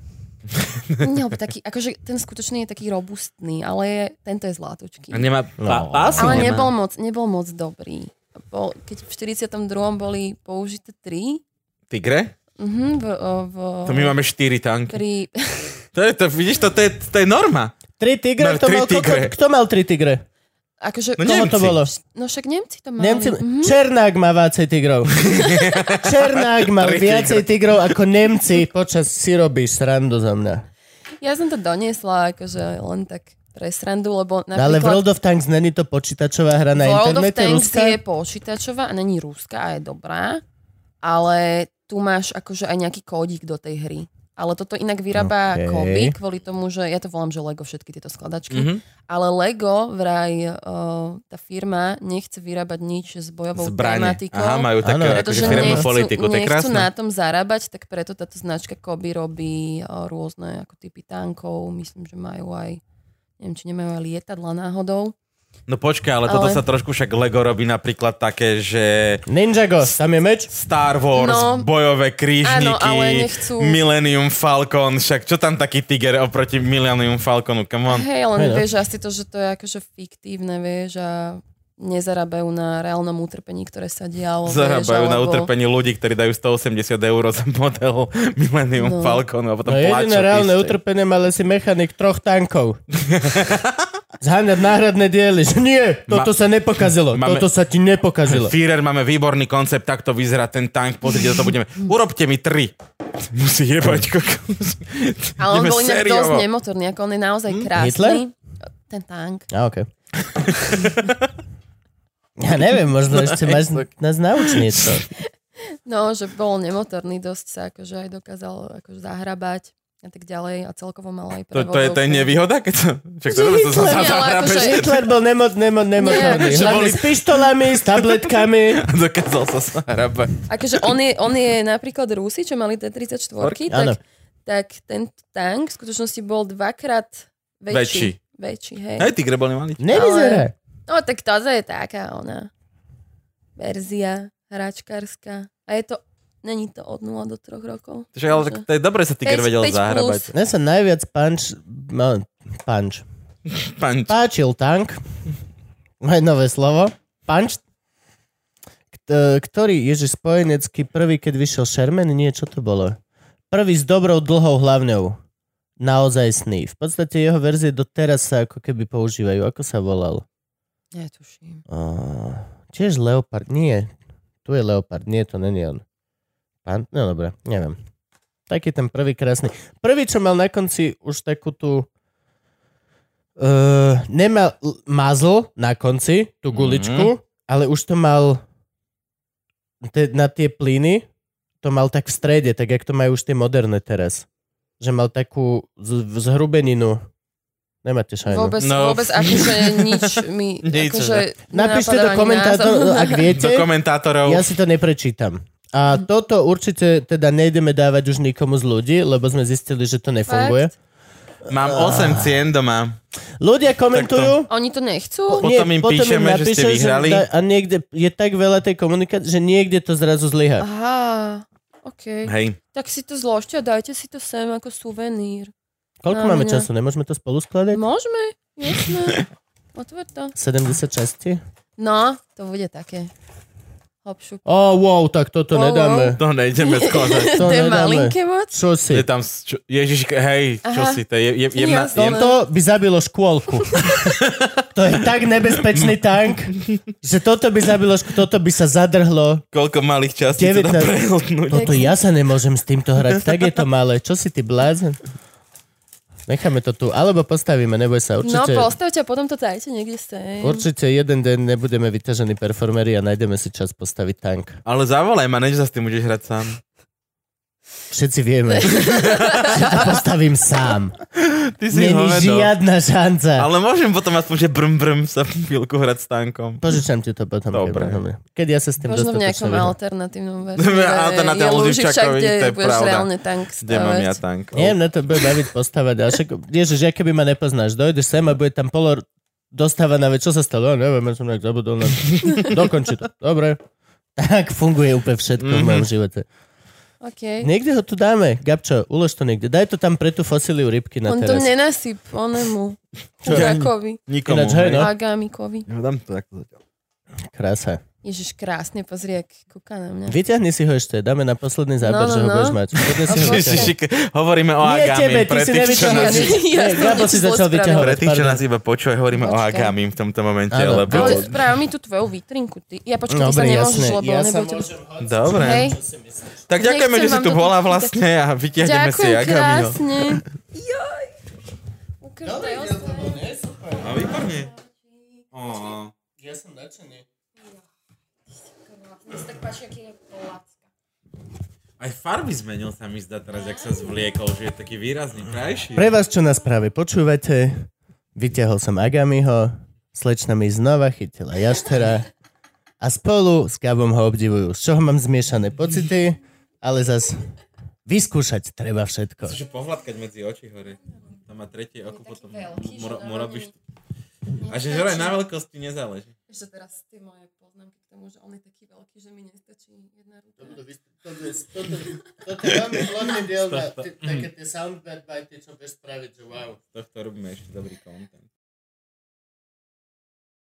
Nie, lebo taký, akože ten skutočný je taký robustný, ale je, tento je zlatočký. A nemá No. pásy, Ale nemá. nebol moc, nebol moc dobrý. Bol, keď v štyridsiatom druhom boli použité tri, Tigre? uh-huh, v, v, To my máme štyri tanky. pri... To je, to, vidíš, to, to, je, to je norma. Tri tigre? No, Kto, tri mal, kto, tigre. kto mal tri tigre? Akože, No Koho to Nemci. bolo? no však Nemci to mali. Nemci... Mhm. Černák má viacej tigrov. Černák mal Tri viacej tigrov ako Nemci. Počas si robíš srandu za mňa. Ja som to doniesla akože len tak pre srandu, lebo No, ale napríklad... World of Tanks není to počítačová hra na World of internete Tanks ruská? je počítačová a není ruská a je dobrá, ale tu máš akože aj nejaký kódik do tej hry. Ale toto inak vyrába Okay. Koby kvôli tomu, že ja to volám, že Lego všetky tieto skladačky. Mhm. Ale Lego vraj uh, tá firma nechce vyrábať nič s bojovou Zbrane. tematikou. Aha, majú také Áno. akože Pretože firemnú nechcú, politiku. To je nechcú krásne. na tom zarábať, tak preto táto značka Koby robí uh, rôzne ako typy tankov. Myslím, že majú aj, neviem, či nemajú aj lietadla náhodou. No počkaj, ale, toto Ale- sa trošku však Lego robí napríklad také, že Ninjago, tam je meč? Star Wars, No. bojové krížniky, Áno, ale nechcú- Millennium Falcon, však čo tam taký tiger oproti Millennium Falconu, come on. Hej, len Hej, no. vieš, asi to, že to je akože fiktívne, vieš, a nezarábajú na reálnom utrpení, ktoré sa dialo. Zarábajú vieš, na alebo... utrpení ľudí, ktorí dajú stoosemdesiat eur za model Millennium No. Falconu a potom No plačú. jediné reálne píšte. utrpenie mal si mechanik troch tankov. Zháňať náhradné diely. Že nie, toto Ma- sa nepokazilo. máme- Toto sa ti nepokazilo. Führer, máme výborný koncept, takto vyzerá ten tank, pozrite, to budeme. Urobte mi tri. Musí jebať. Ale on Ideme bol inak sériovo. dosť nemotorný, ako on je naozaj krásny. Hitler? Ten tank. A, okej. Ja neviem, možno ešte máš nás nauč niečo. No, že bol nemotorný, dosť sa akože aj dokázal akože zahrabať a tak ďalej a celkovo mal aj To, prevodovku. to, je, to je nevýhoda, keď to... Čak to, Že to, to sa Hitler, ale zahrabeš. akože- Hitler bol nemo, nemo, nemotorný. Nie, že Hlavne boli- s pištolami, s tabletkami. Dokázal sa zahrabať. Akože on je, on je napríklad Rusi, čo mali té tridsaťštyri, Áno. tak, tak ten tank v skutočnosti bol dvakrát Väčší. väčší. Väčší, hej. Hej, Tigre bol nemalý. Nevyzerá. No tak toto je taká ona verzia hračkárska. A je to, není to od nula do troch rokov. Čiže, ale tak to je dobre sa Tiger päť- vedel päť plus. zahrabať. Mne sa najviac punch, no, punch. Panč. Páčil tank. Aj nové slovo. Punch. K- ktorý, ježiš, spojenecký prvý, keď vyšiel Sherman, nie, čo to bolo? Prvý s dobrou dlhou hlavňou. Naozaj sný. V podstate jeho verzie doteraz sa ako keby používajú. Ako sa volal? Netuším. Uh, tiež Leopard. Nie. Tu je Leopard. Nie, to není on. Pán? No dobre, neviem. Taký ten prvý krásny. Prvý, čo mal na konci už takú tú uh, nemal l- mazl na konci, tú guličku, mm-hmm. ale už to mal te, na tie plyny, to mal tak v strede, tak jak to majú už tie moderné teraz. Že mal takú z- zhrubeninu. Nemáte šajnu. Vôbec, No. vôbec akože nič mi Nič, akože Napíšte to nenapadá ani komentátor, názov. ak viete. Do komentátorov. Ja si to neprečítam. A toto určite teda nejdeme dávať už nikomu z ľudí, lebo sme zistili, že to nefunguje. Fakt? Mám osem cien doma. Ľudia komentujú. Oni to nechcú? Po- Potom im píšeme, že ste vyhrali. da- a niekde je tak veľa tej komunikácie, že niekde to zrazu zlyha. Aha, okej. Hej. Tak si to zložte a dajte si to sem ako suvenír. Koľko No, máme mňa. času? Nemôžeme to spolu skladať? Môžeme, jasné. Otvor to. sedemdesiatšesť? No, to bude také. Hopšup. Ó, oh, wow, tak toto Wow, nedáme. To nejdeme skladať. To To je nedáme. malinké moc? Čo si? Je tam... Čo, Ježiš, hej, čo Aha. si? To je, je, jemná, Jasné. jem, Toto by zabilo škôlku. To je tak nebezpečný tank, že toto by zabilo škôlku, toto by sa zadrhlo. koľko malých častí sa dá devätnásť. prehltnúť. Toto ja sa nemôžem s týmto hrať, tak je to malé. Čo si ty blázen? Necháme to tu, alebo postavíme, neboj sa. No, Určite, postavte a potom to dajte niekde sem. určite jeden deň nebudeme vyťažení performeri a nájdeme si čas postaviť tank. Ale zavolaj ma, než sa s tým budeš hrať sám. Všetci vieme, že to postavím sám. Ty si Není hovedo. žiadna šanca. Ale môžem potom aspoň, že brm brm sa chvíľku hrať s tankom. Požičam ti to potom. Dobre. Dobre. Keď ja sa s tým Možno v dostatočne nejakom vyhrám. alternatívnom verzii. Alternatívne je Luživčakovi, Luživčak, kde to je budeš pravda. reálne tank Kde mám ja stavať. tank? Nie, mňa to bude baviť postavať. Ale však, ježiš, ja keby ma nepoznáš, dojdeš sem a bude tam polo dostávaná vec, čo sa stalo? Ja neviem, ja som nejak zabudol na... Dokonči to. Dobre. Tak funguje úplne všetko mm-hmm. v mojom živote. Okay. Niekde ho tu dáme. Gabčo, ulož to niekde. Daj to tam pre tú fosíliu rybky na On to teraz. nenasyp, onemu. Čo? Chudákovi. Nikomu. Ináč, hej, hej. no. Agámikovi. Ja dám to takto zatiaľ. Krása. Ježiš, krásne, pozri, jak kúka na mňa. Vyťahni si ho ešte. Dáme na posledný záber, No, no, že ho no. budeš mať. Poďme si ho Okay. Ježiši, vyťahnuť. hovoríme o Nie Agami. tebe, ty Pre si tých, čo nevyťahol nás- nič. Ja Nie, som Gabo si niečo začal zle vyťahovať. Pre tých, čo pardon. nás iba počúvajú, hovoríme o Počkaj. Agami v tomto momente, Áno. lebo... Ale správ mi tú tvoju vitrinku, ty. Ja počkaj, ty sa Dobre, nemôžeš, jasné. lebo Ja on sa nebude... môžem hodiť. Dobre. Hej. Tak ďakujeme, Nechcem že si vám tu to bola tu- vlastne a vyťahneme si Ďakujem Agamiho. krásne. Joj. Ukáž to je ostatné. A výborne. Ó. Ja som nadšený. Mne sa tak páči, aký je placka. Aj farby zmenil sa mi zdá teraz, jak sa zvliekol, že je taký výrazný, krajší. Pre vás, čo nás práve počúvate, vyťahol som Agamiho, slečna mi znova chytila jaštera a spolu s Gabom ho obdivujú. Z čoho mám zmiešané pocity, ale zas vyskúšať treba všetko. Chceš pohľadkať medzi oči hore. Tam má tretie oko, potom veľký, mu, že mu robíš... nestačí. A že hore na veľkosti nezáleží. Ešte teraz tie moje poznámky k tomu, že on je taký veľký, že mi nestačí jedna ruka. Toto je veľmi plodný diel na také tie soundbite, čo vieš spraviť, že wow. Z tohto robíme ešte dobrý content.